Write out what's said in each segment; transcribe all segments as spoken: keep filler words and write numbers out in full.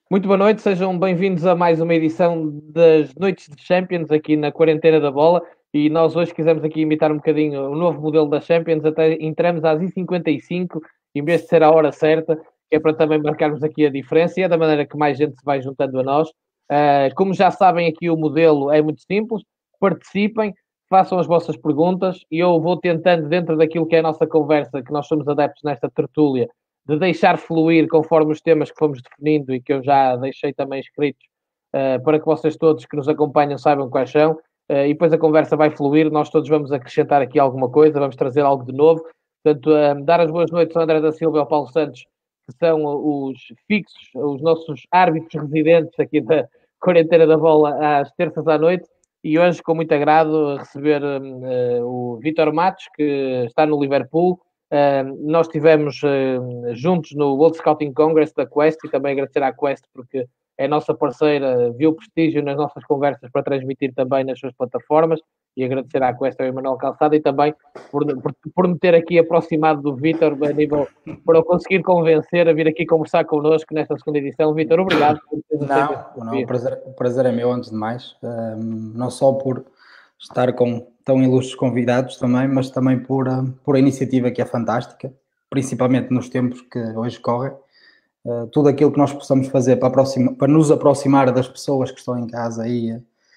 Muito boa noite, sejam bem-vindos a mais uma edição das Noites de Champions aqui na Quarentena da Bola. E nós hoje quisemos aqui imitar um bocadinho o novo modelo da Champions, até entramos às e cinquenta e cinco em vez de ser a hora certa, que é para também marcarmos aqui a diferença e é da maneira que mais gente se vai juntando a nós. Uh, como já sabem, aqui o modelo é muito simples, participem, façam as vossas perguntas e eu vou tentando, dentro daquilo que é a nossa conversa, que nós somos adeptos nesta tertúlia, de deixar fluir conforme os temas que fomos definindo e que eu já deixei também escritos uh, para que vocês todos que nos acompanham saibam quais são. Uh, e depois a conversa vai fluir, nós todos vamos acrescentar aqui alguma coisa, vamos trazer algo de novo. Portanto, uh, dar as boas noites ao André da Silva e ao Paulo Santos, que são os fixos, os nossos árbitros residentes aqui da Quarentena da Bola às terças à noite. E hoje, com muito agrado, receber uh, o Vítor Matos, que está no Liverpool. Uh, nós estivemos uh, juntos no World Scouting Congress da Quest e também agradecer à Quest porque é a nossa parceira, viu prestígio nas nossas conversas para transmitir também nas suas plataformas e agradecer à Quest ao Emanuel Calçada e também por, por, por me ter aqui aproximado do Vítor a nível para eu conseguir convencer a vir aqui conversar connosco nesta segunda edição. Vítor, obrigado por teres aceito. Não, não, o prazer, o prazer é meu antes de mais, um, não só por estar com tão ilustres convidados também, mas também por, por a iniciativa que é fantástica, principalmente nos tempos que hoje correm. Uh, tudo aquilo que nós possamos fazer para, aproxima, para nos aproximar das pessoas que estão em casa e,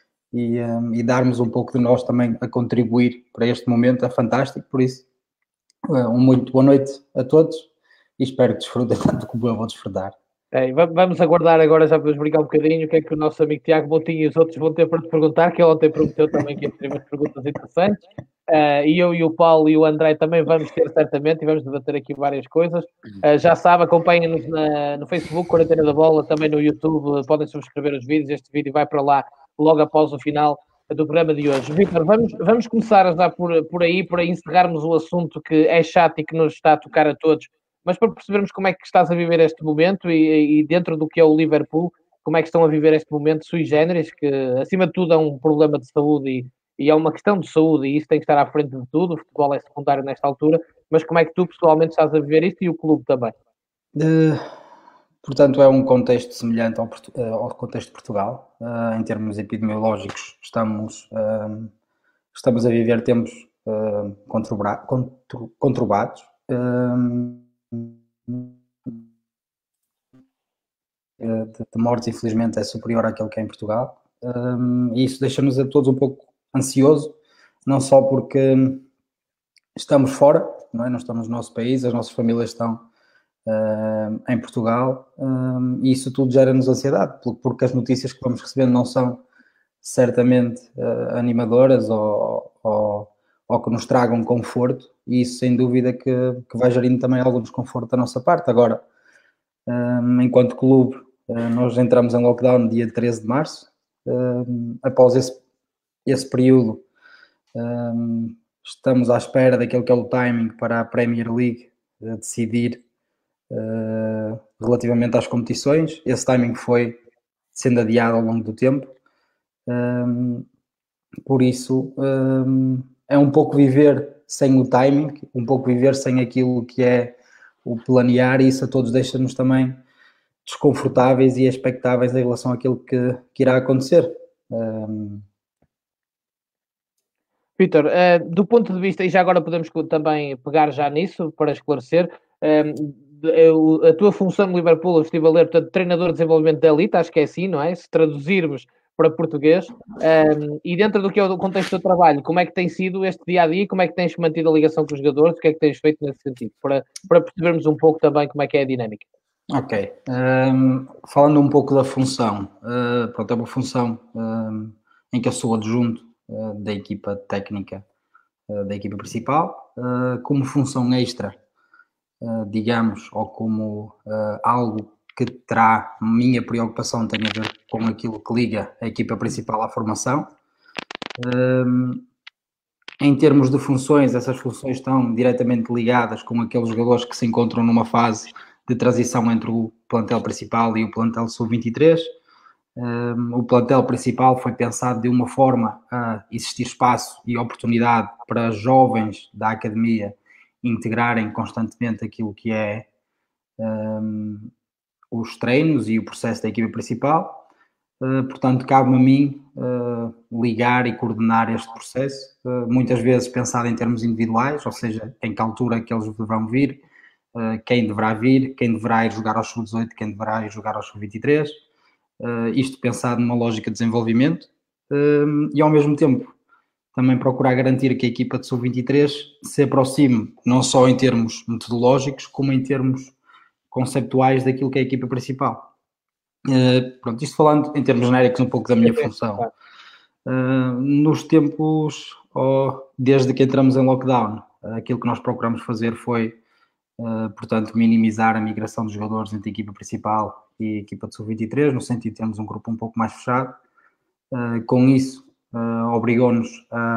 e, um, e darmos um pouco de nós também a contribuir para este momento é fantástico. Por isso, uh, uma muito boa noite a todos e espero que desfrutem tanto como eu vou desfrutar. É, vamos aguardar agora, já podemos brincar um bocadinho, o que é que o nosso amigo Tiago Moutinho e os outros vão ter para te perguntar, que ele ontem prometeu também que ia ter umas perguntas interessantes. Uh, e eu e o Paulo e o André também vamos ter certamente e vamos debater aqui várias coisas. Uh, já sabe, acompanhem-nos no Facebook, Quarentena da Bola, também no YouTube, podem subscrever os vídeos, este vídeo vai para lá logo após o final do programa de hoje. Vítor, vamos, vamos começar já por, por aí, para encerrarmos o assunto que é chato e que nos está a tocar a todos, mas para percebermos como é que estás a viver este momento e, e dentro do que é o Liverpool, como é que estão a viver este momento sui generis, que acima de tudo é um problema de saúde e, e é uma questão de saúde e isso tem que estar à frente de tudo, o futebol é secundário nesta altura, mas como é que tu pessoalmente estás a viver isto e o clube também? Uh, portanto, é um contexto semelhante ao, ao contexto de Portugal. Uh, em termos epidemiológicos, estamos, uh, estamos a viver tempos uh, conturbados. Uh, De, de mortes, infelizmente, é superior àquele que é em Portugal. Um, e isso deixa-nos a todos um pouco ansioso, não só porque estamos fora, não é? Não estamos no nosso país, as nossas famílias estão uh, em Portugal, um, e isso tudo gera-nos ansiedade, porque as notícias que vamos recebendo não são certamente uh, animadoras ou, ou, ou que nos tragam conforto, e isso sem dúvida que, que vai gerindo também algum desconforto da nossa parte. Agora, um, enquanto clube, uh, nós entramos em lockdown no dia treze de março, um, após esse, esse período um, estamos à espera daquele que é o timing para a Premier League uh, decidir uh, relativamente às competições. Esse timing foi sendo adiado ao longo do tempo. Um, por isso, um, é um pouco viver sem o timing, um pouco viver sem aquilo que é o planear, e isso a todos deixa-nos também desconfortáveis e expectáveis em relação àquilo que, que irá acontecer. Um, Vítor, uh, do ponto de vista, e já agora podemos também pegar já nisso para esclarecer, uh, a tua função no Liverpool, eu estive a ler, portanto, treinador de desenvolvimento da elite, acho que é assim, não é? Se traduzirmos para português, um, e dentro do que é o contexto do trabalho, como é que tem sido este dia-a-dia, como é que tens mantido a ligação com os jogadores, o que é que tens feito nesse sentido, para, para percebermos um pouco também como é que é a dinâmica. Ok, um, falando um pouco da função, uh, pronto, é uma função um, em que eu sou adjunto uh, da equipa técnica uh, da equipa principal, uh, como função extra, uh, digamos, ou como uh, algo que terá minha preocupação tem a ver com aquilo que liga a equipa principal à formação. Um, em termos de funções, essas funções estão diretamente ligadas com aqueles jogadores que se encontram numa fase de transição entre o plantel principal e o plantel sub vinte e três. Um, o plantel principal foi pensado de uma forma a existir espaço e oportunidade para jovens da academia integrarem constantemente aquilo que é um, os treinos e o processo da equipa principal. Uh, portanto, cabe-me a mim uh, ligar e coordenar este processo, uh, muitas vezes pensado em termos individuais, ou seja, em que altura que eles deverão vir, uh, quem deverá vir, quem deverá ir jogar aos sub dezoito, quem deverá ir jogar aos sub vinte e três, uh, isto pensado numa lógica de desenvolvimento, uh, e ao mesmo tempo também procurar garantir que a equipa de sub vinte e três se aproxime, não só em termos metodológicos, como em termos conceptuais daquilo que é a equipa principal. Uh, pronto, isto falando em termos genéricos um pouco da minha função. Uh, nos tempos, oh, desde que entramos em lockdown, uh, aquilo que nós procuramos fazer foi, uh, portanto, minimizar a migração dos jogadores entre a equipa principal e a equipa de sub vinte e três, no sentido de termos um grupo um pouco mais fechado. Uh, com isso, uh, obrigou-nos a,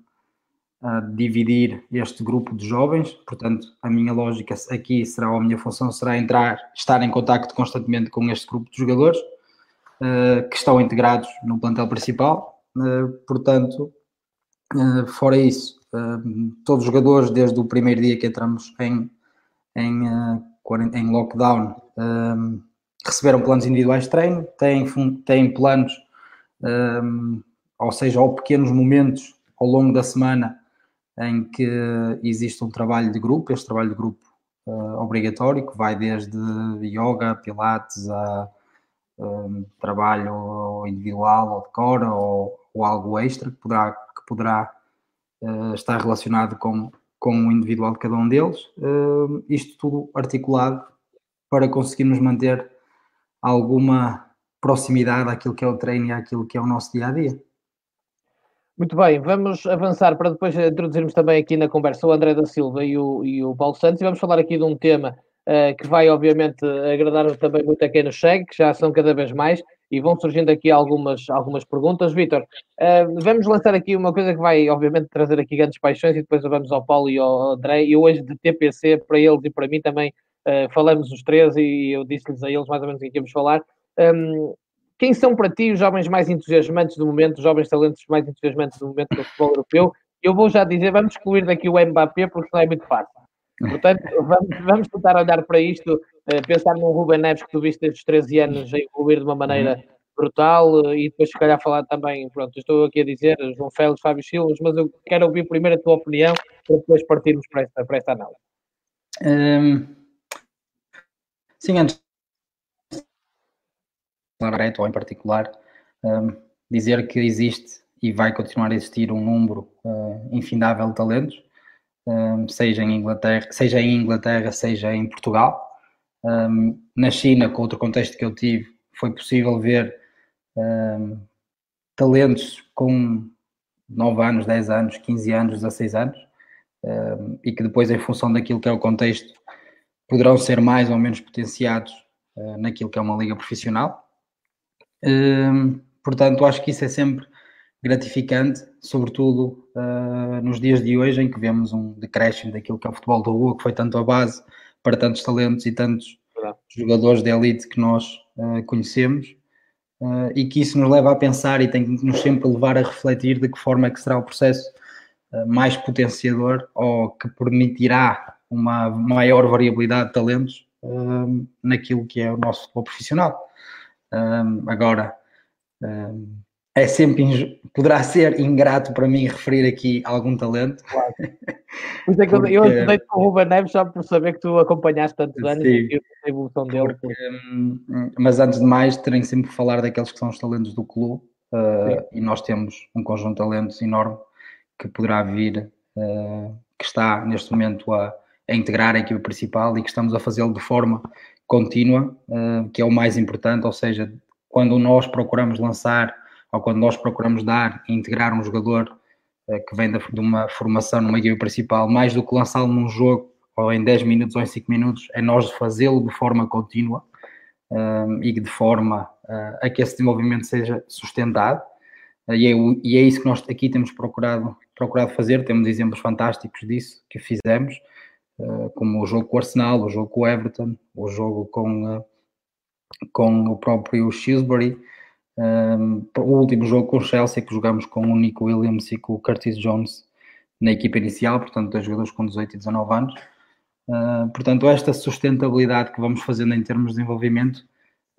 a dividir este grupo de jovens. Portanto, a minha lógica aqui será, ou a minha função será entrar, estar em contacto constantemente com este grupo de jogadores uh, que estão integrados no plantel principal. Uh, portanto, uh, fora isso, uh, todos os jogadores, desde o primeiro dia que entramos em, em, uh, em lockdown, uh, receberam planos individuais de treino, têm, têm planos, uh, ou seja, ou pequenos momentos ao longo da semana em que existe um trabalho de grupo, este trabalho de grupo uh, obrigatório, que vai desde yoga, pilates, a um, trabalho individual ou de core, ou, ou algo extra que poderá, que poderá uh, estar relacionado com, com o individual de cada um deles. Uh, isto tudo articulado para conseguirmos manter alguma proximidade àquilo que é o treino e àquilo que é o nosso dia-a-dia. Muito bem, vamos avançar para depois introduzirmos também aqui na conversa o André da Silva e o, e o Paulo Santos, e vamos falar aqui de um tema uh, que vai obviamente agradar também muito a quem nos segue, que já são cada vez mais, e vão surgindo aqui algumas, algumas perguntas. Vítor, uh, vamos lançar aqui uma coisa que vai obviamente trazer aqui grandes paixões, e depois vamos ao Paulo e ao André, e hoje de T P C, para eles e para mim também, uh, falamos os três, e eu disse-lhes a eles mais ou menos o que íamos falar. Um, Quem são para ti os jovens mais entusiasmantes do momento, os jovens talentos mais entusiasmantes do momento do futebol europeu? Eu vou já dizer, vamos excluir daqui o Mbappé, porque não é muito fácil. Portanto, vamos, vamos tentar olhar para isto, uh, pensar num Ruben Neves que tu viste desde os treze anos a evoluir de uma maneira brutal, uh, e depois se calhar falar também, pronto, estou aqui a dizer João Félix, Fábio Silva, mas eu quero ouvir primeiro a tua opinião para depois partirmos para esta, para esta análise. Um, sim, antes ou em particular, um, dizer que existe e vai continuar a existir um número uh, infindável de talentos, um, seja em Inglaterra, seja em Inglaterra, seja em Portugal. Um, na China, com outro contexto que eu tive, foi possível ver um, talentos com nove anos, dez anos, quinze anos, dezasseis anos, um, e que depois, em função daquilo que é o contexto, poderão ser mais ou menos potenciados uh, naquilo que é uma liga profissional. Hum, portanto, acho que isso é sempre gratificante, sobretudo uh, nos dias de hoje, em que vemos um decréscimo daquilo que é o futebol de rua, que foi tanto a base para tantos talentos e tantos é. jogadores de elite que nós uh, conhecemos, uh, e que isso nos leva a pensar e tem que nos sempre levar a refletir de que forma é que será o processo uh, mais potenciador, ou que permitirá uma maior variabilidade de talentos uh, naquilo que é o nosso futebol profissional. Um, agora, um, é sempre inju- poderá ser ingrato para mim referir aqui algum talento. Claro. Por isso é que porque... eu ajudei com o Ruben Neves só por saber que tu acompanhaste tantos anos sim, e a evolução dele. Porque, um, mas antes de mais, terem sempre que falar daqueles que são os talentos do clube, uh, e nós temos um conjunto de talentos enorme que poderá vir, uh, que está neste momento a, a integrar a equipa principal e que estamos a fazê-lo de forma contínua, uh, que é o mais importante, ou seja, quando nós procuramos lançar ou quando nós procuramos dar e integrar um jogador uh, que vem de, de uma formação numa equipa principal, mais do que lançá-lo num jogo ou em dez minutos ou em cinco minutos, é nós fazê-lo de forma contínua uh, e de forma uh, a que esse desenvolvimento seja sustentado, uh, e, é, e é isso que nós aqui temos procurado, procurado fazer. Temos exemplos fantásticos disso que fizemos, como o jogo com o Arsenal, o jogo com o Everton, o jogo com, uh, com o próprio Shrewsbury, um, o último jogo com o Chelsea, que jogamos com o Nico Williams e com o Curtis Jones na equipa inicial, portanto dois jogadores com dezoito e dezanove anos. Uh, portanto, esta sustentabilidade que vamos fazendo em termos de desenvolvimento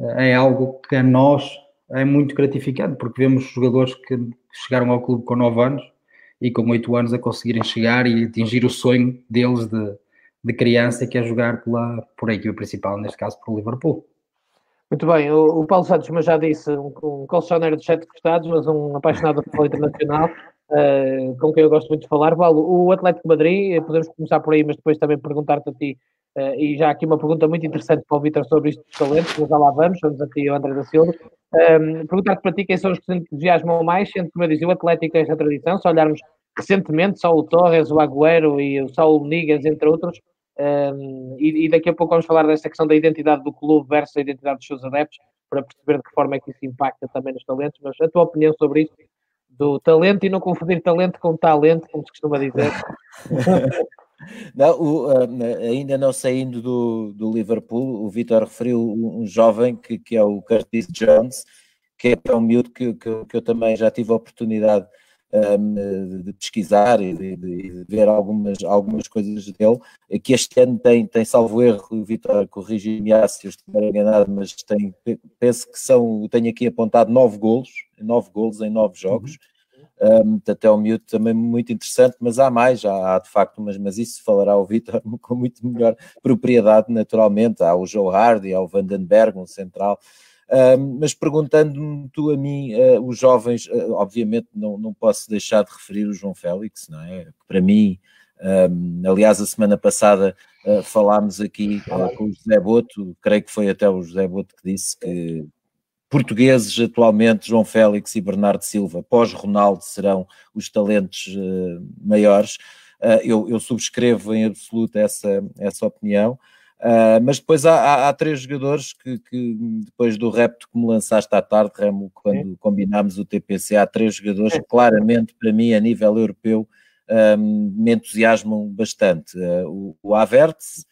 é algo que a nós é muito gratificante, porque vemos jogadores que chegaram ao clube com nove anos e com oito anos a conseguirem chegar e atingir o sonho deles de, de criança, que é jogar pela, por a equipa principal, neste caso por Liverpool. Muito bem, o, o Paulo Santos, mas já disse, um, um colchoneiro de sete costados, mas um apaixonado do futebol internacional, uh, com quem eu gosto muito de falar. Paulo, o Atlético de Madrid, podemos começar por aí, mas depois também perguntar-te a ti, uh, e já aqui uma pergunta muito interessante para o Vítor sobre isto dos talentos, mas já lá vamos, vamos a ti, o André da Silva. Um, perguntar-te para ti quem são os que se entusiasmam mais, sendo que, como eu dizia, o Atlético tem esta tradição, se olharmos recentemente, só o Torres, o Agüero e o Saúl Níguez, entre outros. Um, e, e daqui a pouco vamos falar desta questão da identidade do clube versus a identidade dos seus adeptos, para perceber de que forma é que isso impacta também nos talentos. Mas a tua opinião sobre isso, do talento, e não confundir talento com talento, como se costuma dizer. Não, o, uh, ainda não saindo do, do Liverpool, o Vítor referiu um, um jovem que, que é o Curtis Jones, que é um miúdo que, que, que eu também já tive a oportunidade um, de pesquisar e de, de ver algumas, algumas coisas dele, que este ano tem, tem salvo erro, o Vítor corrige-me se eu estiver enganado, mas tem, penso que são, tenho aqui apontado nove golos, nove golos em nove jogos. Um, até o miúdo também muito interessante, mas há mais, já há de facto, mas, mas isso falará o Vítor com muito melhor propriedade, naturalmente. Há o Joe Hardy, há o Vandenberg, um central. Um, mas perguntando-me tu a mim, uh, os jovens, uh, obviamente não, não posso deixar de referir o João Félix, não é? Para mim, um, aliás, a semana passada uh, falámos aqui uh, com o José Boto, creio que foi até o José Boto que disse que portugueses atualmente, João Félix e Bernardo Silva, pós-Ronaldo, serão os talentos uh, maiores. Uh, eu, eu subscrevo em absoluto essa, essa opinião. Uh, mas depois há, há, há três jogadores que, que, depois do repto que me lançaste à tarde, Remo, quando Sim. combinámos o T P C, há três jogadores que claramente, para mim, a nível europeu, um, me entusiasmam bastante. Uh, o, o Havertz,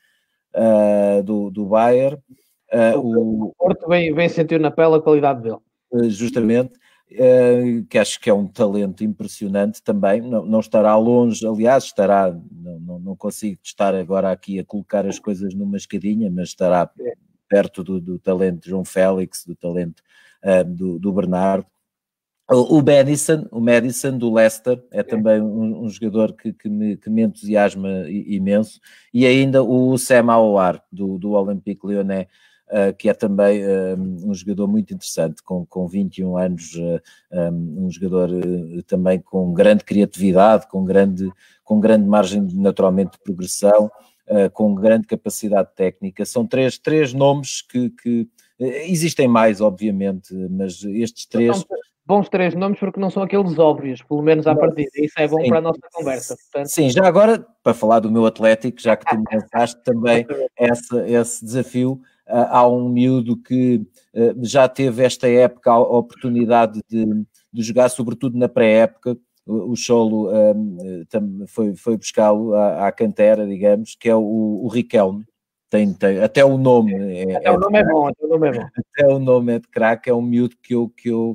uh, do, do Bayern, uh, o, o Porto bem, bem sentiu na pele a qualidade dele. Uh, justamente. Uh, que acho que é um talento impressionante também, não, não estará longe, aliás estará, não, não, não consigo estar agora aqui a colocar as coisas numa escadinha, mas estará perto do, do talento de João Félix, do talento uh, do, do Bernardo. O, o Madison, o Madison do Leicester é também um, um jogador que, que, me, que me entusiasma imenso, e ainda o Sam Aouar do, do Olympique Lyonnais, Uh, que é também uh, um jogador muito interessante, com, com vinte e um anos, uh, um, um jogador uh, também com grande criatividade, com grande, com grande margem de, naturalmente de progressão, uh, com grande capacidade técnica. São três, três nomes que, que uh, existem mais, obviamente, mas estes três... São bons três nomes porque não são aqueles óbvios, pelo menos à partida. Isso é bom Sim. para a nossa conversa. Portanto... Sim, já agora, para falar do meu Atlético, já que tu me pensaste também essa, esse desafio, Uh, há um miúdo que uh, já teve esta época a oportunidade de, de jogar, sobretudo na pré-época. O, o Cholo um, tam, foi, foi buscá-lo à, à cantera, digamos, que é o, o Riquelme. Tem, tem, até o nome é, até, é o nome é bom, até o nome é bom. Até o nome é de craque, é um miúdo que eu, que eu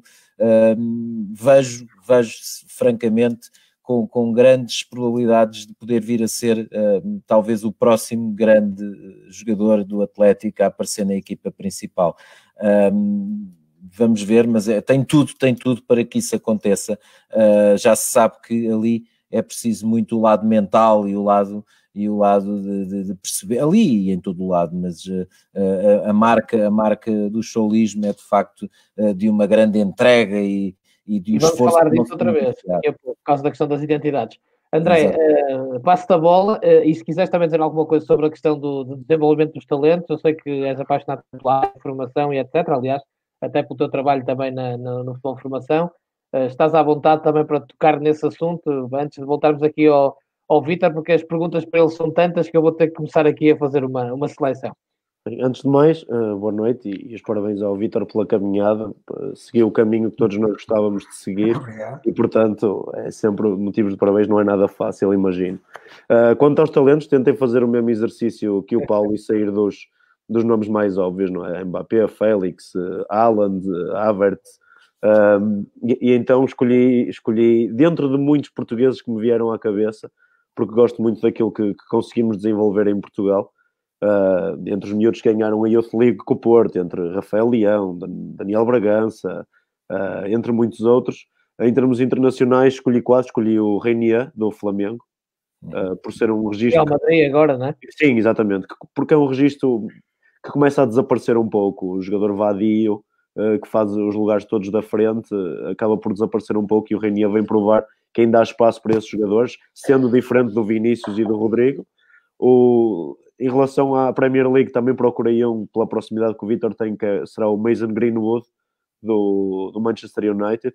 um, vejo, vejo francamente Com, com grandes probabilidades de poder vir a ser uh, talvez o próximo grande jogador do Atlético a aparecer na equipa principal. Um, vamos ver, mas é, tem tudo, tem tudo para que isso aconteça. Uh, já se sabe que ali é preciso muito o lado mental e o lado, e o lado de, de, de perceber, ali e em todo o lado, mas uh, a, a, marca, a marca do cholismo é de facto uh, de uma grande entrega e E, e vamos falar disso outra vez, por causa da questão das identidades. André, uh, passo-te a bola, uh, e se quiseres também dizer alguma coisa sobre a questão do, do desenvolvimento dos talentos, eu sei que és apaixonado pela formação e etcétera. Aliás, até pelo teu trabalho também na, na, no futebol de formação. Uh, estás à vontade também para tocar nesse assunto, antes de voltarmos aqui ao, ao Vítor, porque as perguntas para ele são tantas que eu vou ter que começar aqui a fazer uma, uma seleção. Antes de mais, uh, boa noite e, e os parabéns ao Vítor pela caminhada. Uh, seguiu o caminho que todos nós gostávamos de seguir. Obrigado. E, portanto, é sempre motivos de parabéns, não é nada fácil, imagino. Uh, quanto aos talentos, tentei fazer o mesmo exercício que o Paulo e sair dos, dos nomes mais óbvios, não é? Mbappé, Félix, uh, Haaland, uh, Havertz. Uh, e, e então escolhi, escolhi, dentro de muitos portugueses que me vieram à cabeça, porque gosto muito daquilo que, que conseguimos desenvolver em Portugal. Uh, entre os miúdos que ganharam a Youth League com o Porto, entre Rafael Leão, Daniel Bragança, uh, entre muitos outros. Em termos internacionais, escolhi quatro, escolhi o Reinier, do Flamengo, uh, por ser um registro... Real Madrid agora, não é? Sim, exatamente, porque é um registro que começa a desaparecer um pouco. O jogador vadio, uh, que faz os lugares todos da frente, uh, acaba por desaparecer um pouco, e o Reinier vem provar que ainda há espaço para esses jogadores, sendo diferente do Vinícius e do Rodrigo. O... Em relação à Premier League, também procurei um pela proximidade que o Vítor tem, que será o Mason Greenwood, do, do Manchester United.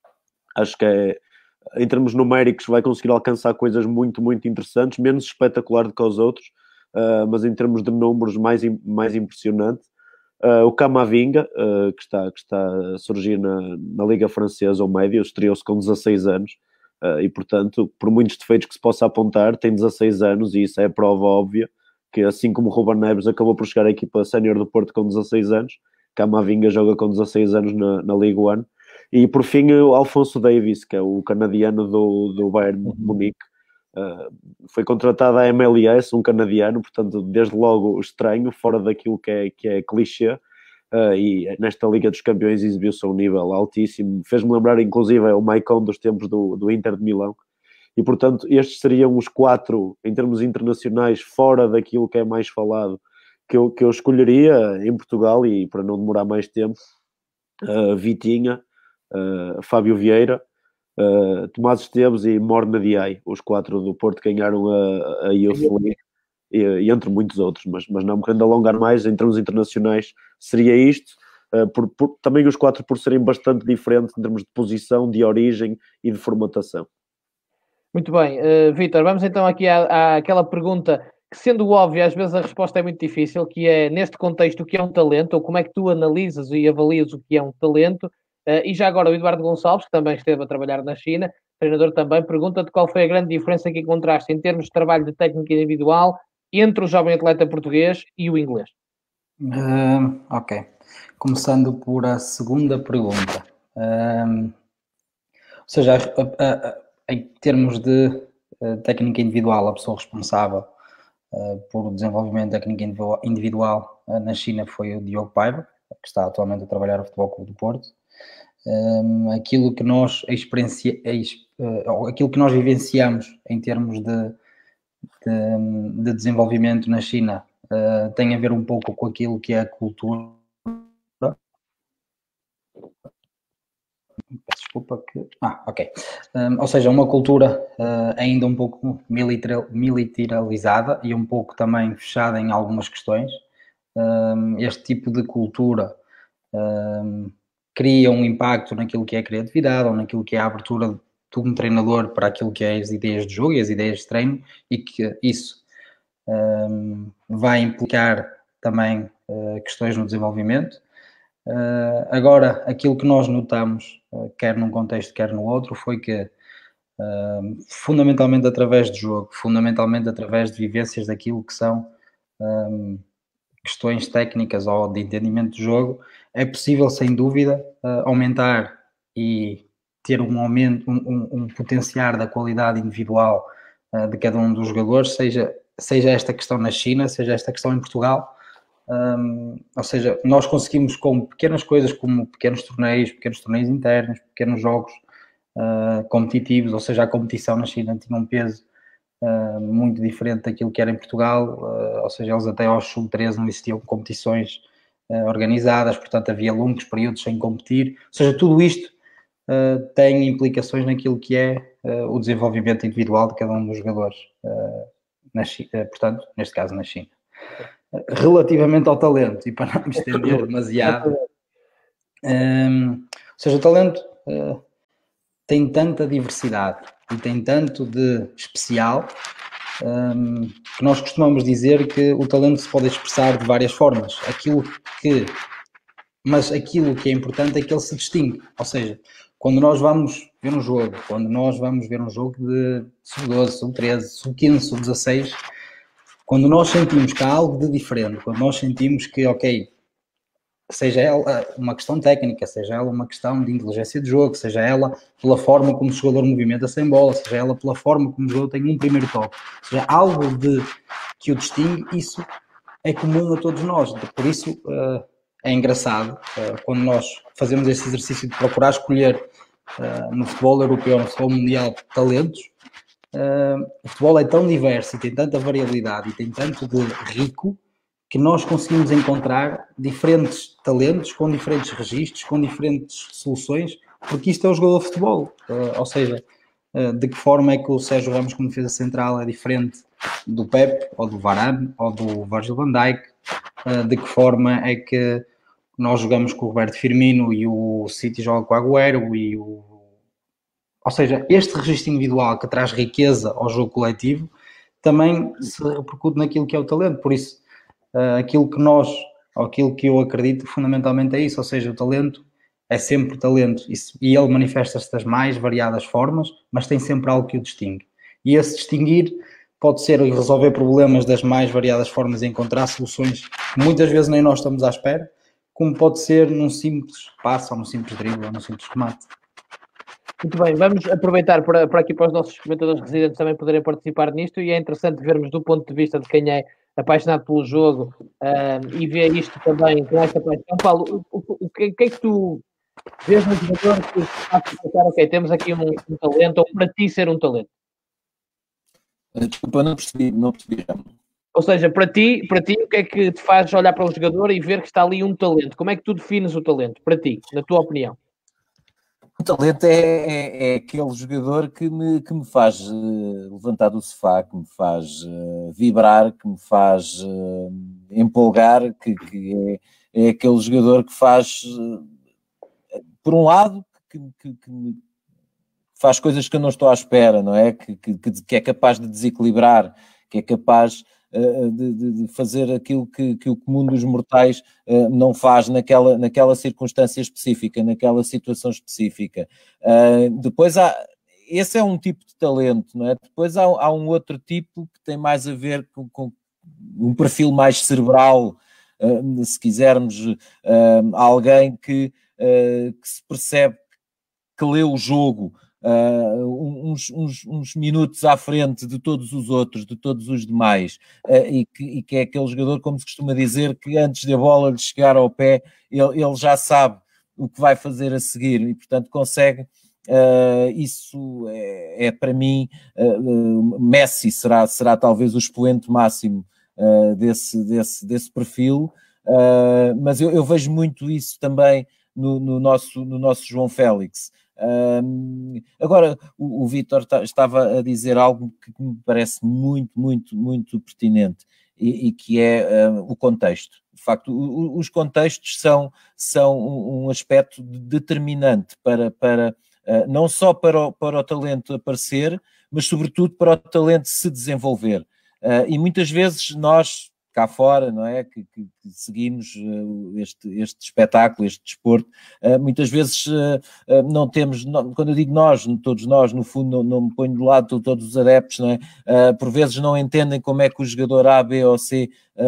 Acho que é, em termos numéricos, vai conseguir alcançar coisas muito, muito interessantes, menos espetacular do que os outros, uh, mas em termos de números, mais, mais impressionante. Uh, o Camavinga, uh, que, está, que está a surgir na, na Liga Francesa, o médio, estreou-se com dezasseis anos, uh, e, portanto, por muitos defeitos que se possa apontar, tem dezasseis anos, e isso é prova óbvia que, assim como o Ruben Neves acabou por chegar à equipa sénior do Porto com dezasseis anos, Camavinga joga com dezasseis anos na, na Liga um. E, por fim, o Alphonso Davies, que é o canadiano do, do Bayern uhum. Munique, uh, foi contratado à M L S, um canadiano, portanto, desde logo estranho, fora daquilo que é, que é clichê, uh, e nesta Liga dos Campeões exibiu-se a um nível altíssimo. Fez-me lembrar, inclusive, é o Maicon dos tempos do, do Inter de Milão. E, portanto, estes seriam os quatro, em termos internacionais, fora daquilo que é mais falado, que eu, que eu escolheria em Portugal, e para não demorar mais tempo, uh, Vitinha, uh, Fábio Vieira, uh, Tomás Esteves e Morna Diay, os quatro do Porto ganharam a, a Youth League, e, e entre muitos outros, mas, mas não me querendo alongar mais, em termos internacionais, seria isto. Uh, por, por, também os quatro por serem bastante diferentes em termos de posição, de origem e de formatação. Muito bem, uh, Vítor, vamos então aqui à, àquela pergunta que, sendo óbvia, às vezes a resposta é muito difícil, que é, neste contexto, o que é um talento, ou como é que tu analisas e avalias o que é um talento. Uh, e já agora o Eduardo Gonçalves, que também esteve a trabalhar na China, treinador também, pergunta-te qual foi a grande diferença que encontraste em termos de trabalho de técnica individual entre o jovem atleta português e o inglês. Uh, ok. Começando por a segunda pergunta. Uh, ou seja, a, a, a, em termos de uh, técnica individual, a pessoa responsável uh, por o desenvolvimento de técnica individual uh, na China foi o Diogo Paiva, que está atualmente a trabalhar no Futebol Clube do Porto. Um, aquilo que nós experiencia, uh, aquilo que nós vivenciamos em termos de, de, de desenvolvimento na China uh, tem a ver um pouco com aquilo que é a cultura. Peço desculpa que... Ah, ok. Um, ou seja, uma cultura uh, ainda um pouco militar, militarizada e um pouco também fechada em algumas questões. Um, este tipo de cultura um, cria um impacto naquilo que é a criatividade ou naquilo que é a abertura de um treinador para aquilo que é as ideias de jogo e as ideias de treino, e que isso um, vai implicar também uh, questões no desenvolvimento. Uh, agora, aquilo que nós notamos, uh, quer num contexto, quer no outro, foi que uh, fundamentalmente através de jogo, fundamentalmente através de vivências daquilo que são um, questões técnicas ou de entendimento de jogo, é possível, sem dúvida, uh, aumentar e ter um aumento, um, um, um potenciar da qualidade individual uh, de cada um dos jogadores, seja, seja esta questão na China, seja esta questão em Portugal. Um, ou seja, nós conseguimos, com pequenas coisas como pequenos torneios, pequenos torneios internos, pequenos jogos uh, competitivos, ou seja, a competição na China tinha um peso uh, muito diferente daquilo que era em Portugal, uh, ou seja, eles até aos sub treze não existiam competições uh, organizadas, portanto havia longos períodos sem competir, ou seja, tudo isto uh, tem implicações naquilo que é uh, o desenvolvimento individual de cada um dos jogadores, uh, na China, uh, portanto, neste caso na China. Relativamente ao talento, e para não me estender demasiado, um, ou seja, o talento uh, tem tanta diversidade e tem tanto de especial um, que nós costumamos dizer que o talento se pode expressar de várias formas. Aquilo que, mas aquilo que é importante é que ele se distingue, ou seja, quando nós vamos ver um jogo, quando nós vamos ver um jogo de sub doze, sub treze, sub quinze, sub dezasseis, quando nós sentimos que há algo de diferente, quando nós sentimos que, ok, seja ela uma questão técnica, seja ela uma questão de inteligência de jogo, seja ela pela forma como o jogador movimenta sem bola, seja ela pela forma como o jogador tem um primeiro toque, seja algo de, que o distingue, isso é comum a todos nós. Por isso uh, é engraçado uh, quando nós fazemos esse exercício de procurar escolher uh, no futebol europeu, no futebol mundial, talentos. Uh, o futebol é tão diverso e tem tanta variabilidade e tem tanto de rico que nós conseguimos encontrar diferentes talentos com diferentes registros, com diferentes soluções, porque isto é o jogador de futebol. Uh, ou seja, uh, de que forma é que o Sérgio Ramos, como defesa central, é diferente do Pep, ou do Varane, ou do Virgil van Dijk? Uh, de que forma é que nós jogamos com o Roberto Firmino e o City joga com o Agüero e o... Ou seja, este registro individual que traz riqueza ao jogo coletivo também se repercute naquilo que é o talento. Por isso, uh, aquilo que nós, ou aquilo que eu acredito fundamentalmente é isso, ou seja, o talento é sempre talento e ele manifesta-se das mais variadas formas, mas tem sempre algo que o distingue. E esse distinguir pode ser resolver problemas das mais variadas formas e encontrar soluções que muitas vezes nem nós estamos à espera, como pode ser num simples passo, ou num simples drible, ou num simples remate. Muito bem, vamos aproveitar para, para aqui para os nossos comentadores residentes também poderem participar nisto, e é interessante vermos do ponto de vista de quem é apaixonado pelo jogo uh, e vê isto também com esta paixão. Paulo, o, o, o, que, o que é que tu vês no jogador que está a pensar, ok, temos aqui um, um talento, ou para ti ser um talento? Desculpa, não percebi, não percebi. Ou seja, para ti, para ti, o que é que te faz olhar para um jogador e ver que está ali um talento? Como é que tu defines o talento, para ti, na tua opinião? O talento é, é, é aquele jogador que me, que me faz uh, levantar do sofá, que me faz uh, vibrar, que me faz uh, empolgar, que, que é, é aquele jogador que faz, uh, por um lado, que, que, que me faz coisas que eu não estou à espera, não é? Que, que, que é capaz de desequilibrar, que é capaz uh, de, de fazer aquilo que, que o comum dos mortais uh, não faz naquela, naquela circunstância específica, naquela situação específica. Uh, depois há... Esse é um tipo de talento, não é? Depois há, há um outro tipo que tem mais a ver com, com um perfil mais cerebral, uh, se quisermos, uh, alguém que, uh, que se percebe que lê o jogo Uh, uns, uns, uns minutos à frente de todos os outros, de todos os demais, uh, e, que, e que é aquele jogador, como se costuma dizer, que antes da bola lhe chegar ao pé, ele, ele já sabe o que vai fazer a seguir e, portanto, consegue. Uh, isso é, é para mim, uh, Messi será, será talvez o expoente máximo uh, desse, desse, desse perfil, uh, mas eu, eu vejo muito isso também no, no, nosso, no nosso João Félix. Um, agora, o, o Vítor estava a dizer algo que me parece muito, muito, muito pertinente e, e que é uh, o contexto. De facto, o, os contextos são, são um aspecto determinante para, para uh, não só para o, para o talento aparecer, mas sobretudo para o talento se desenvolver. Uh, e muitas vezes nós, cá fora, não é, que, que, que seguimos uh, este, este espetáculo, este desporto, uh, muitas vezes uh, uh, não temos, não, quando eu digo nós, todos nós, no fundo não, não me ponho do lado de todos os adeptos, não é? Uh, por vezes não entendem como é que o jogador A, B ou C,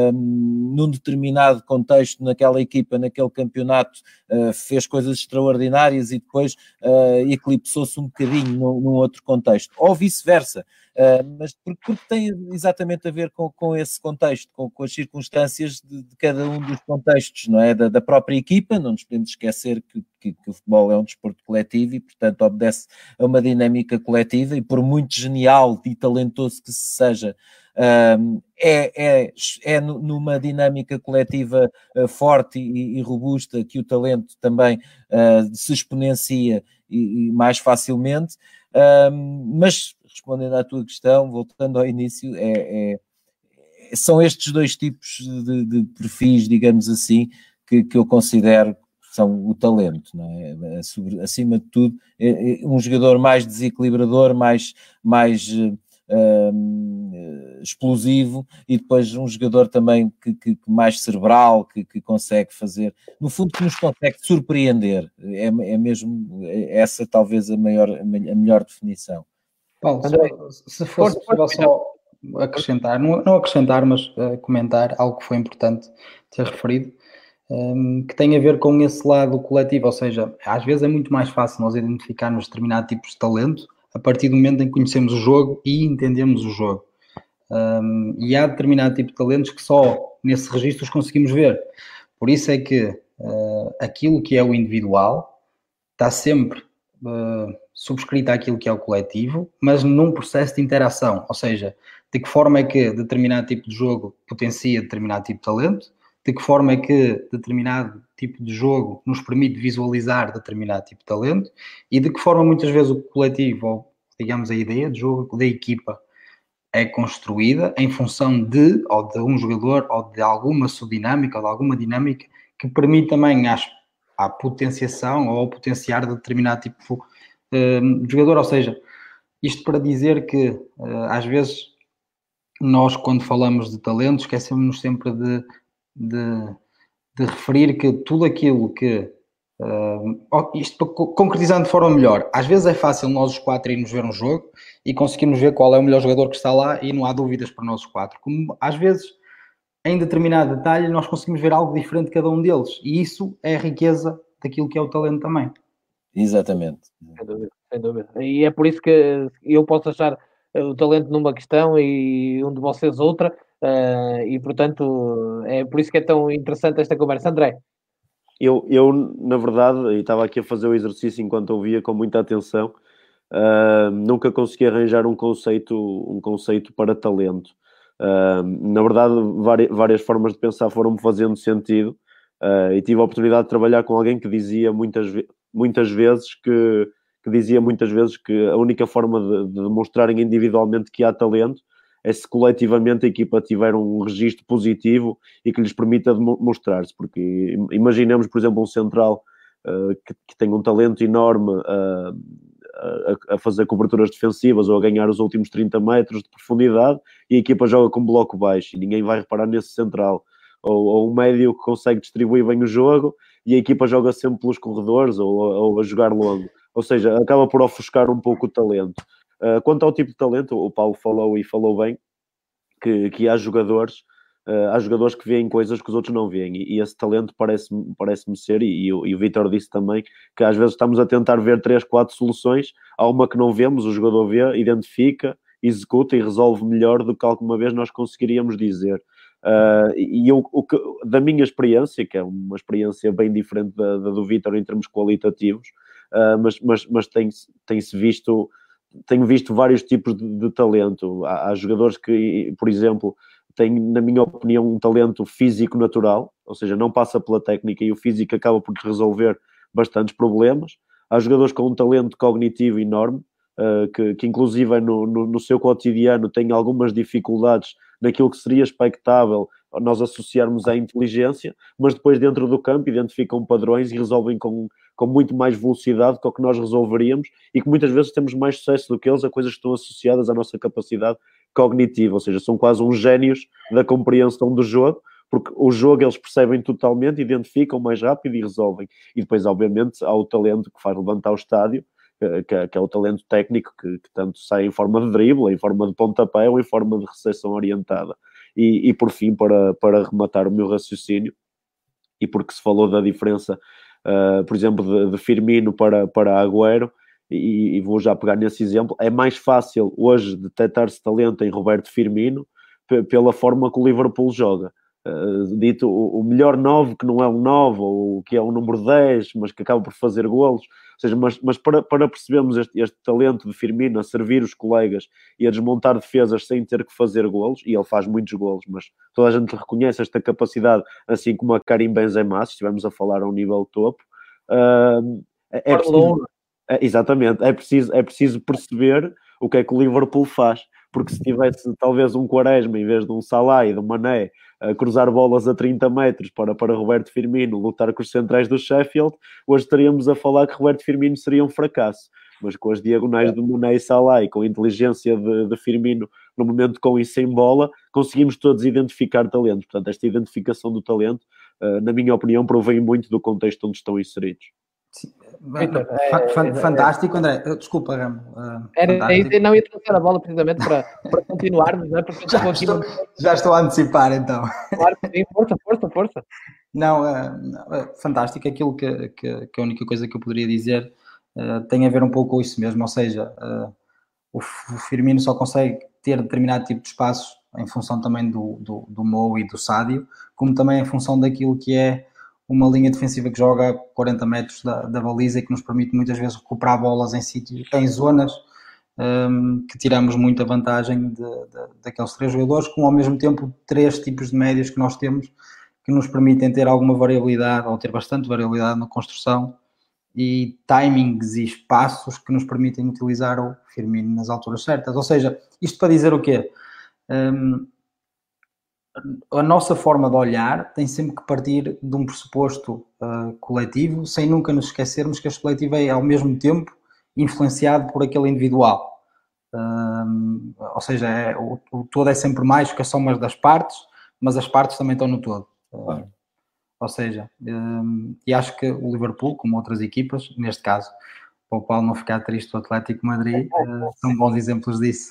um, num determinado contexto, naquela equipa, naquele campeonato, uh, fez coisas extraordinárias e depois uh, eclipsou-se um bocadinho num, num outro contexto, ou vice-versa. Uh, mas porque, porque tem exatamente a ver com, com esse contexto, com, com as circunstâncias de, de cada um dos contextos, não é? Da, da própria equipa. Não nos podemos esquecer que, que, que o futebol é um desporto coletivo e, portanto, obedece a uma dinâmica coletiva, e por muito genial e talentoso que se seja, um, é, é, é numa dinâmica coletiva uh, forte e, e robusta que o talento também uh, se exponencia e, e mais facilmente. Um, mas respondendo à tua questão, voltando ao início, é, é, são estes dois tipos de, de perfis, digamos assim, que, que eu considero que são o talento, não é? Acima de tudo, é, é um jogador mais desequilibrador, mais, mais um, explosivo, e depois um jogador também que, que, que mais cerebral, que, que consegue fazer, no fundo, que nos consegue surpreender. É, é mesmo essa talvez a, maior, a melhor definição. Paulo, se, se fosse possível só acrescentar, não, não acrescentar, mas uh, comentar algo que foi importante ter referido, um, que tem a ver com esse lado coletivo, ou seja, às vezes é muito mais fácil nós identificarmos determinados tipos de talento a partir do momento em que conhecemos o jogo e entendemos o jogo. Um, e há determinado tipo de talentos que só nesse registro os conseguimos ver. Por isso é que uh, aquilo que é o individual está sempre uh, subscrito àquilo que é o coletivo, mas num processo de interação. Ou seja, de que forma é que determinado tipo de jogo potencia determinado tipo de talento, de que forma é que determinado tipo de jogo nos permite visualizar determinado tipo de talento e de que forma muitas vezes o coletivo, ou digamos a ideia de jogo da equipa, é construída em função de, ou de um jogador, ou de alguma subdinâmica, ou de alguma dinâmica que permite também às, à potenciação ou ao potenciar de determinado tipo uh, de jogador. Ou seja, isto para dizer que uh, às vezes nós, quando falamos de talento, esquecemos-nos sempre de, de, de referir que tudo aquilo que Uh, isto concretizando de forma melhor, às vezes é fácil nós os quatro irmos ver um jogo e conseguirmos ver qual é o melhor jogador que está lá e não há dúvidas para nós os quatro, como às vezes em determinado detalhe nós conseguimos ver algo diferente de cada um deles, e isso é a riqueza daquilo que é o talento também. Exatamente. Sem dúvida, sem dúvida. E é por isso que eu posso achar o talento numa questão e um de vocês outra, uh, e portanto é por isso que é tão interessante esta conversa. André? Eu, eu, na verdade, e estava aqui a fazer o exercício enquanto ouvia com muita atenção, uh, nunca consegui arranjar um conceito, um conceito para talento. Uh, na verdade, várias, várias formas de pensar foram-me fazendo sentido, uh, e tive a oportunidade de trabalhar com alguém que dizia muitas, muitas vezes que, que dizia muitas vezes que a única forma de, de demonstrarem individualmente que há talento é se coletivamente a equipa tiver um registro positivo e que lhes permita mostrar-se, porque imaginemos, por exemplo, um central uh, que, que tem um talento enorme uh, a, a fazer coberturas defensivas ou a ganhar os últimos trinta metros de profundidade e a equipa joga com bloco baixo e ninguém vai reparar nesse central, ou, ou um médio que consegue distribuir bem o jogo e a equipa joga sempre pelos corredores ou, ou a jogar longo, ou seja, acaba por ofuscar um pouco o talento. Uh, quanto ao tipo de talento, o Paulo falou e falou bem que, que há jogadores uh, há jogadores que veem coisas que os outros não veem, e, e esse talento parece-me, parece-me ser, e, e, o, e o Vítor disse também, que às vezes estamos a tentar ver três, quatro soluções, há uma que não vemos, o jogador vê, identifica, executa e resolve melhor do que alguma vez nós conseguiríamos dizer. Uh, e eu, o que, da minha experiência, que é uma experiência bem diferente da, da do Vítor em termos qualitativos, uh, mas, mas, mas tem-se, tem-se visto tenho visto vários tipos de, de talento. Há, há jogadores que, por exemplo, têm, na minha opinião, um talento físico natural, ou seja, não passa pela técnica e o físico acaba por resolver bastantes problemas. Há jogadores com um talento cognitivo enorme, uh, que, que inclusive no, no, no seu cotidiano têm algumas dificuldades naquilo que seria expectável nós associarmos à inteligência, mas depois dentro do campo identificam padrões e resolvem com, com muito mais velocidade que o que nós resolveríamos, e que muitas vezes temos mais sucesso do que eles a coisas que estão associadas à nossa capacidade cognitiva, ou seja, são quase uns génios da compreensão do jogo, porque o jogo eles percebem totalmente, identificam mais rápido e resolvem. E depois, obviamente, há o talento que faz levantar o estádio, que é, que é o talento técnico, que, que tanto sai em forma de drible, em forma de pontapé ou em forma de recepção orientada. E, e por fim, para, para rematar o meu raciocínio, e porque se falou da diferença, uh, por exemplo, de, de Firmino para, para Agüero, e, e vou já pegar nesse exemplo, é mais fácil hoje detectar-se talento em Roberto Firmino p- pela forma que o Liverpool joga. Uh, dito o, o melhor nove que não é um nove, ou que é um número dez, mas que acaba por fazer golos. Ou seja, mas, mas para, para percebermos este, este talento de Firmino a servir os colegas e a desmontar defesas sem ter que fazer golos, e ele faz muitos golos, mas toda a gente reconhece esta capacidade, assim como a Karim Benzema, se estivermos a falar a um nível topo. Uh, é, é preciso, é, exatamente, é preciso, é preciso perceber o que é que o Liverpool faz, porque se tivesse talvez um Quaresma em vez de um Salah e de um Mané a cruzar bolas a trinta metros para, para Roberto Firmino lutar com os centrais do Sheffield, hoje estaríamos a falar que Roberto Firmino seria um fracasso. Mas com as diagonais de Mané e Salah e com a inteligência de, de Firmino no momento com e sem bola, conseguimos todos identificar talentos. Portanto, esta identificação do talento, uh, na minha opinião, provém muito do contexto onde estão inseridos. Sim. Victor, é, é, fantástico, André. Desculpa, Ramo. Uh, Era isso, não ia trazer a bola precisamente para, para continuarmos, não é? Porque já, estou, aqui... já estou a antecipar, então. Claro que sim, força, força, força. Não, uh, uh, fantástico. Aquilo que, que, que a única coisa que eu poderia dizer uh, tem a ver um pouco com isso mesmo, ou seja, uh, o, o Firmino só consegue ter determinado tipo de espaços em função também do, do, do Mo e do Sádio, como também em função daquilo que é uma linha defensiva que joga a quarenta metros da, da baliza e que nos permite muitas vezes recuperar bolas em sítios, em zonas um, que tiramos muita vantagem de, de, daqueles três jogadores, com ao mesmo tempo três tipos de médios que nós temos que nos permitem ter alguma variabilidade, ou ter bastante variabilidade na construção, e timings e espaços que nos permitem utilizar o Firmino nas alturas certas. Ou seja, isto para dizer o quê? Um, a nossa forma de olhar tem sempre que partir de um pressuposto uh, coletivo, sem nunca nos esquecermos que este coletivo é, ao mesmo tempo, influenciado por aquele individual. Um, ou seja, é, o, o todo é sempre mais que a soma das partes, mas as partes também estão no todo. Uh, ou seja, um, e acho que o Liverpool, como outras equipas, neste caso, para o Paulo não ficar triste, o Atlético Madrid, uh, são bons exemplos disso.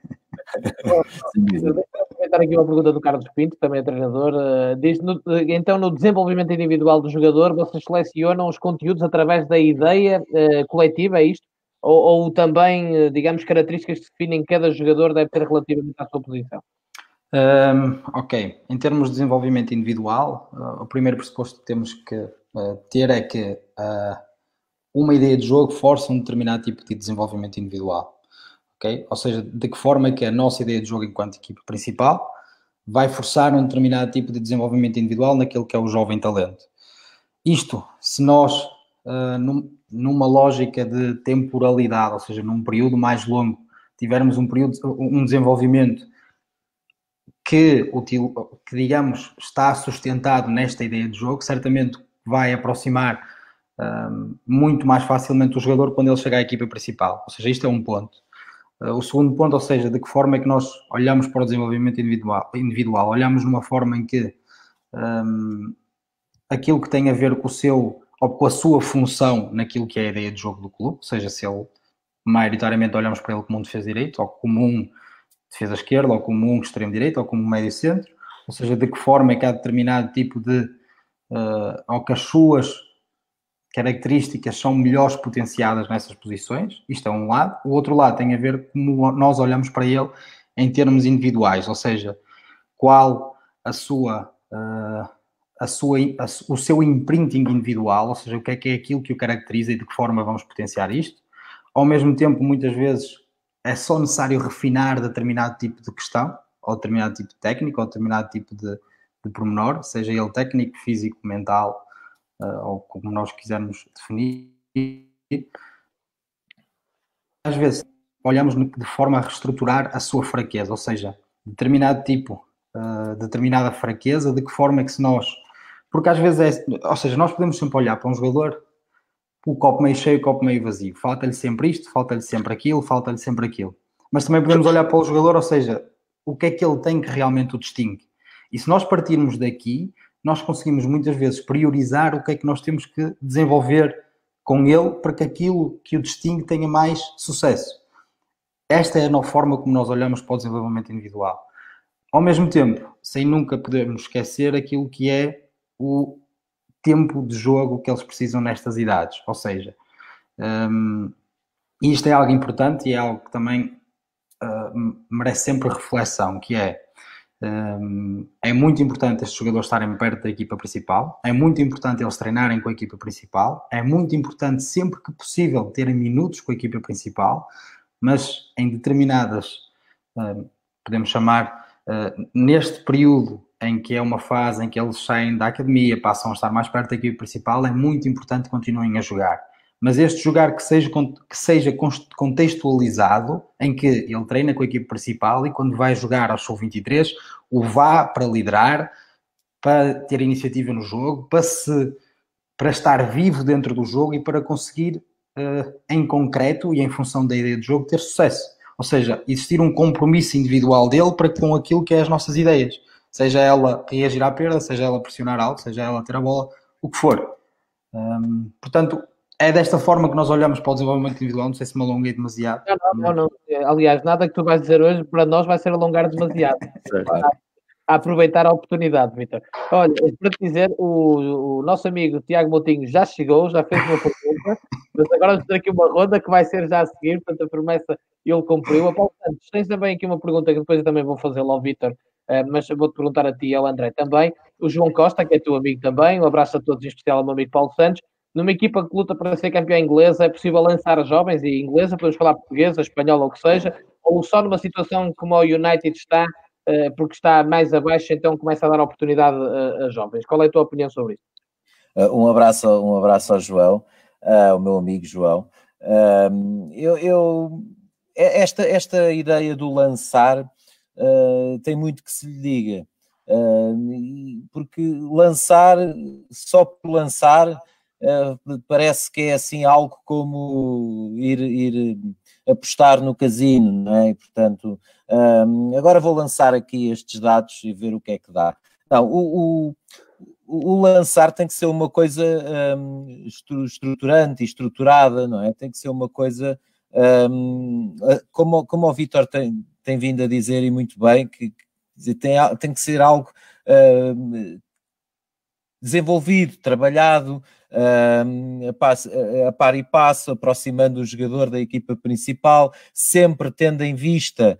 Deixa eu aproveitar aqui uma pergunta do Carlos Pinto, também é treinador. Uh, diz, no, então, no desenvolvimento individual do jogador, vocês selecionam os conteúdos através da ideia uh, coletiva, é isto? Ou, ou também, uh, digamos, características que definem cada jogador deve ter relativamente à sua posição? Um, ok, em termos de desenvolvimento individual, uh, o primeiro pressuposto que temos que uh, ter é que uh, uma ideia de jogo força um determinado tipo de desenvolvimento individual. Okay? Ou seja, de que forma é que a nossa ideia de jogo enquanto equipe principal vai forçar um determinado tipo de desenvolvimento individual naquele que é o jovem talento. Isto, se nós, uh, num, numa lógica de temporalidade, ou seja, num período mais longo, tivermos um período, um desenvolvimento que, que, digamos, está sustentado nesta ideia de jogo, certamente vai aproximar um, muito mais facilmente o jogador quando ele chegar à equipa principal. Ou seja, isto é um ponto. Uh, o segundo ponto, ou seja, de que forma é que nós olhamos para o desenvolvimento individual. individual. Olhamos numa forma em que um, aquilo que tem a ver com o seu, ou com a sua função naquilo que é a ideia de jogo do clube, ou seja, se ele, maioritariamente, olhamos para ele como um defesa direito, ou como um defesa esquerda, ou como um extremo direito, ou como um médio centro, ou seja, de que forma é que há determinado tipo de, uh, ou que as suas características são melhores potenciadas nessas posições. Isto é um lado. O outro lado tem a ver como nós olhamos para ele em termos individuais, ou seja, qual a sua, uh, a sua, a, o seu imprinting individual, ou seja, o que é que é aquilo que o caracteriza e de que forma vamos potenciar isto. Ao mesmo tempo, muitas vezes, é só necessário refinar determinado tipo de questão, ou determinado tipo de técnica, ou determinado tipo de, de pormenor, seja ele técnico, físico, mental, uh, ou como nós quisermos definir. Às vezes, olhamos de forma a reestruturar a sua fraqueza, ou seja, determinado tipo, uh, determinada fraqueza, de que forma é que se nós... Porque às vezes é... Ou seja, nós podemos sempre olhar para um jogador o copo meio cheio, o copo meio vazio. Falta-lhe sempre isto, falta-lhe sempre aquilo, falta-lhe sempre aquilo. Mas também podemos olhar para o jogador, ou seja, o que é que ele tem que realmente o distingue. E se nós partirmos daqui, nós conseguimos muitas vezes priorizar o que é que nós temos que desenvolver com ele para que aquilo que o distingue tenha mais sucesso. Esta é a forma como nós olhamos para o desenvolvimento individual. Ao mesmo tempo, sem nunca podermos esquecer aquilo que é o tempo de jogo que eles precisam nestas idades. Ou seja, um, isto é algo importante e é algo que também uh, merece sempre reflexão, que é um, é muito importante estes jogadores estarem perto da equipa principal, é muito importante eles treinarem com a equipa principal, é muito importante sempre que possível terem minutos com a equipa principal, mas em determinadas, uh, podemos chamar, uh, neste período em que é uma fase em que eles saem da academia, passam a estar mais perto da equipe principal, é muito importante que continuem a jogar. Mas este jogar que seja, que seja contextualizado, em que ele treina com a equipe principal e quando vai jogar ao sub vinte e três, o vá para liderar, para ter iniciativa no jogo, para, se, para estar vivo dentro do jogo e para conseguir, uh, em concreto e em função da ideia de jogo, ter sucesso. Ou seja, existir um compromisso individual dele para com aquilo que é as nossas ideias. Seja ela reagir à perda, seja ela pressionar alto, seja ela ter a bola, o que for. Um, portanto, é desta forma que nós olhamos para o desenvolvimento individual. Não sei se me alonguei demasiado. Não, não, não, não. Aliás, nada que tu vais dizer hoje, para nós, vai ser alongar demasiado. a aproveitar a oportunidade, Vítor. Olha, para te dizer, o, o nosso amigo Tiago Moutinho já chegou, já fez uma pergunta, mas agora vamos ter aqui uma ronda que vai ser já a seguir, portanto a promessa ele cumpriu. A Paulo Santos, tens também aqui uma pergunta que depois eu também vou fazer ao Vítor, uh, mas vou-te perguntar a ti e ao André também. O João Costa, que é teu amigo também, um abraço a todos, em especial ao meu amigo Paulo Santos. Numa equipa que luta para ser campeã inglesa, é possível lançar jovens e inglesa, podemos falar portuguesa, espanhola ou o que seja, ou só numa situação como o United está, porque está mais abaixo, então começa a dar oportunidade a, a jovens. Qual é a tua opinião sobre isso? Um abraço, um abraço ao João, ao meu amigo João. Eu, eu, esta, esta ideia do lançar tem muito que se lhe diga, porque lançar, só por lançar, parece que é assim algo como ir, ir apostar no casino, não é? E, portanto, um, agora vou lançar aqui estes dados e ver o que é que dá. Não, o, o, o lançar tem que ser uma coisa um, estruturante e estruturada, não é? Tem que ser uma coisa, um, como, como o Vítor tem, tem vindo a dizer, e muito bem, que, que tem, tem que ser algo um, desenvolvido, trabalhado, Uh, a, passo, a par e passo, aproximando o jogador da equipa principal, sempre tendo em vista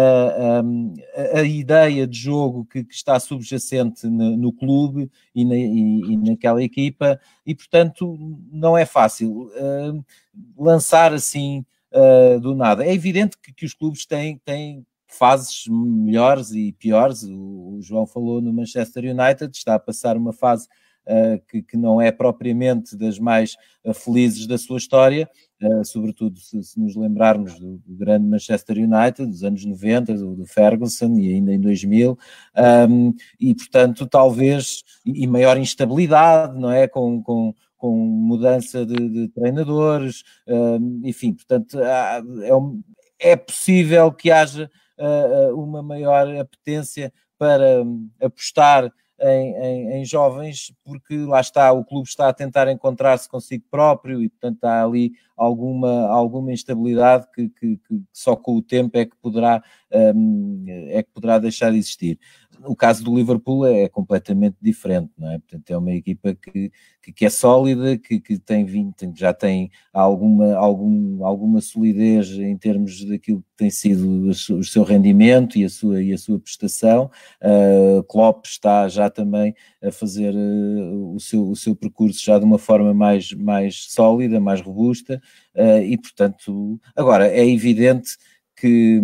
uh, a, a ideia de jogo que, que está subjacente no, no clube e, na, e, e naquela equipa, e portanto não é fácil uh, lançar assim uh, do nada. É evidente que, que os clubes têm, têm fases melhores e piores. O, o João falou no Manchester United, está a passar uma fase Uh, que, que não é propriamente das mais uh, felizes da sua história, uh, sobretudo se, se nos lembrarmos do, do grande Manchester United, dos anos noventa, do, do Ferguson e ainda em dois mil, um, e portanto talvez, e, e maior instabilidade, não é, com, com, com mudança de, de treinadores, um, enfim, portanto há, é, um, é possível que haja uh, uma maior apetência para um, apostar Em, em, em jovens, porque lá está, o clube está a tentar encontrar-se consigo próprio e portanto há ali alguma, alguma instabilidade que, que, que só com o tempo é que poderá, um, é que poderá deixar de existir. O caso do Liverpool é, é completamente diferente, não é? Portanto, é uma equipa que, que, que é sólida, que, que tem vindo, já tem alguma, algum, alguma solidez em termos daquilo que tem sido o seu rendimento e a sua, e a sua prestação. Uh, Klopp está já também a fazer uh, o, seu, o seu percurso já de uma forma mais, mais sólida, mais robusta, uh, e portanto, agora é evidente que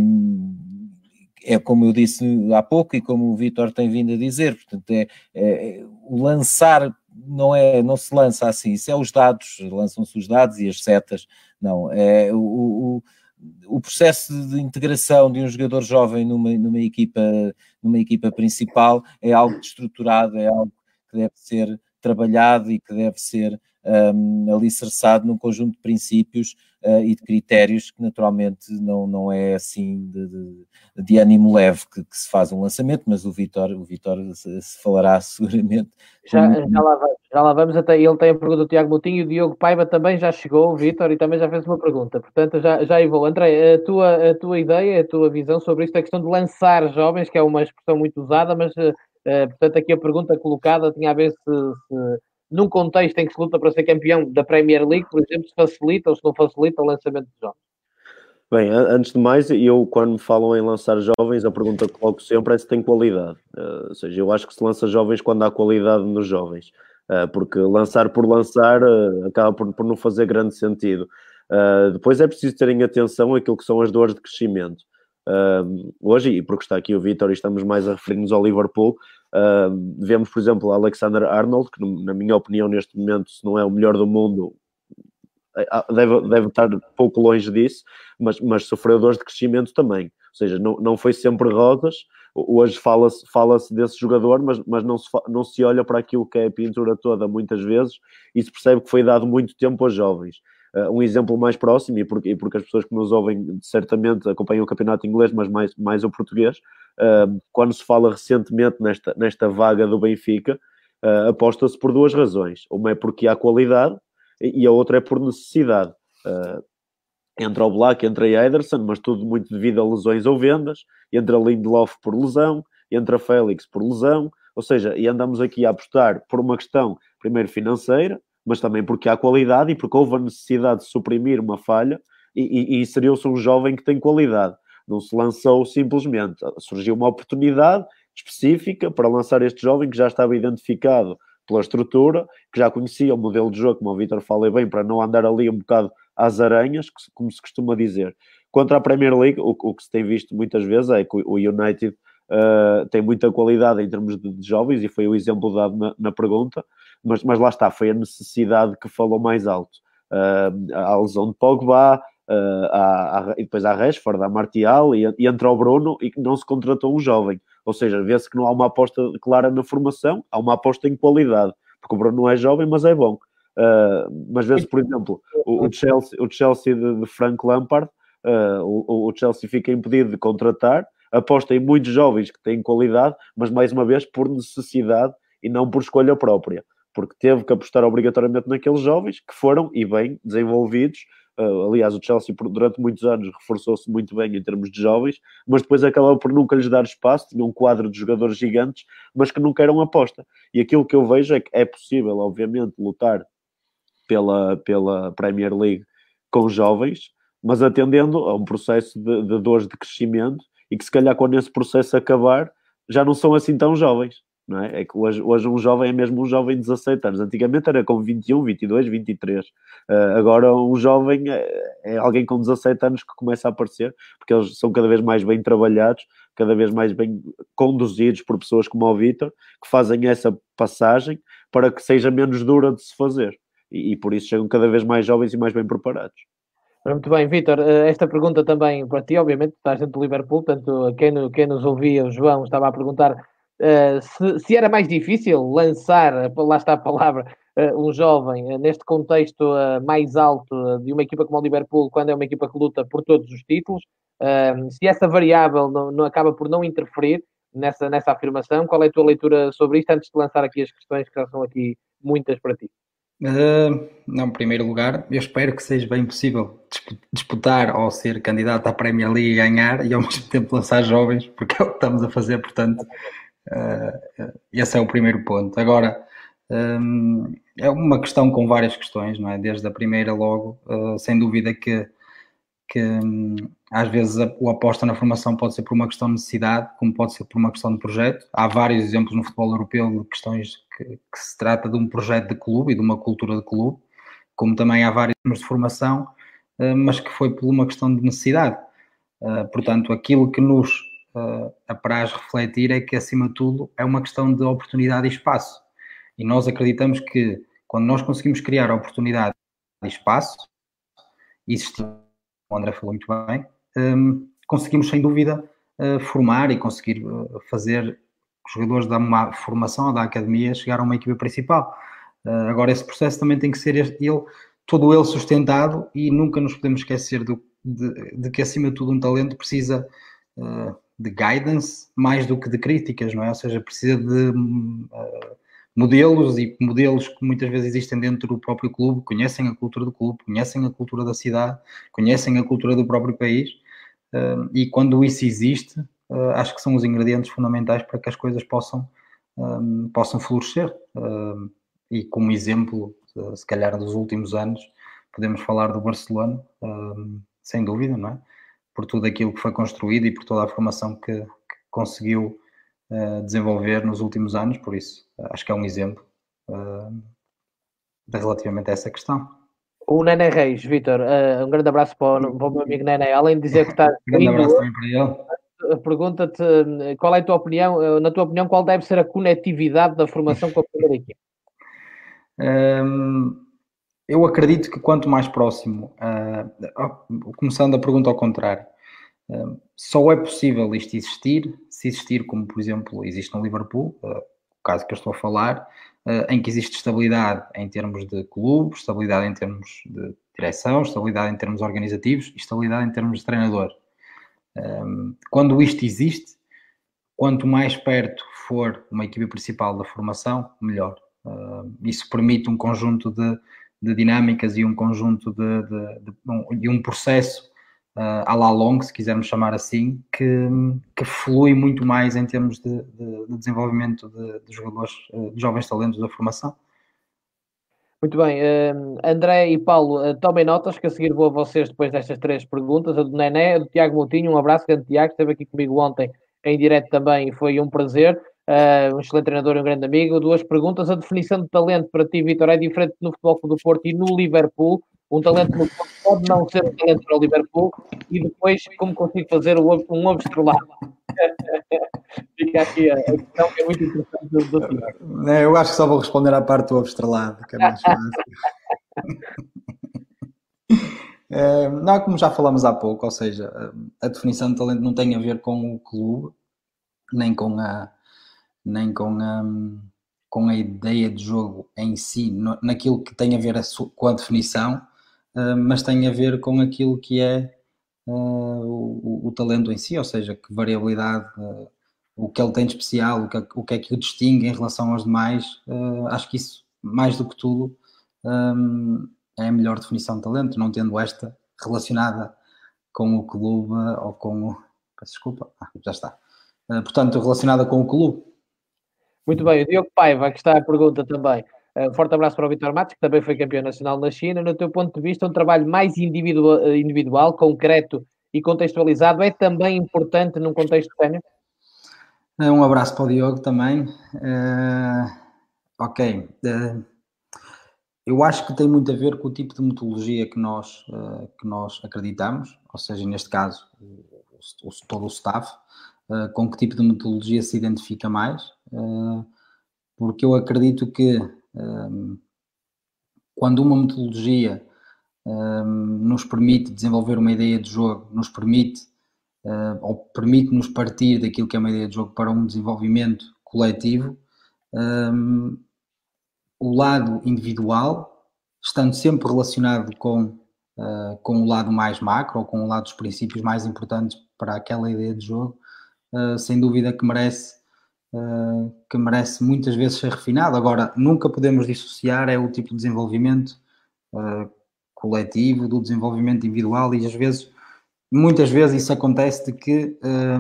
é como eu disse há pouco e como o Vítor tem vindo a dizer, portanto é, é, o lançar não, é, não se lança assim, isso é os dados, lançam-se os dados e as setas, não, é o, o, o processo de integração de um jogador jovem numa, numa, equipa, numa equipa principal é algo estruturado, é algo que deve ser trabalhado e que deve ser um, alicerçado num conjunto de princípios uh, e de critérios que naturalmente não, não é assim de, de, de ânimo leve que, que se faz um lançamento, mas o Vítor o Vítor se, se falará seguramente. Já, já, lá vamos, já lá vamos, até ele tem a pergunta do Tiago Moutinho e o Diogo Paiva também já chegou, o Vítor, e também já fez uma pergunta, portanto já, já aí vou. André, a tua, a tua ideia, a tua visão sobre isto, a questão de lançar jovens, que é uma expressão muito usada, mas uh, portanto aqui a pergunta colocada tinha a ver se, se num contexto em que se luta para ser campeão da Premier League, por exemplo, se facilita ou se não facilita o lançamento de jovens. Bem, antes de mais, eu quando me falam em lançar jovens, a pergunta que coloco sempre é se tem qualidade. Uh, ou seja, eu acho que se lança jovens quando há qualidade nos jovens. Uh, porque lançar por lançar uh, acaba por, por não fazer grande sentido. Uh, depois é preciso terem atenção àquilo que são as dores de crescimento. Uh, hoje, e porque está aqui o Vítor e estamos mais a referir-nos ao Liverpool, uh, vemos, por exemplo, o Alexander Arnold, que na minha opinião neste momento, se não é o melhor do mundo, Deve, deve estar pouco longe disso, mas, mas sofreu dores de crescimento também, ou seja, não, não foi sempre rosas. Hoje fala-se, fala-se desse jogador, mas, mas não, se, não se olha para aquilo que é a pintura toda muitas vezes e se percebe que foi dado muito tempo aos jovens. Uh, um exemplo mais próximo, e porque, e porque as pessoas que nos ouvem certamente acompanham o campeonato inglês, mas mais, mais o português, uh, quando se fala recentemente nesta, nesta vaga do Benfica, uh, aposta-se por duas razões. Uma é porque há qualidade, e a outra é por necessidade. Uh, entra o Black, entra a Ederson, mas tudo muito devido a lesões ou vendas. Entra Lindelof por lesão, entra Félix por lesão, ou seja, e andamos aqui a apostar por uma questão, primeiro financeira, mas também porque há qualidade e porque houve a necessidade de suprimir uma falha e, e, e seria-se um jovem que tem qualidade. Não se lançou simplesmente, surgiu uma oportunidade específica para lançar este jovem que já estava identificado pela estrutura, que já conhecia o modelo de jogo, como o Vítor fala bem, para não andar ali um bocado às aranhas, como se costuma dizer. Contra a Premier League, o, o que se tem visto muitas vezes é que o United uh, tem muita qualidade em termos de, de jovens, e foi o exemplo dado na, na pergunta, mas, mas lá está, foi a necessidade que falou mais alto. Uh, a lesão de Pogba, uh, a, a, e depois há Rashford, há Martial, e, e entra o Bruno, e não se contratou um jovem. Ou seja, vê-se que não há uma aposta clara na formação, há uma aposta em qualidade, porque o Bruno não é jovem, mas é bom. Uh, mas vê-se, por exemplo, o, o Chelsea, o Chelsea de, de Frank Lampard, uh, o, o Chelsea fica impedido de contratar, aposta em muitos jovens que têm qualidade, mas mais uma vez por necessidade e não por escolha própria, porque teve que apostar obrigatoriamente naqueles jovens que foram, e bem, desenvolvidos. Uh, aliás, o Chelsea durante muitos anos reforçou-se muito bem em termos de jovens, mas depois acabou por nunca lhes dar espaço, tinha um quadro de jogadores gigantes, mas que nunca eram aposta. E aquilo que eu vejo é que é possível, obviamente, lutar pela, pela Premier League com jovens, mas atendendo a um processo de, de dores de crescimento, e que se calhar quando esse processo acabar, já não são assim tão jovens. Não é? É que hoje, hoje um jovem é mesmo um jovem de dezassete anos. Antigamente era com vinte e um, vinte e dois, vinte e três. Uh, agora um jovem é, é alguém com dezassete anos que começa a aparecer, porque eles são cada vez mais bem trabalhados, cada vez mais bem conduzidos por pessoas como o Vítor, que fazem essa passagem para que seja menos dura de se fazer. E, e por isso chegam cada vez mais jovens e mais bem preparados. Muito bem, Vítor, esta pergunta também para ti, obviamente, estás dentro do Liverpool, portanto, quem, quem nos ouvia, o João, estava a perguntar uh, se, se era mais difícil lançar, lá está a palavra, uh, um jovem uh, neste contexto uh, mais alto uh, de uma equipa como o Liverpool, quando é uma equipa que luta por todos os títulos, uh, se essa variável não, não acaba por não interferir nessa, nessa afirmação. Qual é a tua leitura sobre isto, antes de lançar aqui as questões que já são aqui muitas para ti? Uh, não, em primeiro lugar, eu espero que seja bem possível disputar ou ser candidato à Premier League e ganhar, e ao mesmo tempo lançar jovens, porque é o que estamos a fazer. Portanto, uh, esse é o primeiro ponto. Agora, um, é uma questão com várias questões, não é? Desde a primeira logo, uh, sem dúvida que, que um, às vezes a, a aposta na formação pode ser por uma questão de necessidade, como pode ser por uma questão de projeto. Há vários exemplos no futebol europeu de questões que, que se trata de um projeto de clube e de uma cultura de clube, como também há vários exemplos de formação, uh, mas que foi por uma questão de necessidade. Uh, portanto, aquilo que nos uh, apraz refletir é que, acima de tudo, é uma questão de oportunidade e espaço. E nós acreditamos que, quando nós conseguimos criar oportunidade e espaço, existe, o André falou muito bem, um, conseguimos, sem dúvida, uh, formar e conseguir uh, fazer os jogadores da uma formação ou da academia chegar a uma equipa principal. Uh, agora, esse processo também tem que ser este, ele, todo ele sustentado, e nunca nos podemos esquecer do, de, de que, acima de tudo, um talento precisa uh, de guidance mais do que de críticas, não é? Ou seja, precisa de uh, modelos, e modelos que muitas vezes existem dentro do próprio clube, conhecem a cultura do clube, conhecem a cultura da cidade, conhecem a cultura do próprio país, uh, e quando isso existe, uh, acho que são os ingredientes fundamentais para que as coisas possam, um, possam florescer. Uh, e como exemplo, uh, se calhar dos últimos anos, podemos falar do Barcelona, uh, sem dúvida, não é? Por tudo aquilo que foi construído e por toda a formação que, que conseguiu Uh, desenvolver nos últimos anos. Por isso, uh, acho que é um exemplo uh, relativamente a essa questão. O Nené Reis, Vítor, uh, um grande abraço para o, para o meu amigo Nené, além de dizer que está... Um grande abraço também para ele. Pergunta-te, qual é a tua opinião, na tua opinião, qual deve ser a conectividade da formação com a primeira equipe? Um, eu acredito que quanto mais próximo, uh, começando a pergunta ao contrário, Uh, só é possível isto existir se existir, como por exemplo existe no Liverpool, uh, o caso que eu estou a falar, uh, em que existe estabilidade em termos de clube, estabilidade em termos de direção, estabilidade em termos organizativos e estabilidade em termos de treinador. Um, quando isto existe, quanto mais perto for uma equipa principal da formação, melhor. Uh, isso permite um conjunto de, de dinâmicas e um conjunto de, de, de, um, de um processo uh, à la longue, se quisermos chamar assim, que, que flui muito mais em termos de, de, de desenvolvimento de, de jogadores, de jovens talentos da formação. Muito bem, uh, André e Paulo, uh, tomem notas, que a seguir vou a vocês depois destas três perguntas. A do Nené, a do Tiago Moutinho, um abraço, grande Tiago, esteve aqui comigo ontem em direto também e foi um prazer. Uh, um excelente treinador e um grande amigo. Duas perguntas. A definição de talento para ti, Vitor, é diferente no Futebol Clube do Porto e no Liverpool? Um talento no Porto pode não ser um talento para o Liverpool. E depois, como consigo fazer um ovo estrelado? Fica aqui a questão que é muito interessante do, do time. Eu acho que só vou responder à parte do ovo estrelado, que é mais fácil. É, não, como já falamos há pouco, ou seja, a definição de talento não tem a ver com o clube, nem com a, nem com a, com a ideia de jogo em si, no, naquilo que tem a ver a, com a definição, uh, mas tem a ver com aquilo que é uh, o, o talento em si, ou seja, que variabilidade, uh, o que ele tem de especial, o que, o que é que o distingue em relação aos demais. Uh, acho que isso, mais do que tudo, um, é a melhor definição de talento, não tendo esta relacionada com o clube ou com o... Peço desculpa, ah, já está. Uh, portanto, relacionada com o clube. Muito bem, o Diogo Paiva, que está a pergunta também. Uh, forte abraço para o Vitor Matos, que também foi campeão nacional na China. No teu ponto de vista, um trabalho mais individual, individual concreto e contextualizado é também importante num contexto sénior? Um abraço para o Diogo também. Uh, ok. Uh, eu acho que tem muito a ver com o tipo de metodologia que nós, uh, que nós acreditamos, ou seja, neste caso, o, o, todo o staff, uh, com que tipo de metodologia se identifica mais, uh, porque eu acredito que um, quando uma metodologia um, nos permite desenvolver uma ideia de jogo, nos permite Uh, ou permite-nos partir daquilo que é uma ideia de jogo para um desenvolvimento coletivo, um, o lado individual, estando sempre relacionado com, uh, com o lado mais macro, ou com o lado dos princípios mais importantes para aquela ideia de jogo, uh, sem dúvida que merece, uh, que merece muitas vezes ser refinado. Agora, nunca podemos dissociar é o tipo de desenvolvimento uh, coletivo do desenvolvimento individual, e às vezes muitas vezes isso acontece de que,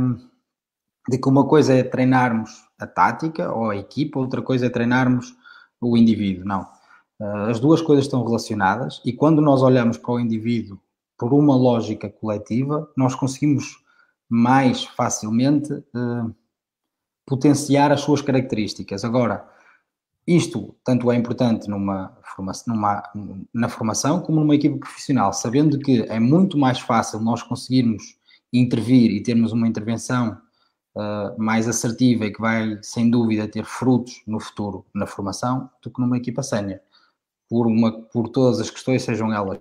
de que uma coisa é treinarmos a tática ou a equipa, outra coisa é treinarmos o indivíduo. Não. As duas coisas estão relacionadas, e quando nós olhamos para o indivíduo por uma lógica coletiva, nós conseguimos mais facilmente uh, potenciar as suas características. Agora, isto tanto é importante numa formação, numa, na formação como numa equipa profissional, sabendo que é muito mais fácil nós conseguirmos intervir e termos uma intervenção uh, mais assertiva e que vai, sem dúvida, ter frutos no futuro na formação do que numa equipa sénior, por, uma, por todas as questões, sejam elas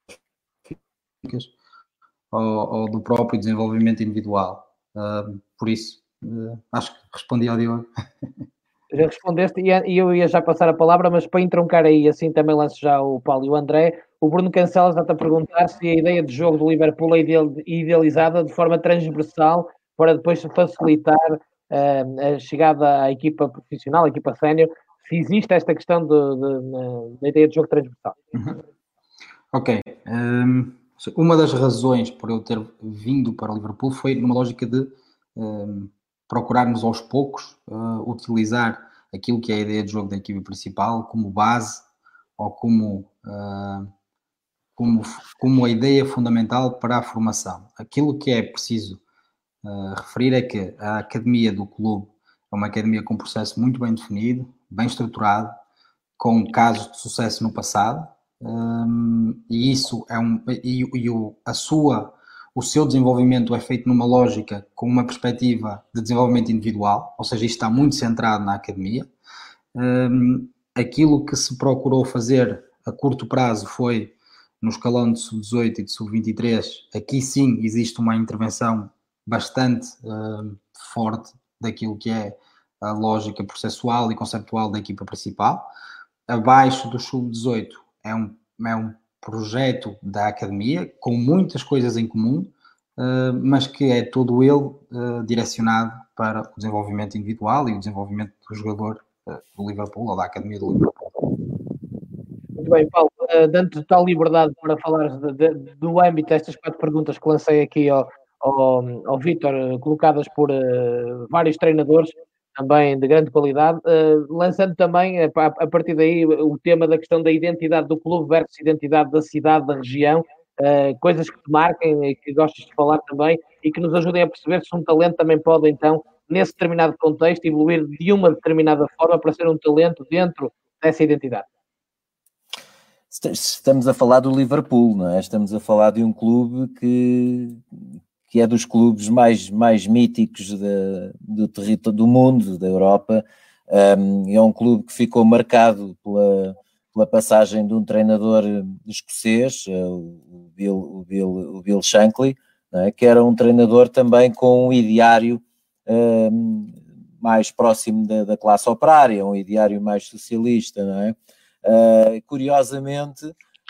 físicas ou, ou do próprio desenvolvimento individual. Uh, por isso, uh, acho que respondi ao Diogo. Já respondeste e eu ia já passar a palavra, mas para entroncar aí, assim também lanço já o Paulo e o André. O Bruno Cancela está-te a perguntar se a ideia de jogo do Liverpool é idealizada de forma transversal para depois facilitar uh, a chegada à equipa profissional, à equipa sénior, se existe esta questão da ideia de jogo transversal. Uhum. Ok. Um, uma das razões por eu ter vindo para o Liverpool foi numa lógica de um, procurarmos aos poucos uh, utilizar aquilo que é a ideia de jogo da equipa principal como base ou como, uh, como, como a ideia fundamental para a formação. Aquilo que é preciso uh, referir é que a academia do clube é uma academia com um processo muito bem definido, bem estruturado, com casos de sucesso no passado, um, e isso é um e, e o, a sua o seu desenvolvimento é feito numa lógica com uma perspectiva de desenvolvimento individual, ou seja, isto está muito centrado na academia. Um, aquilo que se procurou fazer a curto prazo foi no escalão de sub dezoito e de sub vinte e três, aqui sim existe uma intervenção bastante uh, forte daquilo que é a lógica processual e conceptual da equipa principal. Abaixo do sub dezoito é um, é um projeto da academia, com muitas coisas em comum, uh, mas que é todo ele uh, direcionado para o desenvolvimento individual e o desenvolvimento do jogador uh, do Liverpool, ou da academia do Liverpool. Muito bem, Paulo. uh, dando total liberdade para falares de, de, do âmbito destas quatro perguntas que lancei aqui ao, ao, ao Vítor, colocadas por uh, vários treinadores, também de grande qualidade, uh, lançando também, a, a partir daí, o tema da questão da identidade do clube versus identidade da cidade, da região, uh, coisas que te marquem e que gostes de falar também e que nos ajudem a perceber se um talento também pode, então, nesse determinado contexto, evoluir de uma determinada forma para ser um talento dentro dessa identidade. Estamos a falar do Liverpool, não é? Estamos a falar de um clube que... que é dos clubes mais, mais míticos de, do território do mundo, da Europa. Um, é um clube que ficou marcado pela, pela passagem de um treinador escocês, o Bill, o Bill, o Bill Shankly, não é? Que era um treinador também com um ideário um, mais próximo da, da classe operária, um ideário mais socialista, não é? Uh, curiosamente,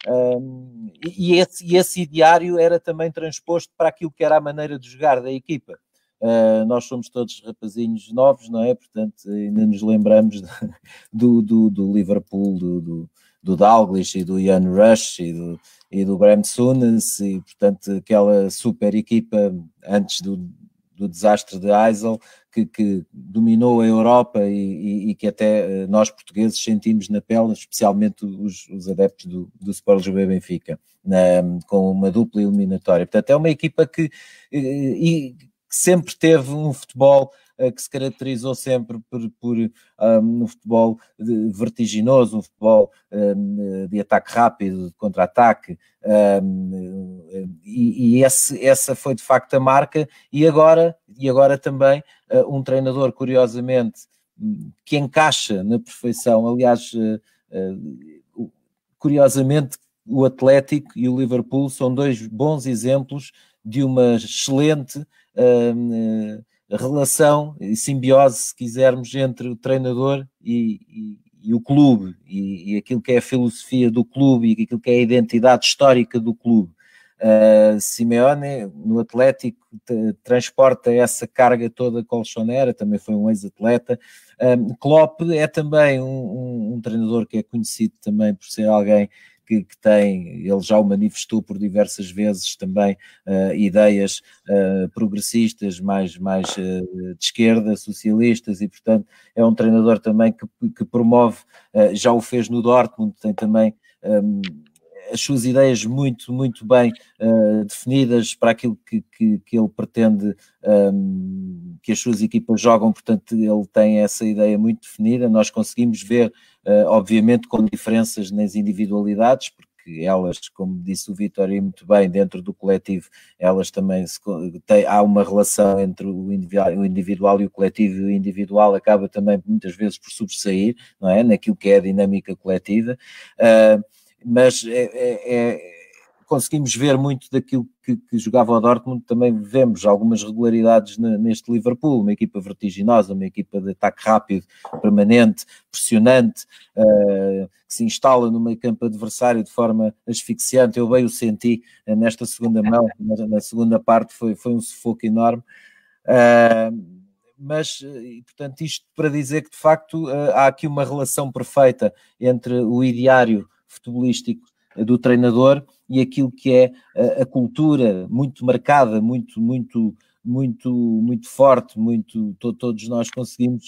Um, e, esse, e esse ideário era também transposto para aquilo que era a maneira de jogar da equipa. Uh, nós somos todos rapazinhos novos, não é? Portanto, ainda nos lembramos de, do, do, do Liverpool, do, do, do Dalglish e do Ian Rush e do, e do Graham Souness, e portanto aquela super equipa antes do, do desastre de Heysel, que, que dominou a Europa e, e, e que até nós portugueses sentimos na pele, especialmente os, os adeptos do, do Sport Lisboa Benfica, na, com uma dupla eliminatória. Portanto, é uma equipa que, e, que sempre teve um futebol que se caracterizou sempre por, por um, um futebol vertiginoso, um futebol um, de ataque rápido, de contra-ataque, um, e, e esse, essa foi de facto a marca, e agora, e agora também uh, um treinador, curiosamente, que encaixa na perfeição, aliás, uh, uh, curiosamente, o Atlético e o Liverpool são dois bons exemplos de uma excelente uh, uh, relação e simbiose, se quisermos, entre o treinador e, e, e o clube, e, e aquilo que é a filosofia do clube e aquilo que é a identidade histórica do clube. Uh, Simeone, no Atlético, te, transporta essa carga toda colchonera, também foi um ex-atleta. Um, Klopp é também um, um, um treinador que é conhecido também por ser alguém Que, que tem, ele já o manifestou por diversas vezes também, uh, ideias uh, progressistas, mais, mais uh, de esquerda, socialistas, e portanto é um treinador também que, que promove, uh, já o fez no Dortmund, tem também um, as suas ideias muito, muito bem uh, definidas para aquilo que, que, que ele pretende um, que as suas equipas jogam, portanto ele tem essa ideia muito definida. Nós conseguimos ver, uh, obviamente com diferenças nas individualidades, porque elas, como disse o Vítor e muito bem, dentro do coletivo, elas também se, tem, há uma relação entre o individual, o individual e o coletivo, e o individual acaba também muitas vezes por sobressair, não é? Naquilo que é a dinâmica coletiva. Uh, mas é, é, é, conseguimos ver muito daquilo que, que jogava o Dortmund, também vemos algumas regularidades na, neste Liverpool, uma equipa vertiginosa, uma equipa de ataque rápido, permanente, pressionante, uh, que se instala no meio campo adversário de forma asfixiante. Eu bem o senti uh, nesta segunda mão, na, na segunda parte foi, foi um sufoco enorme. Uh, mas, e, portanto, isto para dizer que de facto uh, há aqui uma relação perfeita entre o ideário futebolístico do treinador e aquilo que é a, a cultura muito marcada, muito, muito, muito, muito forte, muito, to, todos nós conseguimos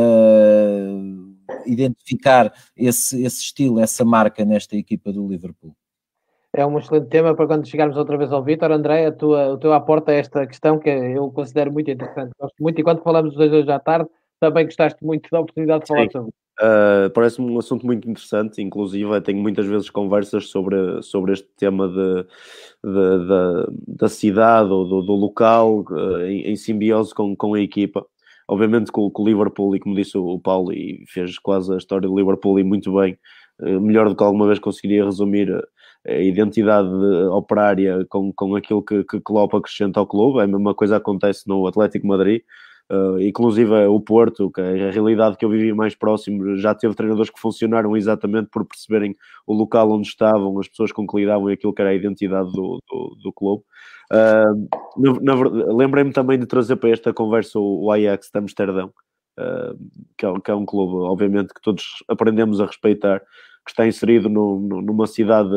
uh, identificar esse, esse estilo, essa marca nesta equipa do Liverpool. É um excelente tema para quando chegarmos outra vez ao Vítor. André, a tua, o teu aporte a esta questão que eu considero muito interessante. Gosto muito, e quando falamos os dois hoje à tarde, também gostaste muito da oportunidade de falar Sim. sobre. Uh, parece-me um assunto muito interessante, inclusive tenho muitas vezes conversas sobre, sobre este tema de, de, de, da cidade ou do, do local uh, em, em simbiose com, com a equipa. Obviamente com, com o Liverpool, e como disse o, o Paulo, e fez quase a história do Liverpool e muito bem, uh, melhor do que alguma vez conseguiria resumir a, a identidade operária com, com aquilo que, que Klopp acrescenta ao clube. A mesma coisa acontece no Atlético Madrid. Uh, inclusive o Porto, que é a realidade que eu vivi mais próximo, já teve treinadores que funcionaram exatamente por perceberem o local onde estavam, as pessoas com que lidavam e aquilo que era a identidade do, do, do clube. Uh, na, na, lembrei-me também de trazer para esta conversa o, o Ajax de Amsterdão, uh, que, é, que é um clube, obviamente, que todos aprendemos a respeitar, que está inserido no, no, numa cidade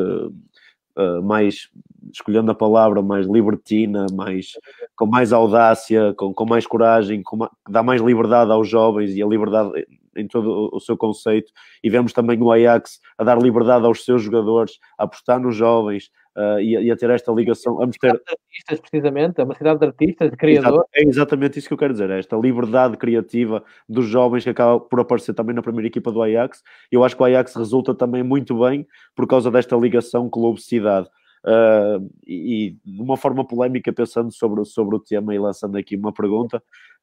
uh, mais, escolhendo a palavra, mais libertina, mais, com mais audácia, com, com mais coragem, com ma, dá mais liberdade aos jovens e a liberdade em todo o seu conceito, e vemos também o Ajax a dar liberdade aos seus jogadores, a apostar nos jovens uh, e, a, e a ter esta ligação. Vamos ter... É uma cidade de artistas, precisamente, é uma cidade de artistas, de criadores. É exatamente isso que eu quero dizer, esta liberdade criativa dos jovens que acaba por aparecer também na primeira equipa do Ajax. Eu acho que o Ajax resulta também muito bem por causa desta ligação clube-cidade. Uh, e, e de uma forma polémica, pensando sobre, sobre o tema e lançando aqui uma pergunta,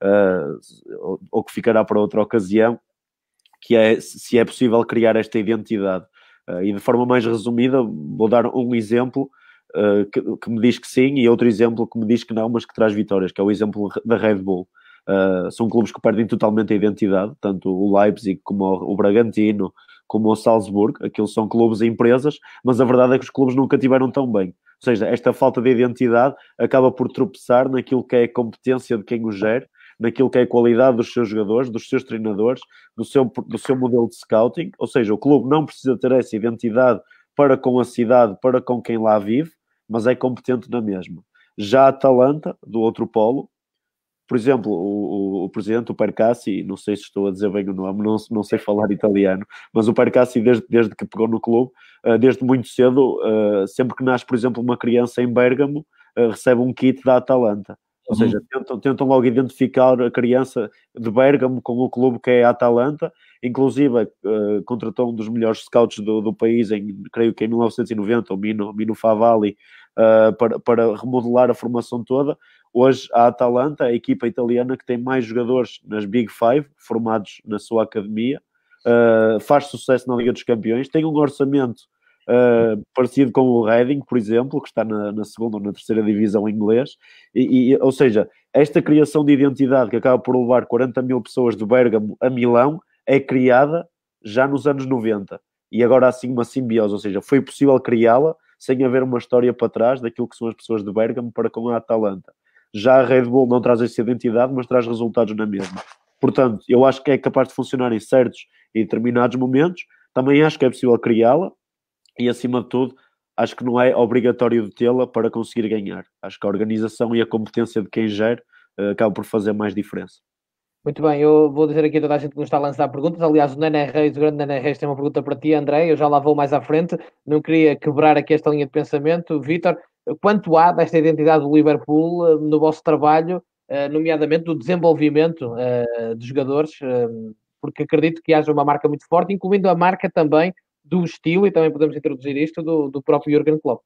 uh, ou, ou que ficará para outra ocasião, que é se é possível criar esta identidade. Uh, e de forma mais resumida, vou dar um exemplo uh, que, que me diz que sim, e outro exemplo que me diz que não, mas que traz vitórias, que é o exemplo da Red Bull. Uh, são clubes que perdem totalmente a identidade, tanto o Leipzig como o, o Bragantino, como o Salzburgo. Aquilo são clubes e empresas, mas a verdade é que os clubes nunca tiveram tão bem. Ou seja, esta falta de identidade acaba por tropeçar naquilo que é a competência de quem o gera, naquilo que é a qualidade dos seus jogadores, dos seus treinadores, do seu, do seu modelo de scouting. Ou seja, o clube não precisa ter essa identidade para com a cidade, para com quem lá vive, mas é competente na mesma. Já a Atalanta, do outro polo, por exemplo, o, o, o presidente, o Percassi, não sei se estou a dizer bem o nome, não, não sei falar italiano, mas o Percassi, desde, desde que pegou no clube, uh, desde muito cedo, uh, sempre que nasce, por exemplo, uma criança em Bérgamo, uh, recebe um kit da Atalanta. Ou seja, tentam, tentam logo identificar a criança de Bérgamo com o clube que é a Atalanta. Inclusive, uh, contratou um dos melhores scouts do, do país, em, creio que em mil novecentos e noventa, o Mino, Mino Favalli, uh, para, para remodelar a formação toda. Hoje, a Atalanta, a equipa italiana que tem mais jogadores nas Big Five, formados na sua academia, uh, faz sucesso na Liga dos Campeões, tem um orçamento Uh, parecido com o Reading, por exemplo, que está na, na segunda ou na terceira divisão inglês, e, e, ou seja, esta criação de identidade que acaba por levar quarenta mil pessoas de Bérgamo a Milão é criada já nos anos noventa, e agora há assim uma simbiose, ou seja, foi possível criá-la sem haver uma história para trás daquilo que são as pessoas de Bérgamo para com a Atalanta. Já a Red Bull não traz essa identidade, mas traz resultados na mesma. Portanto, eu acho que é capaz de funcionar em certos e determinados momentos, também acho que é possível criá-la, e, acima de tudo, acho que não é obrigatório de tê-la para conseguir ganhar. Acho que a organização e a competência de quem gera uh, acaba por fazer mais diferença. Muito bem, eu vou dizer aqui a toda a gente que nos está a lançar perguntas. Aliás, o Nené Reis, o grande Nené Reis, tem uma pergunta para ti, André. Eu já lá vou mais à frente. Não queria quebrar aqui esta linha de pensamento. Vítor, quanto há desta identidade do Liverpool uh, no vosso trabalho, uh, nomeadamente do desenvolvimento uh, de jogadores, uh, porque acredito que haja uma marca muito forte, incluindo a marca também do estilo, e também podemos introduzir isto, do, do próprio Jürgen Klopp.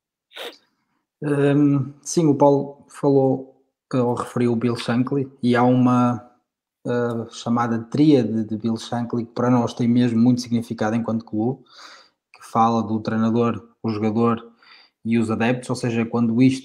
Um, sim, o Paulo falou, ou referiu o Bill Shankly, e há uma uh, chamada tríade de Bill Shankly, que para nós tem mesmo muito significado enquanto clube, que fala do treinador, o jogador e os adeptos, ou seja, quando isto,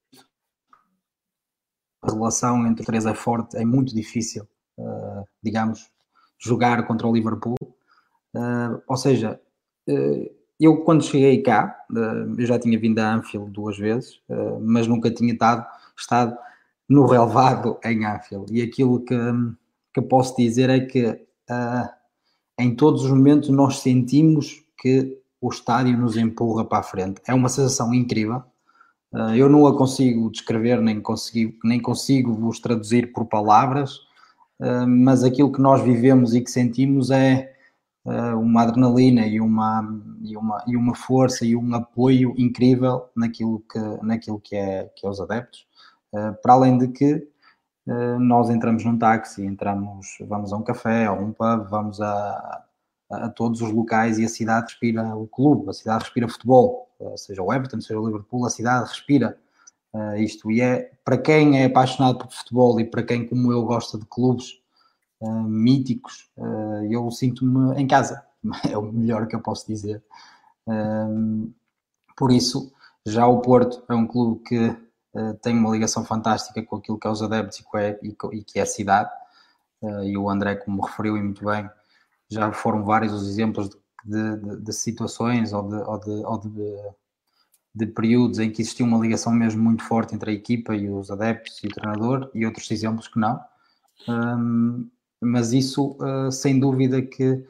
a relação entre os três é forte, é muito difícil, uh, digamos, jogar contra o Liverpool. Uh, ou seja, eu quando cheguei cá, eu já tinha vindo a Anfield duas vezes, mas nunca tinha estado, estado no relevado em Anfield, e aquilo que, que eu posso dizer é que uh, em todos os momentos nós sentimos que o estádio nos empurra para a frente. É uma sensação incrível, uh, eu não a consigo descrever, nem consigo, nem consigo vos traduzir por palavras, uh, mas aquilo que nós vivemos e que sentimos é uma adrenalina e uma, e, uma, e uma força e um apoio incrível naquilo que, naquilo que, é, que é os adeptos, uh, para além de que uh, nós entramos num táxi, entramos, vamos a um café, a um pub, vamos a, a, a todos os locais, e a cidade respira o clube, a cidade respira futebol, uh, seja o Everton, seja o Liverpool, a cidade respira uh, isto, e é, para quem é apaixonado por futebol e para quem, como eu, gosta de clubes Uh, míticos, uh, eu sinto-me em casa, é o melhor que eu posso dizer. Uh, por isso, já o Porto é um clube que uh, tem uma ligação fantástica com aquilo que é os adeptos e, com é, e, e que é a cidade, uh, e o André, como referiu e muito bem, já foram vários os exemplos de, de, de, de situações ou, de, ou, de, ou de, de períodos em que existia uma ligação mesmo muito forte entre a equipa e os adeptos e o treinador, e outros exemplos que não. Um, mas isso, uh, sem dúvida que,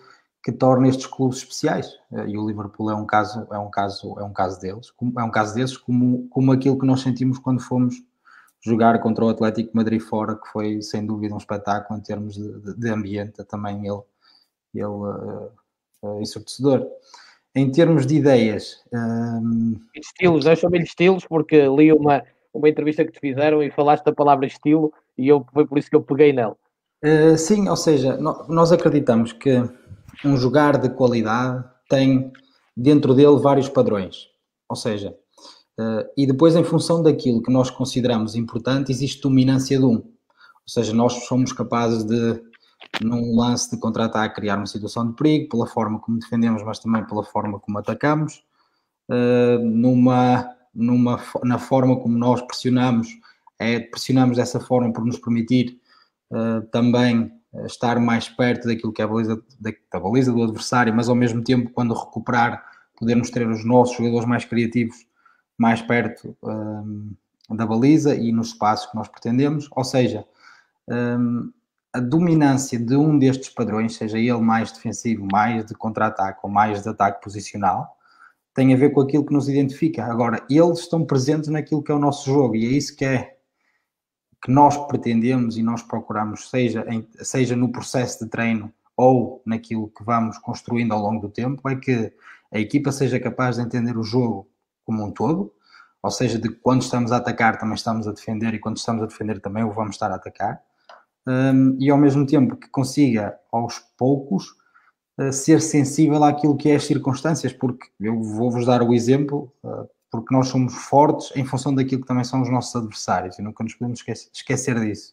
que torna estes clubes especiais, e o Liverpool é um caso, é um caso, é um caso deles, é um caso desses, como, como aquilo que nós sentimos quando fomos jogar contra o Atlético de Madrid fora, que foi sem dúvida um espetáculo em termos de, de ambiente, também ele, ele uh, uh, ensurdecedor. Em termos de ideias... Um... Estilos, eu chamei-lhe estilos porque li uma, uma entrevista que te fizeram e falaste da palavra estilo e eu, foi por isso que eu peguei nela. Uh, sim, ou seja, no, nós acreditamos que um jogar de qualidade tem dentro dele vários padrões, ou seja, uh, e depois em função daquilo que nós consideramos importante, existe dominância de um, ou seja, nós somos capazes de, num lance de contra-ataque, criar uma situação de perigo, pela forma como defendemos, mas também pela forma como atacamos, uh, numa, numa, na forma como nós pressionamos, é, pressionamos dessa forma por nos permitir uh, também estar mais perto daquilo que é a baliza, da, da baliza do adversário, mas ao mesmo tempo, quando recuperar, podermos ter os nossos jogadores mais criativos mais perto um, da baliza e no espaço que nós pretendemos. Ou seja, um, a dominância de um destes padrões, seja ele mais defensivo, mais de contra-ataque ou mais de ataque posicional, tem a ver com aquilo que nos identifica. Agora, eles estão presentes naquilo que é o nosso jogo e é isso que é que nós pretendemos e nós procuramos, seja, em, seja no processo de treino ou naquilo que vamos construindo ao longo do tempo, é que a equipa seja capaz de entender o jogo como um todo, ou seja, de que quando estamos a atacar também estamos a defender e quando estamos a defender também o vamos estar a atacar, um, e ao mesmo tempo que consiga, aos poucos, uh, ser sensível àquilo que é as circunstâncias, porque eu vou-vos dar o exemplo... Uh, porque nós somos fortes em função daquilo que também são os nossos adversários, e nunca nos podemos esquecer disso.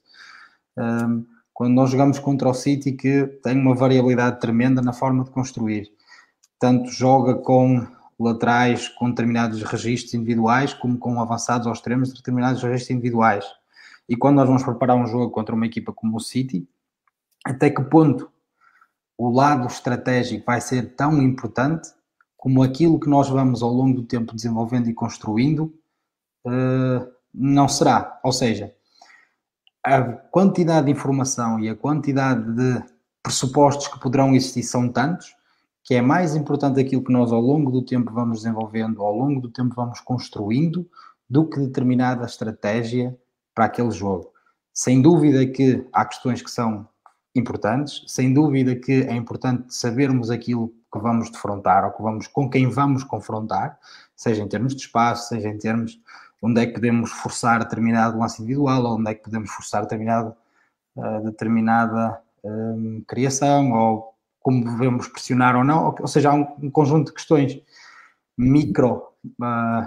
Um, quando nós jogamos contra o City, que tem uma variabilidade tremenda na forma de construir, tanto joga com laterais com determinados registros individuais, como com avançados aos extremos de determinados registros individuais. E quando nós vamos preparar um jogo contra uma equipa como o City, até que ponto o lado estratégico vai ser tão importante como aquilo que nós vamos ao longo do tempo desenvolvendo e construindo, uh, não será. Ou seja, a quantidade de informação e a quantidade de pressupostos que poderão existir são tantos, que é mais importante aquilo que nós ao longo do tempo vamos desenvolvendo, ao longo do tempo vamos construindo, do que determinada estratégia para aquele jogo. Sem dúvida que há questões que são importantes, sem dúvida que é importante sabermos aquilo que vamos defrontar ou que vamos, com quem vamos confrontar, seja em termos de espaço, seja em termos onde é que podemos forçar determinado lance individual ou onde é que podemos forçar determinado, uh, determinada um, criação ou como devemos pressionar ou não, ou, ou seja, há um, um conjunto de questões micro uh,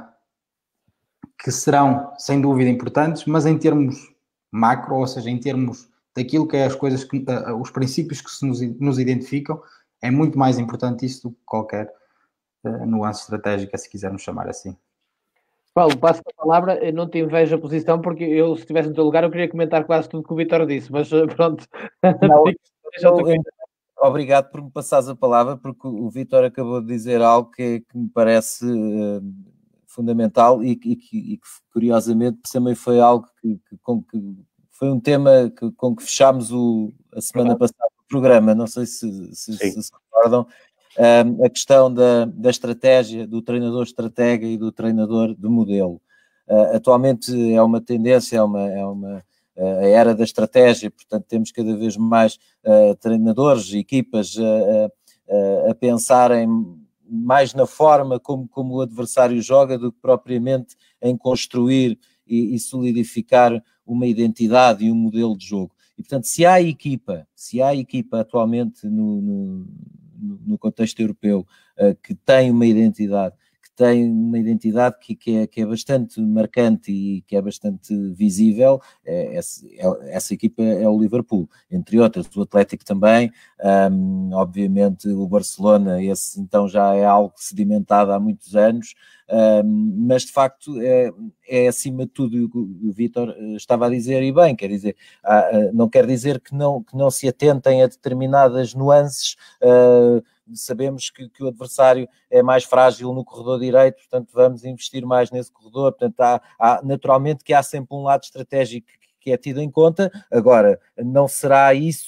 que serão sem dúvida importantes, mas em termos macro, ou seja, em termos daquilo que é as coisas, que, uh, os princípios que se nos, nos identificam, é muito mais importante isso do que qualquer uh, nuance estratégica, se quisermos chamar assim. Paulo, passo a palavra, eu não te invejo a posição, porque eu, se estivesse no teu lugar, eu queria comentar quase tudo que o Vítor disse, mas pronto. Não, eu, eu, obrigado por me passares a palavra, porque o Vítor acabou de dizer algo que, que me parece uh, fundamental e, e, e que, curiosamente, também foi algo que, que, com que foi um tema que, com que fechámos o, a semana passada o programa, não sei se se, se, se recordam, um, a questão da, da estratégia, do treinador estratega e do treinador de modelo. Uh, atualmente é uma tendência, é uma, é uma uh, a era da estratégia, portanto temos cada vez mais uh, treinadores e equipas uh, uh, a pensarem mais na forma como, como o adversário joga do que propriamente em construir e, e solidificar uma identidade e um modelo de jogo. E, portanto, se há equipa, se há equipa atualmente no, no, no contexto europeu uh, que tem uma identidade, que tem uma identidade que, que, é, que é bastante marcante e que é bastante visível, é, essa, é, essa equipa é o Liverpool, entre outras, o Atlético também, um, obviamente o Barcelona, esse então já é algo sedimentado há muitos anos, um, mas de facto é, é acima de tudo o que o Vítor estava a dizer, e bem, quer dizer, há, não quer dizer que não, que não se atentem a determinadas nuances. Uh, sabemos que, que o adversário é mais frágil no corredor direito, portanto vamos investir mais nesse corredor, portanto há, há naturalmente que há sempre um lado estratégico que é tido em conta. Agora, não será isso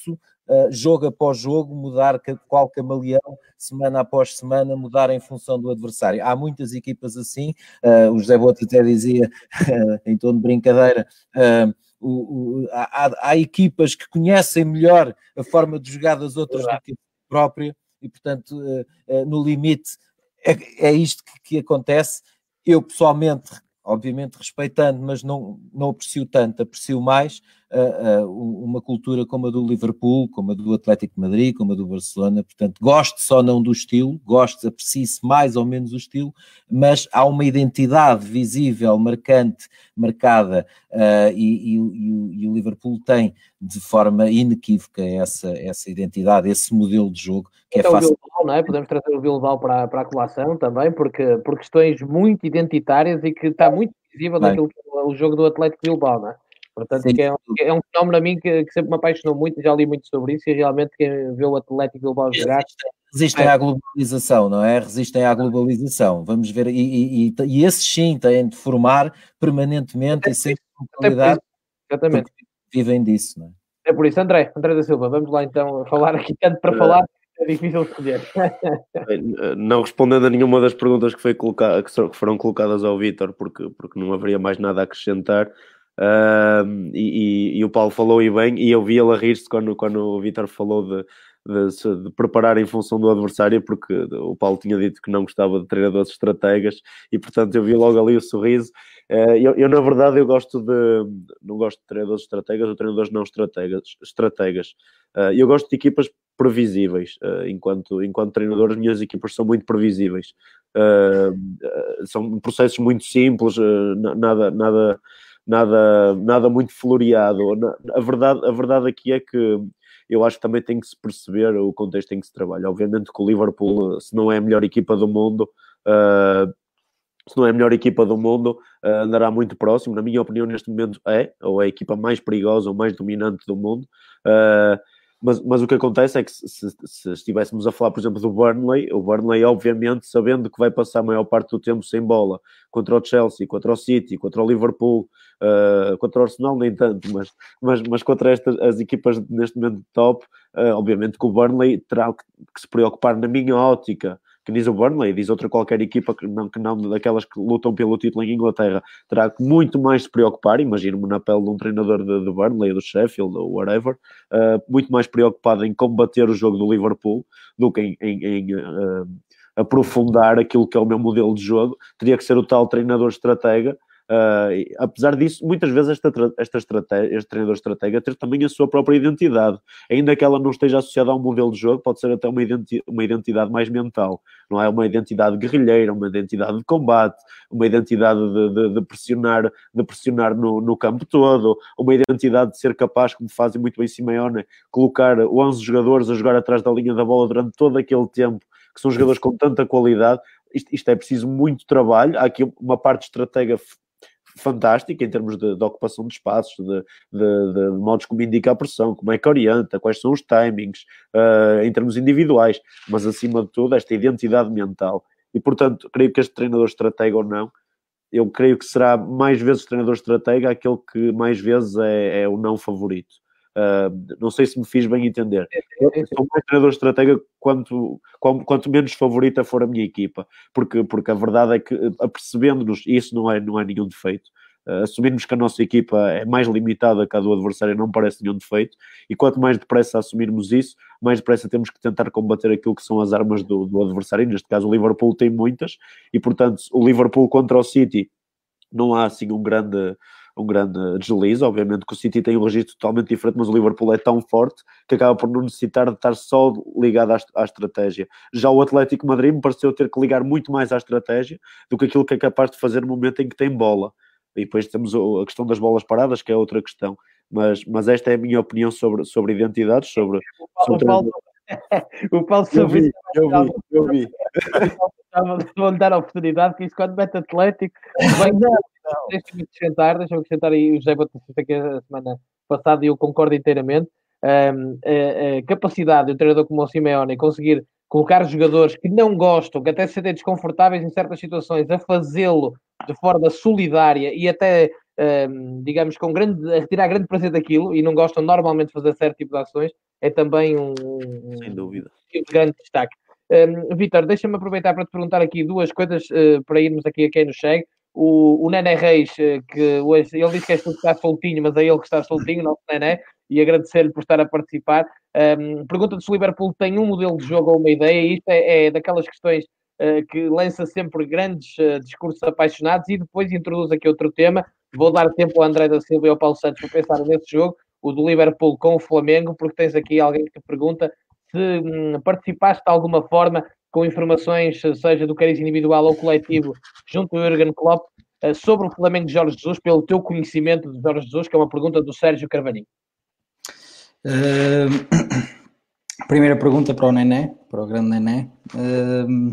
uh, jogo após jogo, mudar qual camaleão, semana após semana, mudar em função do adversário. Há muitas equipas assim, uh, o José Boto até dizia, em tom de brincadeira, uh, o, o, há, há equipas que conhecem melhor a forma de jogar das outras do que a própria, e portanto, uh, uh, no limite, é, é isto que, que acontece. Eu pessoalmente, obviamente respeitando, mas não, não aprecio tanto, aprecio mais uh, uh, uma cultura como a do Liverpool, como a do Atlético de Madrid, como a do Barcelona. Portanto, gosto só não do estilo, gosto, aprecio-se mais ou menos o estilo, mas há uma identidade visível, marcante, marcada, uh, e, e, e, o, e o Liverpool tem de forma inequívoca essa, essa identidade, esse modelo de jogo, que então, é fácil. O Bilbao, não é? Podemos trazer o Bilbao para, para a colação também, porque, por questões muito identitárias e que está muito visível Bem. naquilo que é o jogo do Atlético Bilbao, não é? Portanto, Sim, que é, um, que é um fenómeno a mim que, que sempre me apaixonou muito, já li muito sobre isso, e realmente quem vê o Atlético Bilbao jogar... Resistem, resistem é. à globalização, não é? Resistem à globalização. Vamos ver, e, e, e, e esses sim têm de formar permanentemente É e sempre com Até por qualidade, isso, exatamente. porque vivem disso, não é? É por isso, André, André da Silva, vamos lá então falar aqui, tanto para falar, é difícil escolher. Não respondendo a nenhuma das perguntas que, foi colocar, que foram colocadas ao Vítor, porque, porque não haveria mais nada a acrescentar, uh, e, e, e o Paulo falou e bem, e eu vi ele a rir-se quando, quando o Vítor falou de, de, de preparar em função do adversário, porque o Paulo tinha dito que não gostava de treinadores estrategas, e portanto eu vi logo ali o sorriso. Uh, eu, eu, na verdade, eu gosto de... Não gosto de treinadores estrategas ou treinadores não estrategas. estrategas. Uh, eu gosto de equipas previsíveis. Uh, enquanto, enquanto treinador, as minhas equipas são muito previsíveis. Uh, uh, são processos muito simples, uh, nada, nada, nada, nada muito floreado. A verdade, a verdade aqui é que eu acho que também tem que se perceber o contexto em que se trabalha. Obviamente que o Liverpool, se não é a melhor equipa do mundo... Uh, se não é a melhor equipa do mundo, uh, andará muito próximo. Na minha opinião, neste momento é, ou é a equipa mais perigosa ou mais dominante do mundo. Uh, mas, mas o que acontece é que se, se, se estivéssemos a falar, por exemplo, do Burnley, o Burnley, obviamente, sabendo que vai passar a maior parte do tempo sem bola contra o Chelsea, contra o City, contra o Liverpool, uh, contra o Arsenal, nem tanto, mas, mas, mas contra estas as equipas neste momento top, uh, obviamente que o Burnley terá que, que se preocupar, na minha ótica, que diz o Burnley, diz outra qualquer equipa que não, que não daquelas que lutam pelo título em Inglaterra, terá que muito mais se preocupar, imagino-me na pele de um treinador de, de Burnley, do Sheffield, ou whatever, uh, muito mais preocupado em combater o jogo do Liverpool do que em, em, em uh, aprofundar aquilo que é o meu modelo de jogo. Teria que ser o tal treinador estratega. Uh, apesar disso, muitas vezes esta, esta estratégia, este treinador estratega ter também a sua própria identidade, ainda que ela não esteja associada a um modelo de jogo, pode ser até uma, identi uma identidade mais mental, não é? Uma identidade guerrilheira, uma identidade de combate, uma identidade de, de, de pressionar, de pressionar no, no campo todo, uma identidade de ser capaz, como fazem muito bem Simeone, colocar onze jogadores a jogar atrás da linha da bola durante todo aquele tempo, que são jogadores com tanta qualidade. Isto, isto é preciso muito trabalho. Há aqui uma parte estratega fantástica em termos de, de ocupação de espaços, de, de, de modos como indica a pressão, como é que orienta, quais são os timings, uh, em termos individuais, mas acima de tudo esta identidade mental. E portanto, creio que este treinador estratega ou não, eu creio que será mais vezes treinador estratega aquele que mais vezes é, é o não favorito. Uh, não sei se me fiz bem entender. Eu sou mais treinador estratega quanto, quanto menos favorita for a minha equipa, porque, porque a verdade é que, apercebendo-nos, e isso não é, não é nenhum defeito, uh, assumirmos que a nossa equipa é mais limitada que a do adversário não parece nenhum defeito, e quanto mais depressa assumirmos isso, mais depressa temos que tentar combater aquilo que são as armas do, do adversário. Neste caso o Liverpool tem muitas, e portanto o Liverpool contra o City não há assim um grande... um grande deslize. Obviamente que o City tem um registro totalmente diferente, mas o Liverpool é tão forte que acaba por não necessitar de estar só ligado à, à estratégia. Já o Atlético de Madrid me pareceu ter que ligar muito mais à estratégia do que aquilo que é capaz de fazer no momento em que tem bola. E depois temos a questão das bolas paradas, que é outra questão. Mas, mas esta é a minha opinião sobre, sobre identidades, sobre... sobre... O Paulo, o Paulo sobre isso... Eu vi, eu vi. Vou-lhe dar a oportunidade, que isso quando mete Atlético... Vem... Deixa-me acrescentar, deixa-me acrescentar aí o José Batista, que a semana passada eu concordo inteiramente. Um, a, a capacidade de um treinador como o Simeone conseguir colocar jogadores que não gostam, que até se sentem desconfortáveis em certas situações, a fazê-lo de forma solidária e até, um, digamos, com grande, a retirar grande prazer daquilo, e não gostam normalmente de fazer certo tipo de ações, é também um, Sem dúvida. um de grande destaque. Um, Vítor, deixa-me aproveitar para te perguntar aqui duas coisas uh, para irmos aqui a quem nos segue. O, o Nené Reis, uh, que hoje ele disse que és tu que está soltinho, mas é ele que está soltinho, nosso Nené, e agradecer-lhe por estar a participar. Um, pergunta-te se o Liverpool tem um modelo de jogo ou uma ideia, e isto é, é daquelas questões uh, que lança sempre grandes uh, discursos apaixonados, e depois introduz aqui outro tema. Vou dar tempo ao André da Silva e ao Paulo Santos para pensar nesse jogo, o do Liverpool com o Flamengo, porque tens aqui alguém que te pergunta se hum, participaste de alguma forma com informações, seja do cariz individual ou coletivo, junto ao Jürgen Klopp, uh, sobre o Flamengo de Jorge Jesus, pelo teu conhecimento de Jorge Jesus, que é uma pergunta do Sérgio Carvalhinho. Uh, primeira pergunta para o Nené, para o grande Nené. Uh,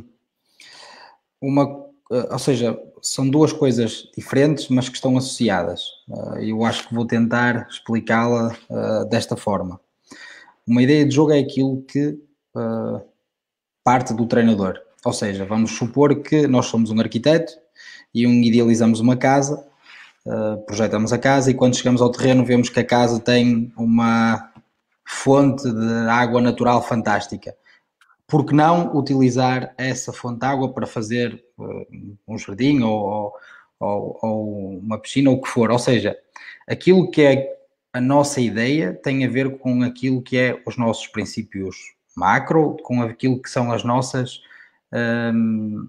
uma, uh, ou seja, são duas coisas diferentes, mas que estão associadas. Uh, eu acho que vou tentar explicá-la uh, desta forma. Uma ideia de jogo é aquilo que uh, parte do treinador. Ou seja, vamos supor que nós somos um arquiteto e um idealizamos uma casa, uh, projetamos a casa e quando chegamos ao terreno vemos que a casa tem uma fonte de água natural fantástica. Por que não utilizar essa fonte de água para fazer uh, um jardim ou, ou, ou uma piscina ou o que for? Ou seja, aquilo que é a nossa ideia tem a ver com aquilo que é os nossos princípios macro, com aquilo que são as nossas um,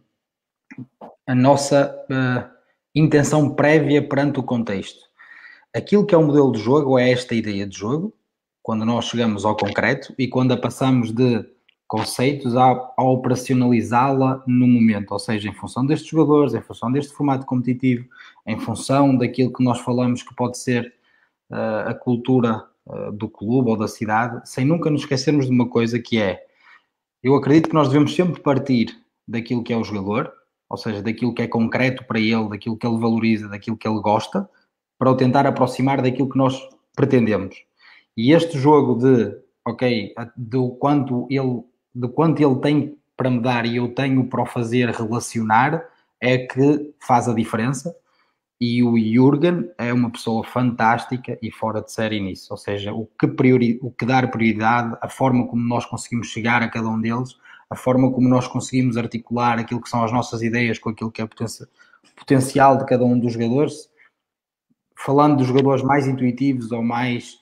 a nossa uh, intenção prévia perante o contexto. Aquilo que é o modelo de jogo é esta ideia de jogo, quando nós chegamos ao concreto e quando a passamos de conceitos a, a operacionalizá-la no momento, ou seja, em função destes jogadores, em função deste formato competitivo, em função daquilo que nós falamos que pode ser uh, a cultura uh, do clube ou da cidade, sem nunca nos esquecermos de uma coisa que é, eu acredito que nós devemos sempre partir daquilo que é o jogador, ou seja, daquilo que é concreto para ele, daquilo que ele valoriza, daquilo que ele gosta, para o tentar aproximar daquilo que nós pretendemos. E este jogo de, ok, do quanto ele, de quanto ele tem para me dar e eu tenho para o fazer relacionar, é que faz a diferença. E o Jürgen é uma pessoa fantástica e fora de série nisso. Ou seja, o que, priori, o que dar prioridade, a forma como nós conseguimos chegar a cada um deles, a forma como nós conseguimos articular aquilo que são as nossas ideias com aquilo que é o poten- potencial de cada um dos jogadores. Falando dos jogadores mais intuitivos ou mais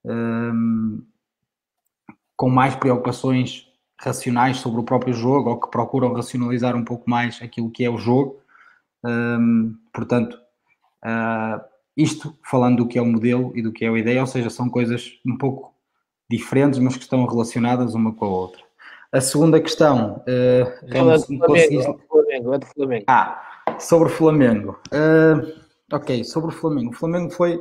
um, com mais preocupações racionais sobre o próprio jogo ou que procuram racionalizar um pouco mais aquilo que é o jogo. Um, portanto, uh, isto falando do que é o modelo e do que é a ideia, ou seja, são coisas um pouco diferentes, mas que estão relacionadas uma com a outra. A segunda questão, uh, Remo, se me conseguis... Flamengo, é do Flamengo. Ah, sobre o Flamengo. Uh, ok, sobre o Flamengo. O Flamengo foi,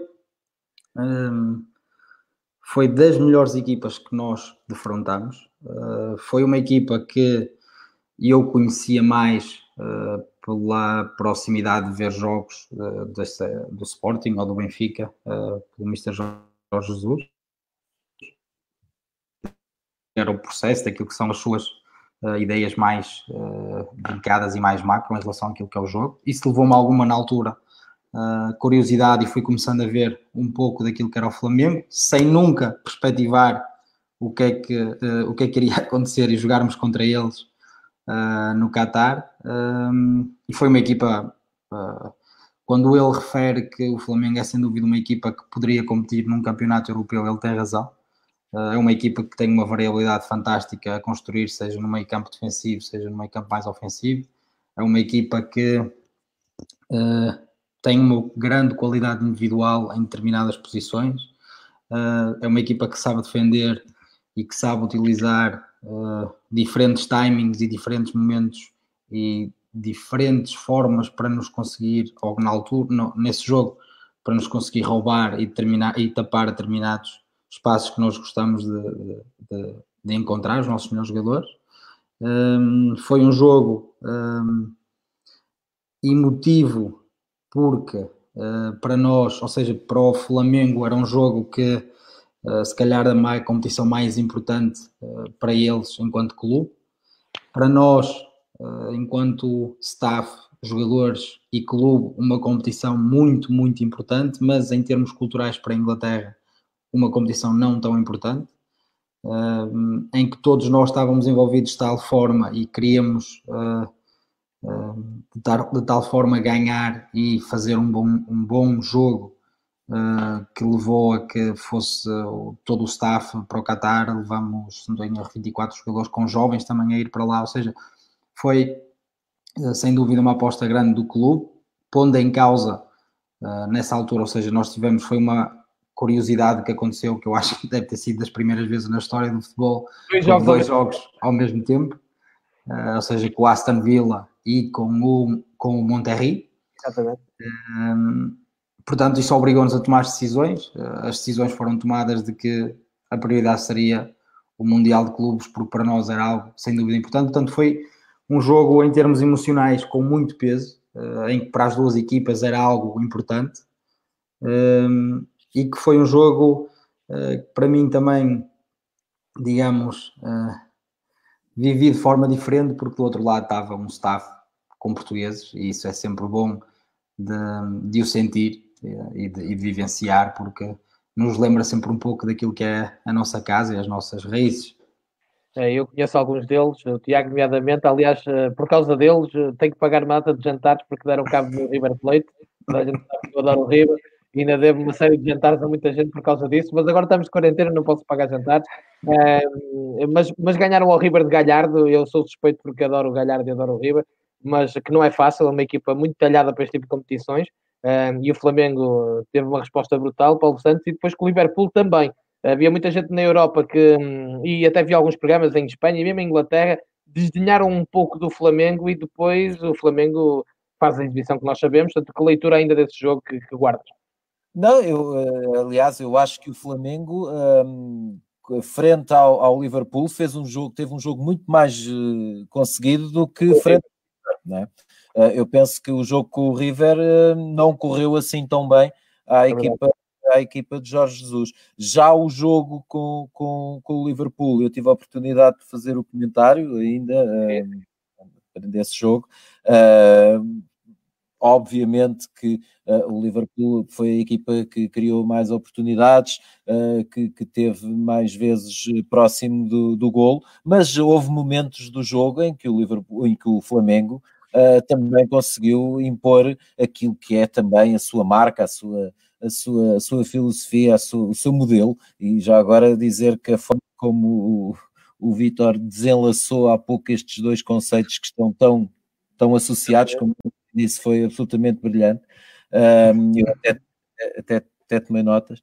um, foi das melhores equipas que nós defrontámos. Uh, foi uma equipa que eu conhecia mais uh, pela proximidade de ver jogos uh, desse, do Sporting ou do Benfica, uh, pelo mister Jorge Jesus. Era o processo daquilo que são as suas uh, ideias mais uh, delicadas e mais macro em relação àquilo que é o jogo. Isso levou-me alguma na altura uh, curiosidade e fui começando a ver um pouco daquilo que era o Flamengo, sem nunca perspectivar o que é que, uh, o que, é que iria acontecer e jogarmos contra eles uh, no Qatar. Um, e foi uma equipa... Uh, quando ele refere que o Flamengo é sem dúvida uma equipa que poderia competir num campeonato europeu, ele tem razão. É uma equipa que tem uma variabilidade fantástica a construir, seja no meio campo defensivo, seja no meio campo mais ofensivo. É uma equipa que uh, tem uma grande qualidade individual em determinadas posições. Uh, é uma equipa que sabe defender e que sabe utilizar uh, diferentes timings e diferentes momentos e diferentes formas para nos conseguir, ou na altura, no, nesse jogo, para nos conseguir roubar e, terminar, e tapar determinados espaços que nós gostamos de, de, de encontrar, os nossos melhores jogadores. Um, foi um jogo um, emotivo porque uh, para nós, ou seja, para o Flamengo era um jogo que uh, se calhar a mais, competição mais importante uh, para eles enquanto clube. Para nós, uh, enquanto staff, jogadores e clube, uma competição muito, muito importante, mas em termos culturais para a Inglaterra, uma competição não tão importante. uh, em que todos nós estávamos envolvidos de tal forma e queríamos uh, uh, de, tal, de tal forma ganhar e fazer um bom, um bom jogo, uh, que levou a que fosse uh, todo o staff para o Qatar. Levamos, não tenho, vinte e quatro jogadores com jovens também a ir para lá, ou seja, foi uh, sem dúvida uma aposta grande do clube, pondo em causa uh, nessa altura, ou seja, nós tivemos, foi uma curiosidade que aconteceu, que eu acho que deve ter sido das primeiras vezes na história do futebol, dois jogos, dois ao, jogos ao mesmo tempo, uh, ou seja, com o Aston Villa e com o, com o Monterrey. Exatamente. Um, portanto, isso obrigou-nos a tomar decisões. Uh, as decisões foram tomadas de que a prioridade seria o Mundial de Clubes, porque para nós era algo sem dúvida importante. Portanto, foi um jogo em termos emocionais com muito peso, uh, em que para as duas equipas era algo importante. Um, e que foi um jogo uh, para mim também, digamos, uh, vivi de forma diferente, porque do outro lado estava um staff com portugueses, e isso é sempre bom de, de o sentir e de, e de vivenciar, porque nos lembra sempre um pouco daquilo que é a nossa casa e as nossas raízes. Eu conheço alguns deles, o Tiago nomeadamente, aliás, por causa deles tenho que pagar mata de jantares porque deram cabo do River Plate. A gente sabe que eu adoro o River e ainda devo uma série de jantares a muita gente por causa disso, mas agora estamos de quarentena, não posso pagar jantares. Uh, mas, mas ganharam ao River de Galhardo. Eu sou suspeito porque adoro o Galhardo e adoro o River, mas que não é fácil, é uma equipa muito talhada para este tipo de competições. Uh, e o Flamengo teve uma resposta brutal, Paulo Santos, e depois com o Liverpool também. Havia muita gente na Europa que, e até vi alguns programas em Espanha e mesmo em Inglaterra, desdenharam um pouco do Flamengo, e depois o Flamengo faz a exibição que nós sabemos. Portanto, que leitura ainda desse jogo que, que guardas? Não, eu, aliás, eu acho que o Flamengo, um, frente ao, ao Liverpool, fez um jogo, teve um jogo muito mais uh, conseguido do que frente ao River, né? Uh, eu penso que o jogo com o River uh, não correu assim tão bem à é equipa, à equipa de Jorge Jesus. Já o jogo com, com, com o Liverpool, eu tive a oportunidade de fazer o comentário ainda uh, desse jogo. Uh, Obviamente que uh, o Liverpool foi a equipa que criou mais oportunidades, uh, que, que teve mais vezes próximo do, do golo, mas houve momentos do jogo em que o, Liverpool, em que o Flamengo uh, também conseguiu impor aquilo que é também a sua marca, a sua, a sua, a sua filosofia, a sua, o seu modelo. E já agora dizer que a forma como o, o Vítor desenlaçou há pouco estes dois conceitos que estão tão, tão associados, como disse, foi absolutamente brilhante. Um, eu até, até, até tomei notas.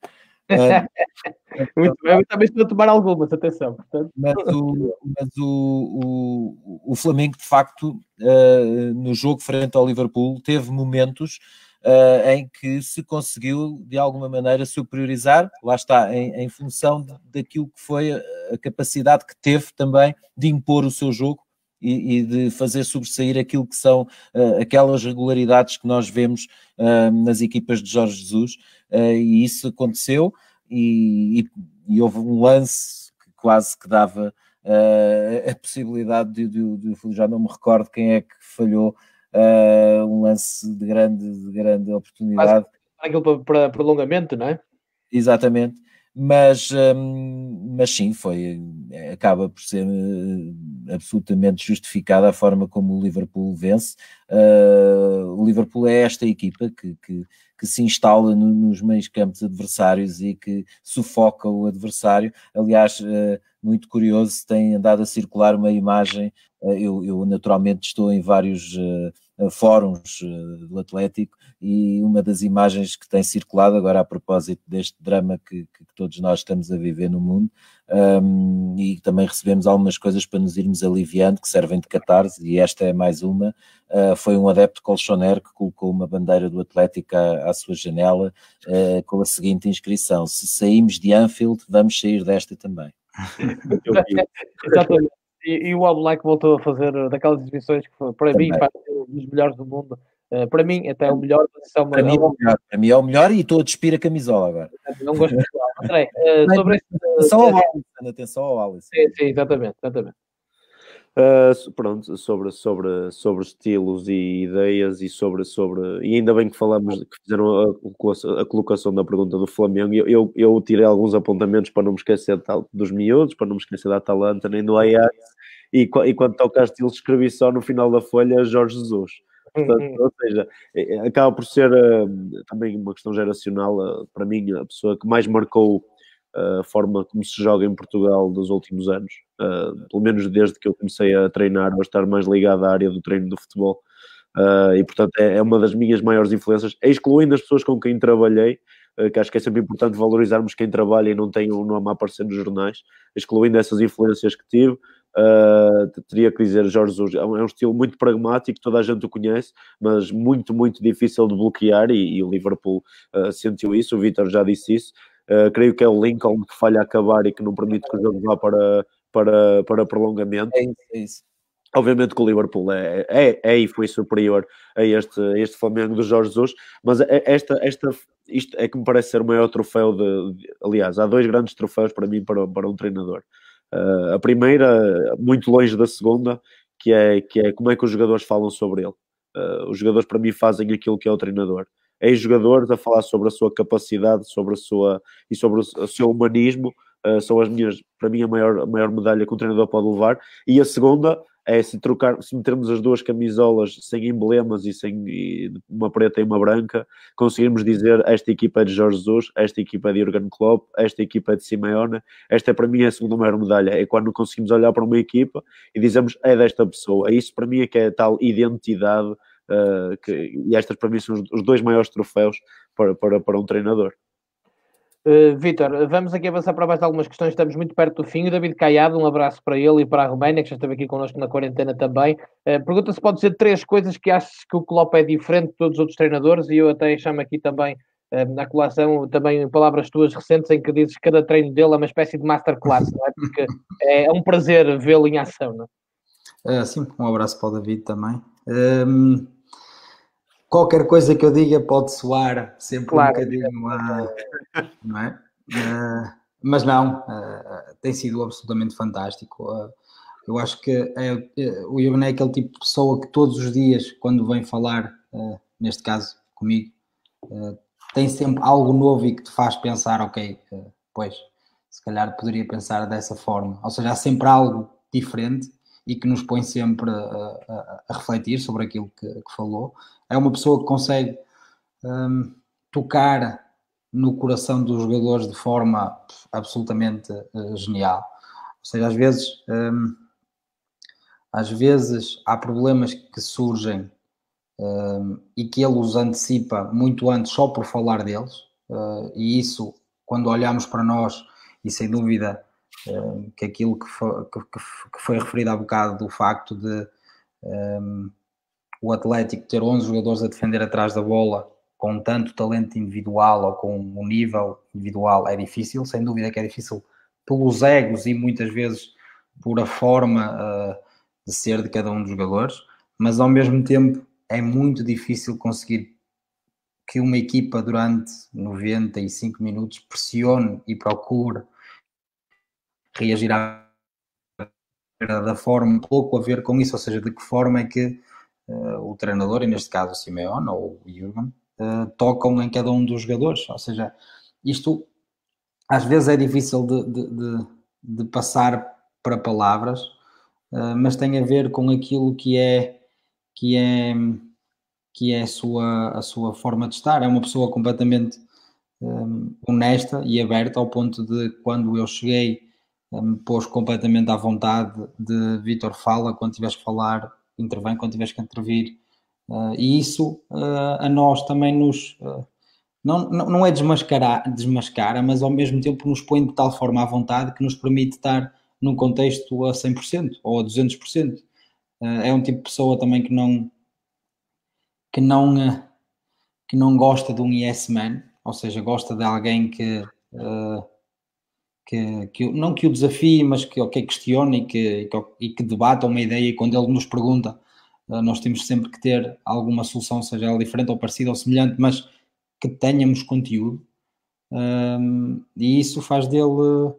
Um, Muito bem, eu também estou a tomar algumas, atenção. Portanto. Mas, o, mas o, o, o Flamengo, de facto, uh, no jogo frente ao Liverpool, teve momentos uh, em que se conseguiu, de alguma maneira, superiorizar, lá está, em, em função de, daquilo que foi a, a capacidade que teve também de impor o seu jogo E, e de fazer sobressair aquilo que são uh, aquelas regularidades que nós vemos uh, nas equipas de Jorge Jesus, uh, e isso aconteceu, e, e, e houve um lance que quase que dava uh, a possibilidade de, de, de, de, já não me recordo quem é que falhou, uh, um lance de grande, de grande oportunidade. Aquilo para, para prolongamento, não é? Exatamente. Mas, hum, mas sim, foi, acaba por ser uh, absolutamente justificada a forma como o Liverpool vence. Uh, o Liverpool é esta equipa que, que, que se instala no, nos meios campos adversários e que sufoca o adversário. Aliás, uh, muito curioso, tem andado a circular uma imagem, uh, eu, eu naturalmente estou em vários uh, fóruns uh, do Atlético, e uma das imagens que tem circulado agora a propósito deste drama que, que todos nós estamos a viver no mundo, um, e também recebemos algumas coisas para nos irmos aliviando, que servem de catarse, e esta é mais uma. Uh, foi um adepto colchoneiro que colocou uma bandeira do Atlético à, à sua janela, uh, com a seguinte inscrição: se saímos de Anfield, vamos sair desta também. Exatamente. E, e o All Black voltou a fazer daquelas exibições que foi, para também mim faz um dos melhores do mundo. Uh, para mim até o melhor, é uma, para, mim é o melhor. Para mim é o melhor, e estou a despir a camisola agora. Não gosto de falar. André, uh, sobre atenção, esse, ao Alisson, atenção ao Alisson. Sim, sim, exatamente, exatamente. Uh, pronto, sobre, sobre, sobre estilos e ideias e sobre, sobre e ainda bem que falamos, que fizeram a colocação, a colocação da pergunta do Flamengo. Eu, eu, eu tirei alguns apontamentos para não me esquecer tal, dos miúdos, para não me esquecer da Atalanta nem do Ajax, e, e quando toca a estilos escrevi só no final da folha Jorge Jesus. Portanto, uhum. Ou seja, acaba por ser uh, também uma questão geracional. Uh, para mim, a pessoa que mais marcou a forma como se joga em Portugal dos últimos anos, uh, pelo menos desde que eu comecei a treinar, a estar mais ligado à área do treino do futebol, uh, e portanto é, é uma das minhas maiores influências, excluindo as pessoas com quem trabalhei, uh, que acho que é sempre importante valorizarmos quem trabalha e não tem um nome a aparecer nos jornais, excluindo essas influências que tive. Uh, teria que dizer Jorge Jesus, é um, é um estilo muito pragmático, toda a gente o conhece, mas muito, muito difícil de bloquear, e, e o Liverpool uh, sentiu isso, o Vítor já disse isso. Uh, creio que é o Lincoln que falha a acabar e que não permite que o jogo vá para, para, para prolongamento. É isso, é isso. Obviamente que o Liverpool é, é, é e foi superior a este, a este Flamengo do Jorge Jesus, mas esta, esta, isto é que me parece ser o maior troféu de, de aliás, há dois grandes troféus para mim, para, para um treinador. Uh, a primeira, muito longe da segunda, que é, que é como é que os jogadores falam sobre ele. Uh, os jogadores para mim fazem aquilo que é o treinador. Ex-jogadores a falar sobre a sua capacidade, sobre a sua, e sobre o, o seu humanismo, uh, são as minhas, para mim, a maior, a maior medalha que um treinador pode levar. E a segunda é se trocar, se metermos as duas camisolas sem emblemas e sem e uma preta e uma branca, conseguirmos dizer esta equipa é de Jorge Jesus, esta equipa é de Jürgen Klopp, esta equipa é de Simeone. Esta para mim é a segunda maior medalha, é quando conseguimos olhar para uma equipa e dizemos é desta pessoa. Isso para mim é que é a tal identidade. Uh, que, e estas para mim são os, os dois maiores troféus para, para, para um treinador. Uh, Vítor, vamos aqui avançar para mais algumas questões, estamos muito perto do fim. O David Caiado, um abraço para ele e para a Roménia, que já esteve aqui connosco na quarentena também. Uh, pergunta se pode dizer três coisas que achas que o Klopp é diferente de todos os outros treinadores, e eu até chamo aqui também uh, na colação, também em palavras tuas recentes, em que dizes que cada treino dele é uma espécie de masterclass, não é? Porque é um prazer vê-lo em ação, não é? Uh, sim, um abraço para o David também. Um... Qualquer coisa que eu diga pode soar sempre claro, um bocadinho, uh, não é? Uh, mas não, uh, tem sido absolutamente fantástico. Uh, eu acho que é, é, o Jürgen é aquele tipo de pessoa que todos os dias, quando vem falar, uh, neste caso comigo, uh, tem sempre algo novo e que te faz pensar, ok, uh, pois, se calhar poderia pensar dessa forma. Ou seja, há sempre algo diferente e que nos põe sempre a, a, a refletir sobre aquilo que, que falou. É uma pessoa que consegue um, tocar no coração dos jogadores de forma absolutamente uh, genial. Ou seja, às vezes, um, às vezes há problemas que surgem um, e que ele os antecipa muito antes só por falar deles, uh, e isso, quando olhamos para nós, e sem dúvida um, que aquilo que foi, que, que foi referido há bocado do facto de um, o Atlético ter onze jogadores a defender atrás da bola com tanto talento individual ou com um nível individual é difícil, sem dúvida que é difícil pelos egos e muitas vezes por a forma uh, de ser de cada um dos jogadores, mas ao mesmo tempo é muito difícil conseguir que uma equipa durante noventa e cinco minutos pressione e procure reagir à da forma, pouco a ver com isso, ou seja, de que forma é que Uh, o treinador, e neste caso o Simeone ou o Jürgen, uh, tocam em cada um dos jogadores. Ou seja, isto às vezes é difícil de, de, de, de passar para palavras, uh, mas tem a ver com aquilo que é que é, que é a, sua, a sua forma de estar. É uma pessoa completamente um, honesta e aberta, ao ponto de, quando eu cheguei, me pôs completamente à vontade de Vítor, fala, quando tiveres que falar, intervém, quando tiveres que intervir, uh, e isso uh, a nós também nos uh, não, não, não é desmascarar, desmascara, mas ao mesmo tempo nos põe de tal forma à vontade que nos permite estar num contexto a cem por cento ou a duzentos por cento. Uh, é um tipo de pessoa também que não que não, uh, que não gosta de um yes man, ou seja, gosta de alguém que uh, Que, que, não que o desafie, mas que okay, questione e que, que, e que debata uma ideia, e quando ele nos pergunta, nós temos sempre que ter alguma solução, seja ela diferente ou parecida ou semelhante, mas que tenhamos conteúdo, um, e isso faz dele,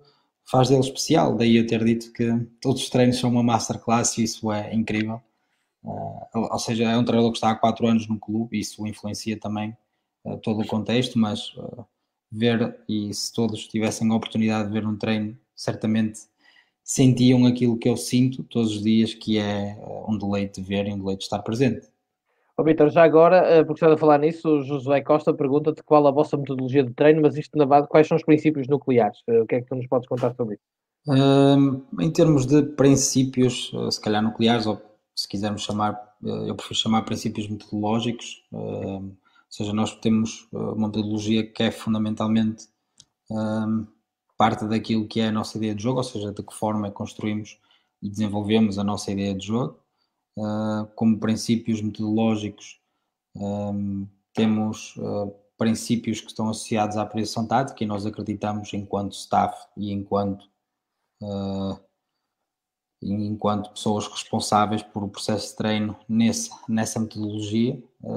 faz dele especial. Daí eu ter dito que todos os treinos são uma masterclass e isso é incrível. Uh, ou seja, é um treinador que está há quatro anos no clube e isso influencia também uh, todo o contexto, mas uh, ver, e se todos tivessem a oportunidade de ver um treino, certamente sentiam aquilo que eu sinto todos os dias, que é uh, um deleite de ver e um deleite de estar presente. Ó Vítor, já agora, porque estás a falar nisso, o Josué Costa pergunta-te qual a vossa metodologia de treino, mas isto na base, quais são os princípios nucleares? O que é que tu nos podes contar sobre isso? Um, em termos de princípios, se calhar nucleares, ou se quisermos chamar, eu prefiro chamar princípios metodológicos, um, ou seja, nós temos uma metodologia que é fundamentalmente um, parte daquilo que é a nossa ideia de jogo, ou seja, de que forma é que construímos e desenvolvemos a nossa ideia de jogo. Uh, como princípios metodológicos, um, temos uh, princípios que estão associados à prestação tática e nós acreditamos enquanto staff e enquanto Uh, enquanto pessoas responsáveis por o processo de treino nesse, nessa metodologia.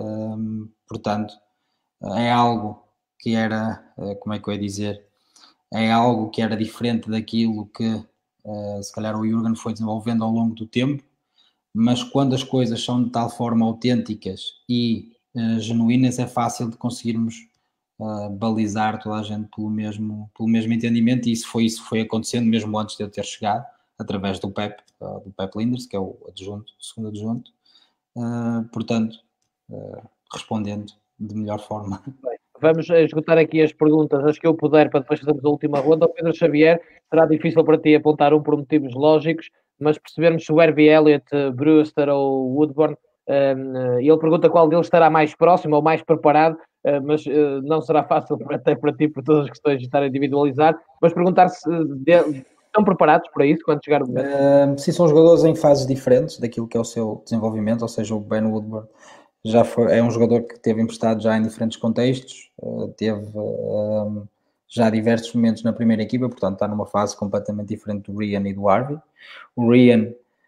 Um, portanto, é algo que era, uh, como é que eu ia dizer, é algo que era diferente daquilo que uh, se calhar o Jürgen foi desenvolvendo ao longo do tempo, mas quando as coisas são de tal forma autênticas e uh, genuínas, é fácil de conseguirmos Uh, balizar toda a gente pelo mesmo, pelo mesmo entendimento, e isso foi isso que foi acontecendo mesmo antes de eu ter chegado, através do Pep, uh, do Pep Linders, que é o adjunto, o segundo adjunto. Uh, portanto, uh, respondendo de melhor forma. Bem, vamos esgotar aqui as perguntas, as que eu puder, para depois fazermos a última ronda. O Pedro Xavier, será difícil para ti apontar um por motivos lógicos, mas percebermos se o Harvey Elliott, Brewster ou Woodburn, um, ele pergunta qual deles estará mais próximo ou mais preparado. Uh, mas uh, não será fácil até para ti, por todas as questões de estar a individualizar, mas perguntar se de, estão preparados para isso quando chegar o momento. Uh, sim, são jogadores em fases diferentes daquilo que é o seu desenvolvimento, ou seja, o Ben Woodburn já foi, é um jogador que teve emprestado já em diferentes contextos, uh, teve uh, já diversos momentos na primeira equipa, portanto está numa fase completamente diferente do Ryan e do Harvey. O Ryan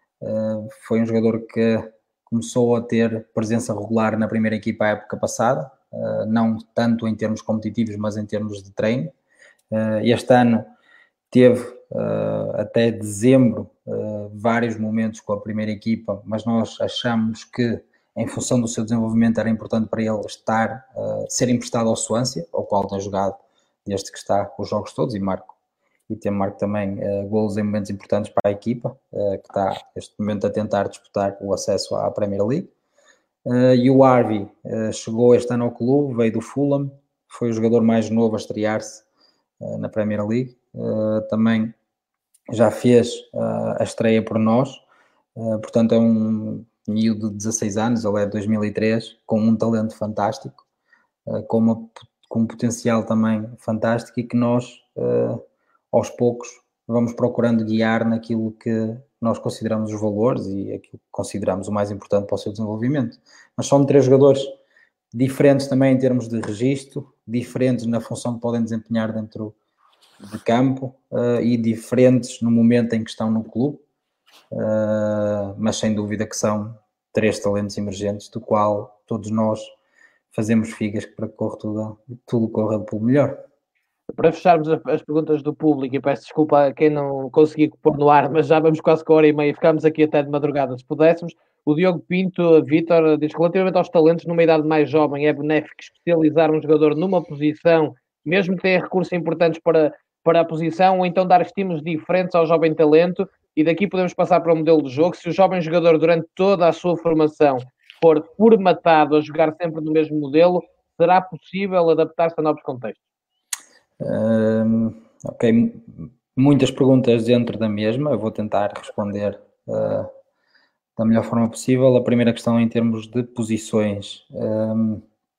uh, foi um jogador que começou a ter presença regular na primeira equipa à época passada, Uh, não tanto em termos competitivos, mas em termos de treino. Uh, este ano teve uh, até dezembro uh, vários momentos com a primeira equipa, mas nós achamos que em função do seu desenvolvimento era importante para ele estar, uh, ser emprestado ao Swansea, ao qual tem jogado desde que está os jogos todos, e marco e tem marco também uh, golos em momentos importantes para a equipa, uh, que está neste momento a tentar disputar o acesso à Premier League. Uh, e o Harvey uh, chegou este ano ao clube, veio do Fulham, foi o jogador mais novo a estrear-se uh, na Premier League, uh, também já fez uh, a estreia por nós, uh, portanto é um miúdo de dezasseis anos, ele é de dois mil e três, com um talento fantástico, uh, com, uma, com um potencial também fantástico, e que nós uh, aos poucos vamos procurando guiar naquilo que nós consideramos os valores e aquilo que consideramos o mais importante para o seu desenvolvimento. Mas são três jogadores diferentes também em termos de registro, diferentes na função que podem desempenhar dentro de campo uh, e diferentes no momento em que estão no clube, uh, mas sem dúvida que são três talentos emergentes, do qual todos nós fazemos figas para que corra tudo, tudo corra pelo melhor. Para fecharmos as perguntas do público, e peço desculpa a quem não consegui pôr no ar, mas já vamos quase com a hora e meia, ficámos aqui até de madrugada, se pudéssemos. O Diogo Pinto, Vítor, diz que relativamente aos talentos, numa idade mais jovem, é benéfico especializar um jogador numa posição, mesmo que tenha recursos importantes para, para a posição, ou então dar estímulos diferentes ao jovem talento, e daqui podemos passar para o modelo de jogo. Se o jovem jogador, durante toda a sua formação, for formatado a jogar sempre no mesmo modelo, será possível adaptar-se a novos contextos? Um, ok, muitas perguntas dentro da mesma, eu vou tentar responder uh, da melhor forma possível. A primeira questão em termos de posições, um,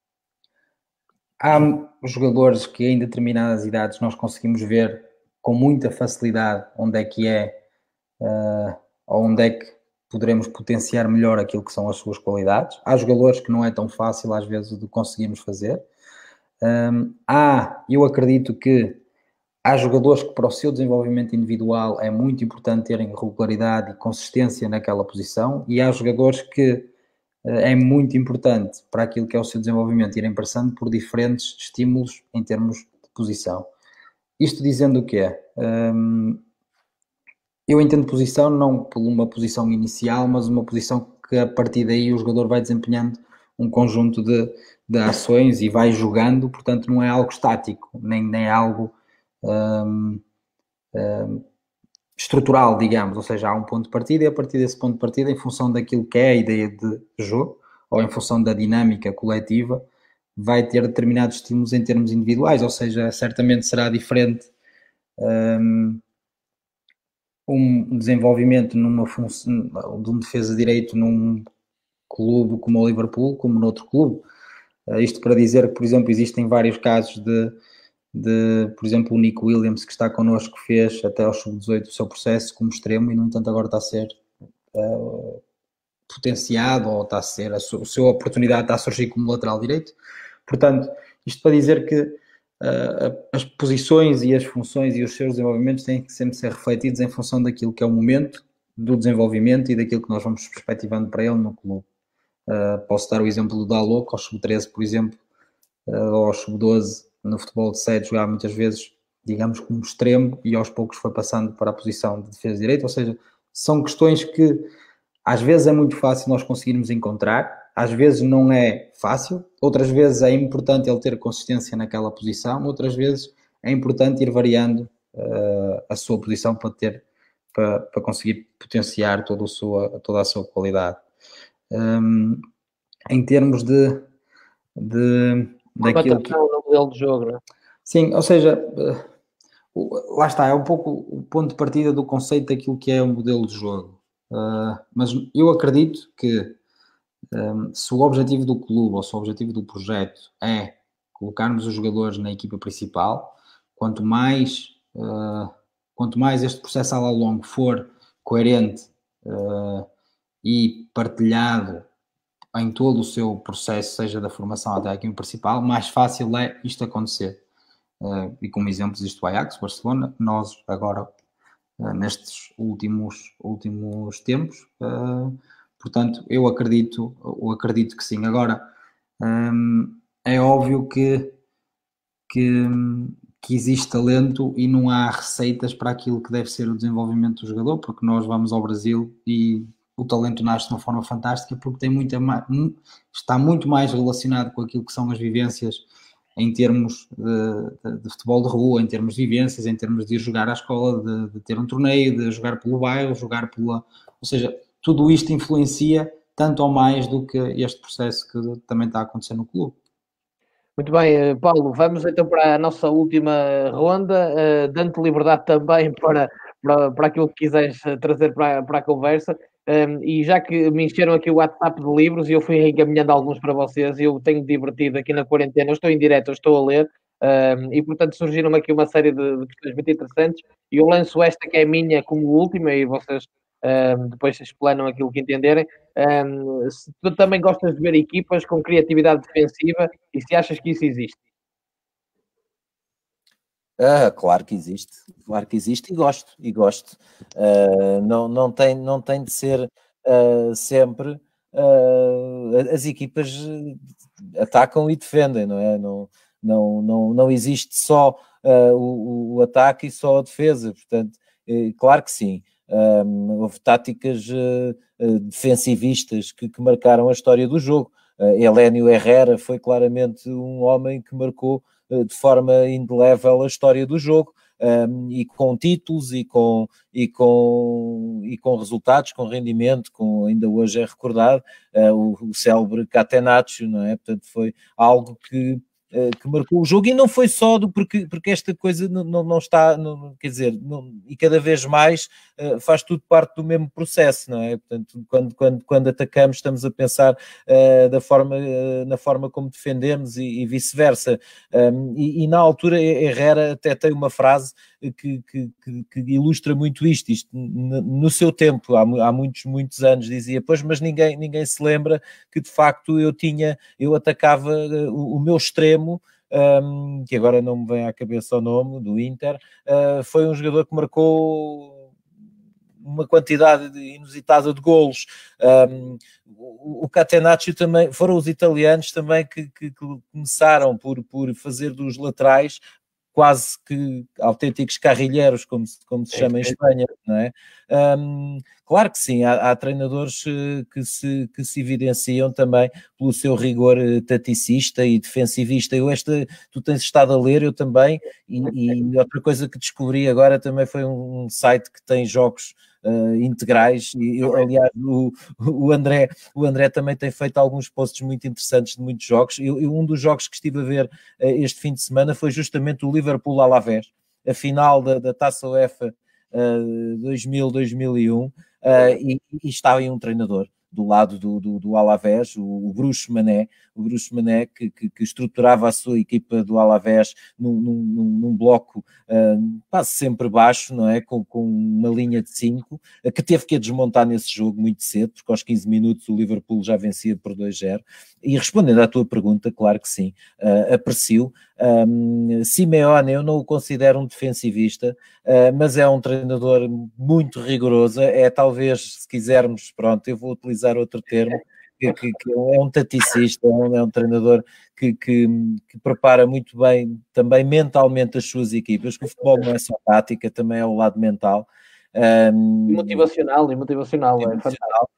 há jogadores que em determinadas idades nós conseguimos ver com muita facilidade onde é que é uh, onde é que poderemos potenciar melhor aquilo que são as suas qualidades. Há jogadores que não é tão fácil às vezes de conseguirmos fazer. Um, há, eu acredito que há jogadores que para o seu desenvolvimento individual é muito importante terem regularidade e consistência naquela posição, e há jogadores que uh, é muito importante para aquilo que é o seu desenvolvimento irem passando por diferentes estímulos em termos de posição. isto dizendo o quê? Um, eu entendo posição não por uma posição inicial, mas uma posição que a partir daí o jogador vai desempenhando um conjunto de, de ações e vai jogando, portanto não é algo estático, nem, nem é algo um, um, estrutural, digamos, ou seja, há um ponto de partida e a partir desse ponto de partida, em função daquilo que é a ideia de jogo, ou em função da dinâmica coletiva, vai ter determinados estímulos em termos individuais, ou seja, certamente será diferente um, um desenvolvimento numa função de um defesa de direito num clube como o Liverpool, como noutro clube. Uh, isto para dizer que, por exemplo, existem vários casos de, de, por exemplo, o Nick Williams, que está connosco, fez até aos sub dezoito o seu processo como extremo e, no entanto, agora está a ser uh, potenciado, ou está a ser, a sua, a sua oportunidade está a surgir como lateral direito. Portanto, isto para dizer que uh, as posições e as funções e os seus desenvolvimentos têm que sempre ser refletidos em função daquilo que é o momento do desenvolvimento e daquilo que nós vamos perspectivando para ele no clube. Uh, posso dar o exemplo do Dalot, aos sub treze, por exemplo, uh, ou aos sub doze, no futebol de sede, jogava muitas vezes, digamos, como extremo, e aos poucos foi passando para a posição de defesa de direito. Ou seja, são questões que às vezes é muito fácil nós conseguirmos encontrar, às vezes não é fácil, outras vezes é importante ele ter consistência naquela posição, outras vezes é importante ir variando uh, a sua posição para ter, para, para conseguir potenciar toda a sua, toda a sua qualidade. Um, em termos de, de daquilo que... no modelo de jogo, não é? Sim, ou seja, uh, lá está, é um pouco o ponto de partida do conceito daquilo que é o modelo de jogo. Uh, mas eu acredito que um, se o objetivo do clube ou se o objetivo do projeto é colocarmos os jogadores na equipa principal, quanto mais uh, quanto mais este processo ao longo for coerente uh, e partilhado em todo o seu processo, seja da formação até a equipa principal, mais fácil é isto acontecer. Uh, e como exemplos isto do Ajax, Barcelona, nós agora Uh, nestes últimos, últimos tempos, uh, portanto eu acredito, eu acredito que sim. Agora um, é óbvio que, que, que existe talento e não há receitas para aquilo que deve ser o desenvolvimento do jogador, porque nós vamos ao Brasil e o talento nasce de uma forma fantástica porque tem muita mais, está muito mais relacionado com aquilo que são as vivências em termos de, de, de futebol de rua, em termos de vivências, em termos de ir jogar à escola, de, de ter um torneio, de jogar pelo bairro, jogar pela... Ou seja, tudo isto influencia tanto ou mais do que este processo que também está a acontecer no clube. Muito bem, Paulo, vamos então para a nossa última ronda, uh, dando-te liberdade também para, para, para aquilo que quiseres trazer para, para a conversa. Um, e já que me encheram aqui o WhatsApp de livros e eu fui encaminhando alguns para vocês, e eu tenho divertido aqui na quarentena, eu estou em direto, eu estou a ler, um, e portanto surgiram aqui uma série de, de questões muito interessantes, e eu lanço esta que é minha como última, e vocês um, depois explanam aquilo que entenderem. Um, se tu também gostas de ver equipas com criatividade defensiva, e se achas que isso existe? Ah, claro que existe, claro que existe e gosto, e gosto. Uh, não, não, tem, não tem de ser uh, sempre uh, as equipas atacam e defendem, não é? Não, não, não, não existe só uh, o, o ataque e só a defesa, portanto, uh, claro que sim. Um, houve táticas uh, uh, defensivistas que, que marcaram a história do jogo. Uh, Helénio Herrera foi claramente um homem que marcou de forma indelével a história do jogo, um, e com títulos e com, e, com, e com resultados, com rendimento, com, ainda hoje é recordado uh, o, o célebre Catenaccio, não é? Portanto, foi algo que, uh, que marcou o jogo, e não foi só do, porque, porque esta coisa não, não, não está, não, quer dizer, não, e cada vez mais uh, faz tudo parte do mesmo processo, não é? Portanto, quando, quando, quando atacamos estamos a pensar uh, da forma, uh, na forma como defendemos e, e vice-versa. Um, e, e na altura Herrera até tem uma frase que, que, que, que ilustra muito isto, isto no, no seu tempo, há, há muitos, muitos anos, dizia, pois, mas ninguém, ninguém se lembra que de facto eu tinha, eu atacava uh, o, o meu extremo, um, que agora não me vem à cabeça o nome, do Inter, uh, foi um jogador que marcou uma quantidade inusitada de golos. Um, o, o Catenaccio também, foram os italianos também que, que, que começaram por, por fazer dos laterais quase que autênticos carrilheiros, como se, como se chama em Espanha, não é? Um, claro que sim, há, há treinadores que se, que se evidenciam também pelo seu rigor taticista e defensivista. Eu esta, tu tens estado a ler, eu também, e, e outra coisa que descobri agora também foi um site que tem jogos Uh, integrais, e eu, aliás o, o, André, o André também tem feito alguns posts muito interessantes de muitos jogos. Eu, eu, um dos jogos que estive a ver uh, este fim de semana foi justamente o Liverpool-Alavés, a final da, da Taça UEFA uh, dois mil, dois mil e um, uh, e, e estava aí um treinador do lado do, do, do Alavés, o, o Bruxo Mané, o Bruxo Mané que, que, que estruturava a sua equipa do Alavés num, num, num bloco uh, quase sempre baixo, não é? Com, com uma linha de cinco, uh, que teve que a desmontar nesse jogo muito cedo, porque aos quinze minutos o Liverpool já vencia por dois zero. E respondendo à tua pergunta, claro que sim, uh, aprecio. Um, Simeone eu não o considero um defensivista, uh, mas é um treinador muito rigoroso, é talvez, se quisermos, pronto, eu vou utilizar outro termo, que, que, que é um taticista, é um, é um treinador que, que, que prepara muito bem também mentalmente as suas equipas, que o futebol não é só tática, também é o lado mental. Um, e motivacional, e motivacional, é fantástico.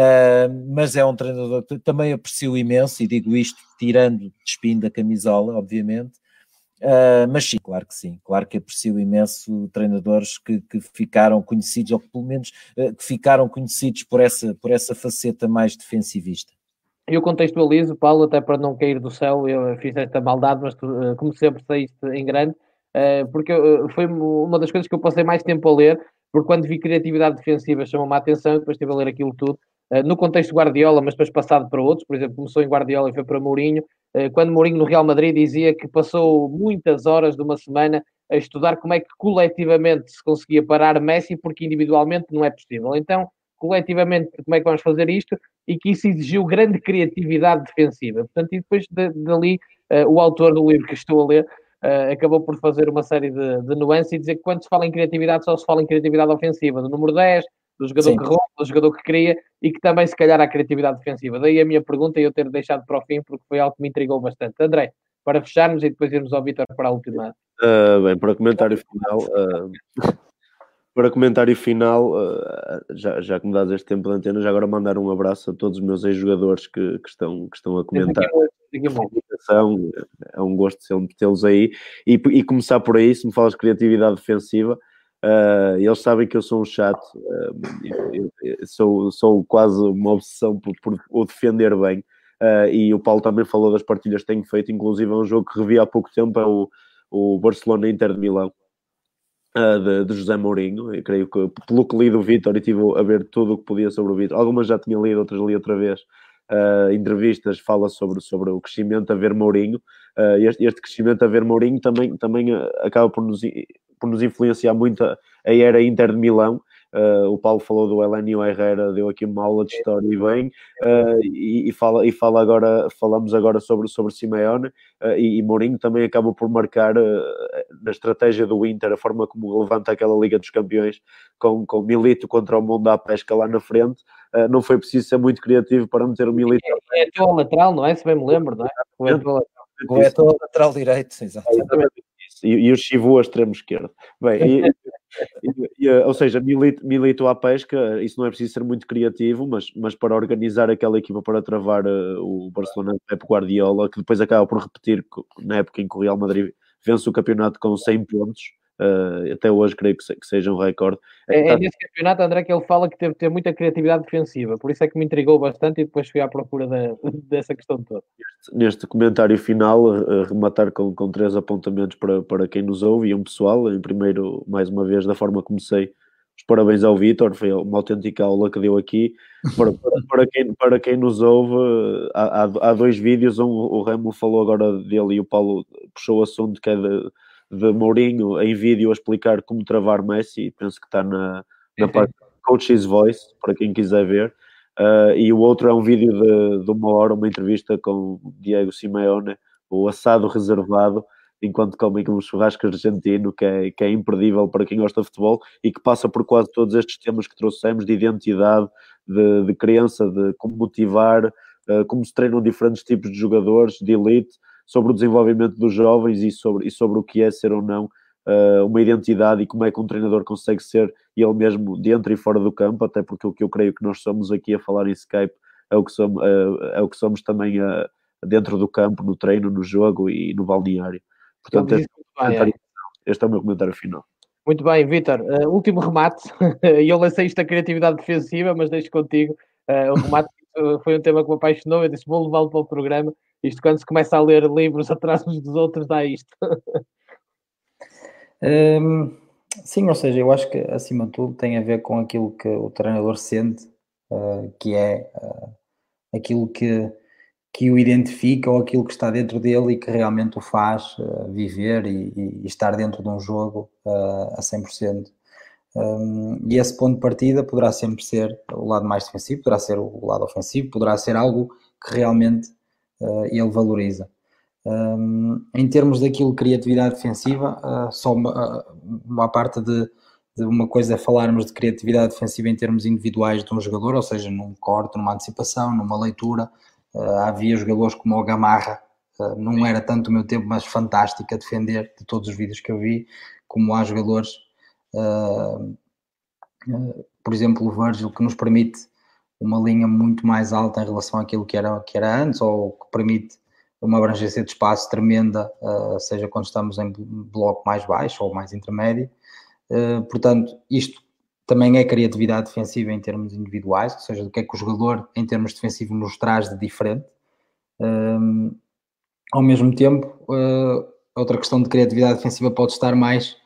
Uh, mas é um treinador que também aprecio imenso, e digo isto tirando despindo da camisola, obviamente, uh, mas sim, claro que sim, claro que aprecio imenso treinadores que, que ficaram conhecidos, ou que pelo menos uh, que ficaram conhecidos por essa, por essa faceta mais defensivista. Eu contextualizo, Paulo, até para não cair do céu, eu fiz esta maldade, mas tu, uh, como sempre saíste em grande, uh, porque uh, foi uma das coisas que eu passei mais tempo a ler, porque quando vi criatividade defensiva chamou-me a atenção, e depois estive a ler aquilo tudo, uh, no contexto Guardiola, mas depois passado para outros, por exemplo, começou em Guardiola e foi para Mourinho, uh, quando Mourinho no Real Madrid dizia que passou muitas horas de uma semana a estudar como é que coletivamente se conseguia parar Messi, porque individualmente não é possível. Então, coletivamente, como é que vamos fazer isto? E que isso exigiu grande criatividade defensiva. Portanto, e depois de, dali, uh, o autor do livro que estou a ler uh, acabou por fazer uma série de, de nuances e dizer que quando se fala em criatividade, só se fala em criatividade ofensiva, do número dez, do jogador Sim. que rouba, do jogador que cria, e que também, se calhar, há criatividade defensiva. Daí a minha pergunta e eu ter deixado para o fim, porque foi algo que me intrigou bastante. André, para fecharmos e depois irmos ao Vítor para a última. Uh, bem, para comentário final... Uh... Para comentário final, já, já que me dás este tempo de antena, já agora mandar um abraço a todos os meus ex-jogadores que, que, estão, que estão a comentar. É um gosto sempre tê-los aí. E, e começar por aí, se me falas de criatividade defensiva, uh, eles sabem que eu sou um chato, uh, eu, eu sou, sou quase uma obsessão por, por o defender bem. Uh, e o Paulo também falou das partilhas que tenho feito, inclusive é um jogo que revi há pouco tempo, é o, o Barcelona-Inter de Milão. De, de José Mourinho. Eu creio que pelo que li do Vítor e estive a ver tudo o que podia sobre o Vítor, algumas já tinha lido, outras li outra vez, uh, entrevistas, fala sobre, sobre o crescimento a ver Mourinho, uh, este, este crescimento a ver Mourinho também, também acaba por nos, por nos influenciar muito a, a era Inter de Milão. Uh, o Paulo falou do Elenio Herrera, deu aqui uma aula de história e bem, uh, e, e, fala, e fala agora, falamos agora sobre, sobre Simeone, uh, e, e Mourinho também acaba por marcar uh, na estratégia do Inter, a forma como levanta aquela Liga dos Campeões com, com Milito contra o Mundo à Pesca lá na frente. Uh, não foi preciso ser muito criativo para meter o Milito. É, é teu lateral, não é? Se bem me lembro, não é? O é teu lateral direito, exatamente. E, e o Chivu a extremo esquerdo. Bem, e, e, e, ou seja, milito, milito à pesca, isso não é preciso ser muito criativo, mas, mas para organizar aquela equipa para travar uh, o Barcelona de Pep Guardiola, que depois acaba por repetir na época em que o Real Madrid vence o campeonato com cem pontos, uh, até hoje creio que, se, que seja um recorde. É, é nesse campeonato, André, que ele fala que teve que ter muita criatividade defensiva, por isso é que me intrigou bastante e depois fui à procura da, dessa questão toda. Neste, neste comentário final, uh, rematar com, com três apontamentos para, para quem nos ouve e um pessoal. Em primeiro, mais uma vez, da forma como comecei, os parabéns ao Vítor, foi uma autêntica aula que deu aqui. Para, para, para, quem, para quem nos ouve, há, há, há dois vídeos, um, o Remo falou agora dele e o Paulo puxou o assunto que é de, de Mourinho em vídeo a explicar como travar Messi, penso que está na, na parte Coach's Voice, para quem quiser ver. Uh, e o outro é um vídeo de, de uma hora, uma entrevista com Diego Simeone, o assado reservado, enquanto comem um churrasco argentino, que é, que é imperdível para quem gosta de futebol e que passa por quase todos estes temas que trouxemos, de identidade, de, de crença, de como motivar, uh, como se treinam diferentes tipos de jogadores, de elite, sobre o desenvolvimento dos jovens e sobre, e sobre o que é ser ou não uh, uma identidade e como é que um treinador consegue ser ele mesmo dentro e fora do campo, até porque o que eu creio que nós somos aqui a falar em Skype é o que somos, uh, é o que somos também uh, dentro do campo, no treino, no jogo e no balneário. Portanto, este, bem, é. este é o meu comentário final. Muito bem, Vítor. Uh, último remate. Eu lancei isto da criatividade defensiva, mas deixo contigo. Uh, o remate foi um tema que me apaixonou. Eu disse, vou levá-lo para o programa. Isto, quando se começa a ler livros atrás uns dos outros, dá isto. um, sim, ou seja, eu acho que, acima de tudo, tem a ver com aquilo que o treinador sente, uh, que é uh, aquilo que, que o identifica ou aquilo que está dentro dele e que realmente o faz uh, viver e, e, e estar dentro de um jogo uh, a cem por cento. Um, e esse ponto de partida poderá sempre ser o lado mais defensivo, poderá ser o lado ofensivo, poderá ser algo que realmente uh, ele valoriza. Um, em termos daquilo, criatividade defensiva, uh, só uma, uma parte de, de uma coisa é falarmos de criatividade defensiva em termos individuais de um jogador, ou seja, num corte, numa antecipação, numa leitura. Uh, havia jogadores como o Gamarra, uh, não era tanto o meu tempo, mas fantástico a defender, de todos os vídeos que eu vi, como há jogadores, uh, uh, por exemplo, o Virgil, que nos permite uma linha muito mais alta em relação àquilo que era, que era antes, ou que permite uma abrangência de espaço tremenda, uh, seja quando estamos em bloco mais baixo ou mais intermédio. Uh, portanto, isto também é criatividade defensiva em termos individuais, ou seja, do que é que o jogador, em termos defensivos, nos traz de diferente. Um, ao mesmo tempo, uh, outra questão de criatividade defensiva pode estar mais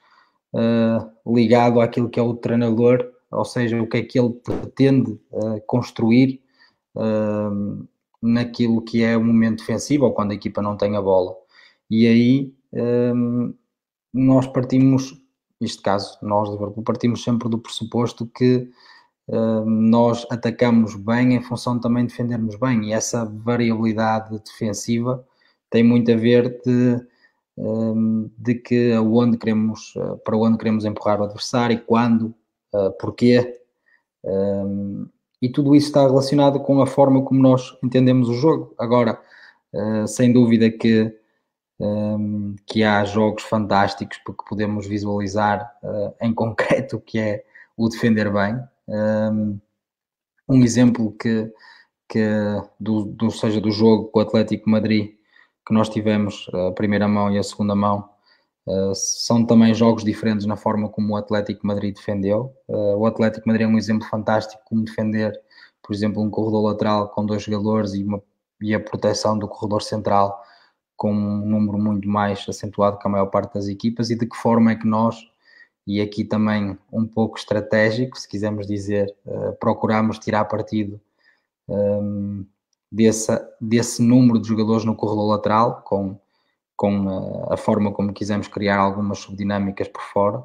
uh, ligado àquilo que é o treinador, ou seja, o que é que ele pretende uh, construir uh, naquilo que é o momento defensivo ou quando a equipa não tem a bola. E aí um, nós partimos, neste caso, nós de Liverpool, partimos sempre do pressuposto que uh, nós atacamos bem em função de também defendermos bem, e essa variabilidade defensiva tem muito a ver de, um, de que aonde queremos, uh, para onde queremos empurrar o adversário, quando, uh, porquê, um, e tudo isso está relacionado com a forma como nós entendemos o jogo. Agora, uh, sem dúvida que Um, que há jogos fantásticos porque podemos visualizar uh, em concreto o que é o defender bem. Um, um exemplo que, que do, do, seja do jogo com o Atlético de Madrid, que nós tivemos a primeira mão e a segunda mão, uh, são também jogos diferentes na forma como o Atlético de Madrid defendeu. Uh, o Atlético de Madrid é um exemplo fantástico como defender, por exemplo, um corredor lateral com dois jogadores e, uma, e a proteção do corredor central com um número muito mais acentuado que a maior parte das equipas, e de que forma é que nós, e aqui também um pouco estratégico, se quisermos dizer, uh, procuramos tirar partido um, desse, desse número de jogadores no corredor lateral, com, com uh, a forma como quisemos criar algumas subdinâmicas por fora,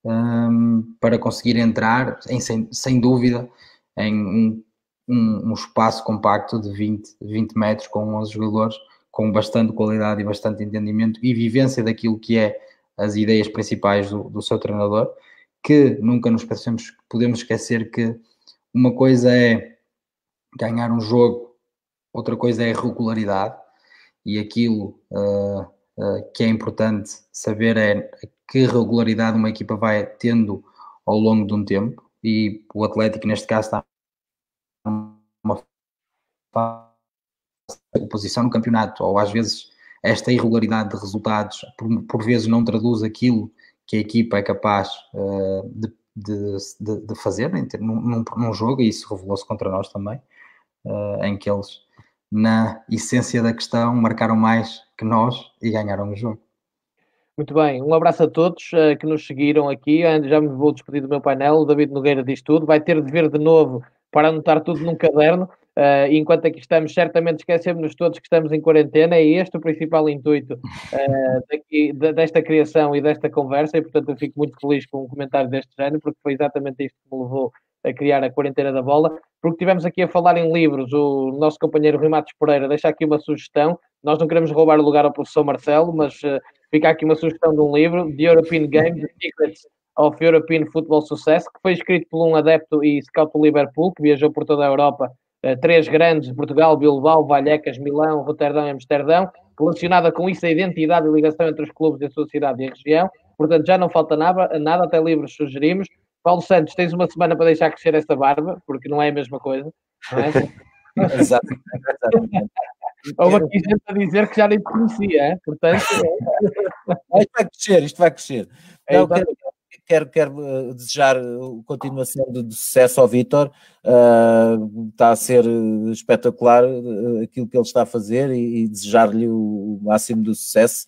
um, para conseguir entrar, em, sem, sem dúvida, em um, um, um espaço compacto de vinte, vinte metros com onze jogadores, com bastante qualidade e bastante entendimento e vivência daquilo que é as ideias principais do, do seu treinador, que nunca nos pensemos, podemos esquecer que uma coisa é ganhar um jogo, outra coisa é a regularidade, e aquilo uh, uh, que é importante saber é que regularidade uma equipa vai tendo ao longo de um tempo, e o Atlético neste caso está numa posição no campeonato, ou às vezes esta irregularidade de resultados por, por vezes não traduz aquilo que a equipa é capaz uh, de, de, de fazer num, num, num jogo, e isso revelou-se contra nós também, uh, em que eles, na essência da questão, marcaram mais que nós e ganharam o jogo. Muito bem, um abraço a todos uh, que nos seguiram aqui. Já me vou despedir do meu painel. O David Nogueira diz tudo, vai ter de ver de novo para anotar tudo num caderno. Uh, enquanto aqui estamos, certamente esquecemos-nos todos que estamos em quarentena. É este o principal intuito uh, daqui, de, desta criação e desta conversa, e portanto eu fico muito feliz com um comentário deste género, porque foi exatamente isto que me levou a criar a quarentena da bola, porque tivemos aqui a falar em livros. O nosso companheiro Rui Matos Pereira deixa aqui uma sugestão. Nós não queremos roubar o lugar ao professor Marcelo, mas uh, fica aqui uma sugestão de um livro, The European Game, The Secrets of European Football Success, que foi escrito por um adepto e scout do Liverpool, que viajou por toda a Europa uh, três grandes, Portugal, Bilbao, Vallecas, Milão, Roterdão e Amsterdão, relacionada com isso a identidade e ligação entre os clubes da sua cidade e a região. Portanto, já não falta nada, nada até livros sugerimos. Paulo Santos, tens uma semana para deixar crescer esta barba, porque não é a mesma coisa, não é? Exatamente. Houve aqui gente a dizer que já nem te conhecia, hein? Portanto... Isto vai crescer, isto vai crescer. Não, quero, quero, quero desejar a continuação de, de sucesso ao Vítor. Uh, está a ser espetacular aquilo que ele está a fazer e, e desejar-lhe o, o máximo do sucesso.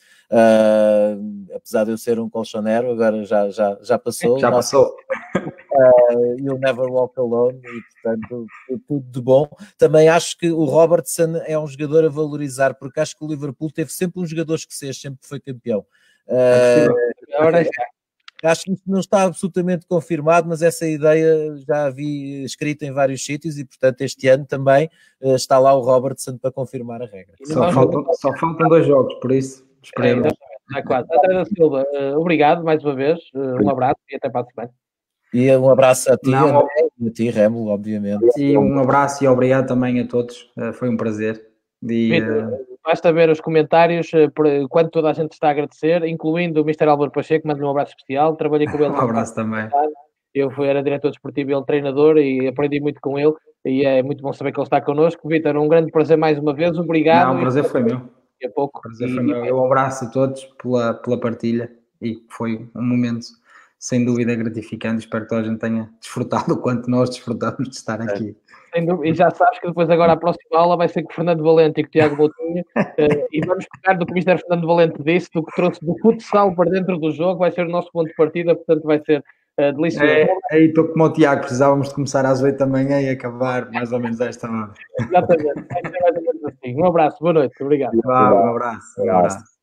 Uh, apesar de eu ser um colchonero, agora já, já, já passou. Já passou. Uh, You'll Never Walk Alone, e portanto tudo de bom. Também acho que o Robertson é um jogador a valorizar, porque acho que o Liverpool teve sempre um jogador escocês, sempre foi campeão. Uh, agora acho que isso não está absolutamente confirmado, mas essa ideia já a vi escrita em vários sítios e portanto este ano também uh, está lá o Robertson para confirmar a regra. Só faltam, só faltam dois jogos, por isso esperemos. É, é quase. André da Silva, uh, obrigado mais uma vez, uh, um abraço e até para a semana. E um abraço a ti, Não, André, e a ti, Remo, obviamente. E um abraço e obrigado também a todos, uh, foi um prazer. E, uh... Basta ver os comentários, uh, por, quando toda a gente está a agradecer, incluindo o mister Álvaro Pacheco, mando-lhe um abraço especial, trabalhei com ele. Um abraço também. Eu fui, era diretor desportivo e ele treinador e aprendi muito com ele e é muito bom saber que ele está connosco. Vítor, um grande prazer mais uma vez, obrigado. Não, o prazer foi meu. A pouco. O prazer e, foi meu. Eu um abraço a todos pela, pela partilha e foi um momento sem dúvida gratificante. Espero que toda a gente tenha desfrutado o quanto nós desfrutamos de estar aqui. Sem dúvida. E já sabes que depois agora a próxima aula vai ser com o Fernando Valente e com o Tiago Boutinho uh, e vamos pegar do que o mister Fernando Valente disse, do que trouxe do futsal para dentro do jogo, vai ser o nosso ponto de partida, portanto vai ser uh, delicioso. É, aí estou como o Tiago, precisávamos de começar às oito da manhã e acabar mais ou menos a esta hora. Exatamente, vai ser mais ou menos assim. Um abraço, boa noite, obrigado. Um abraço, um abraço.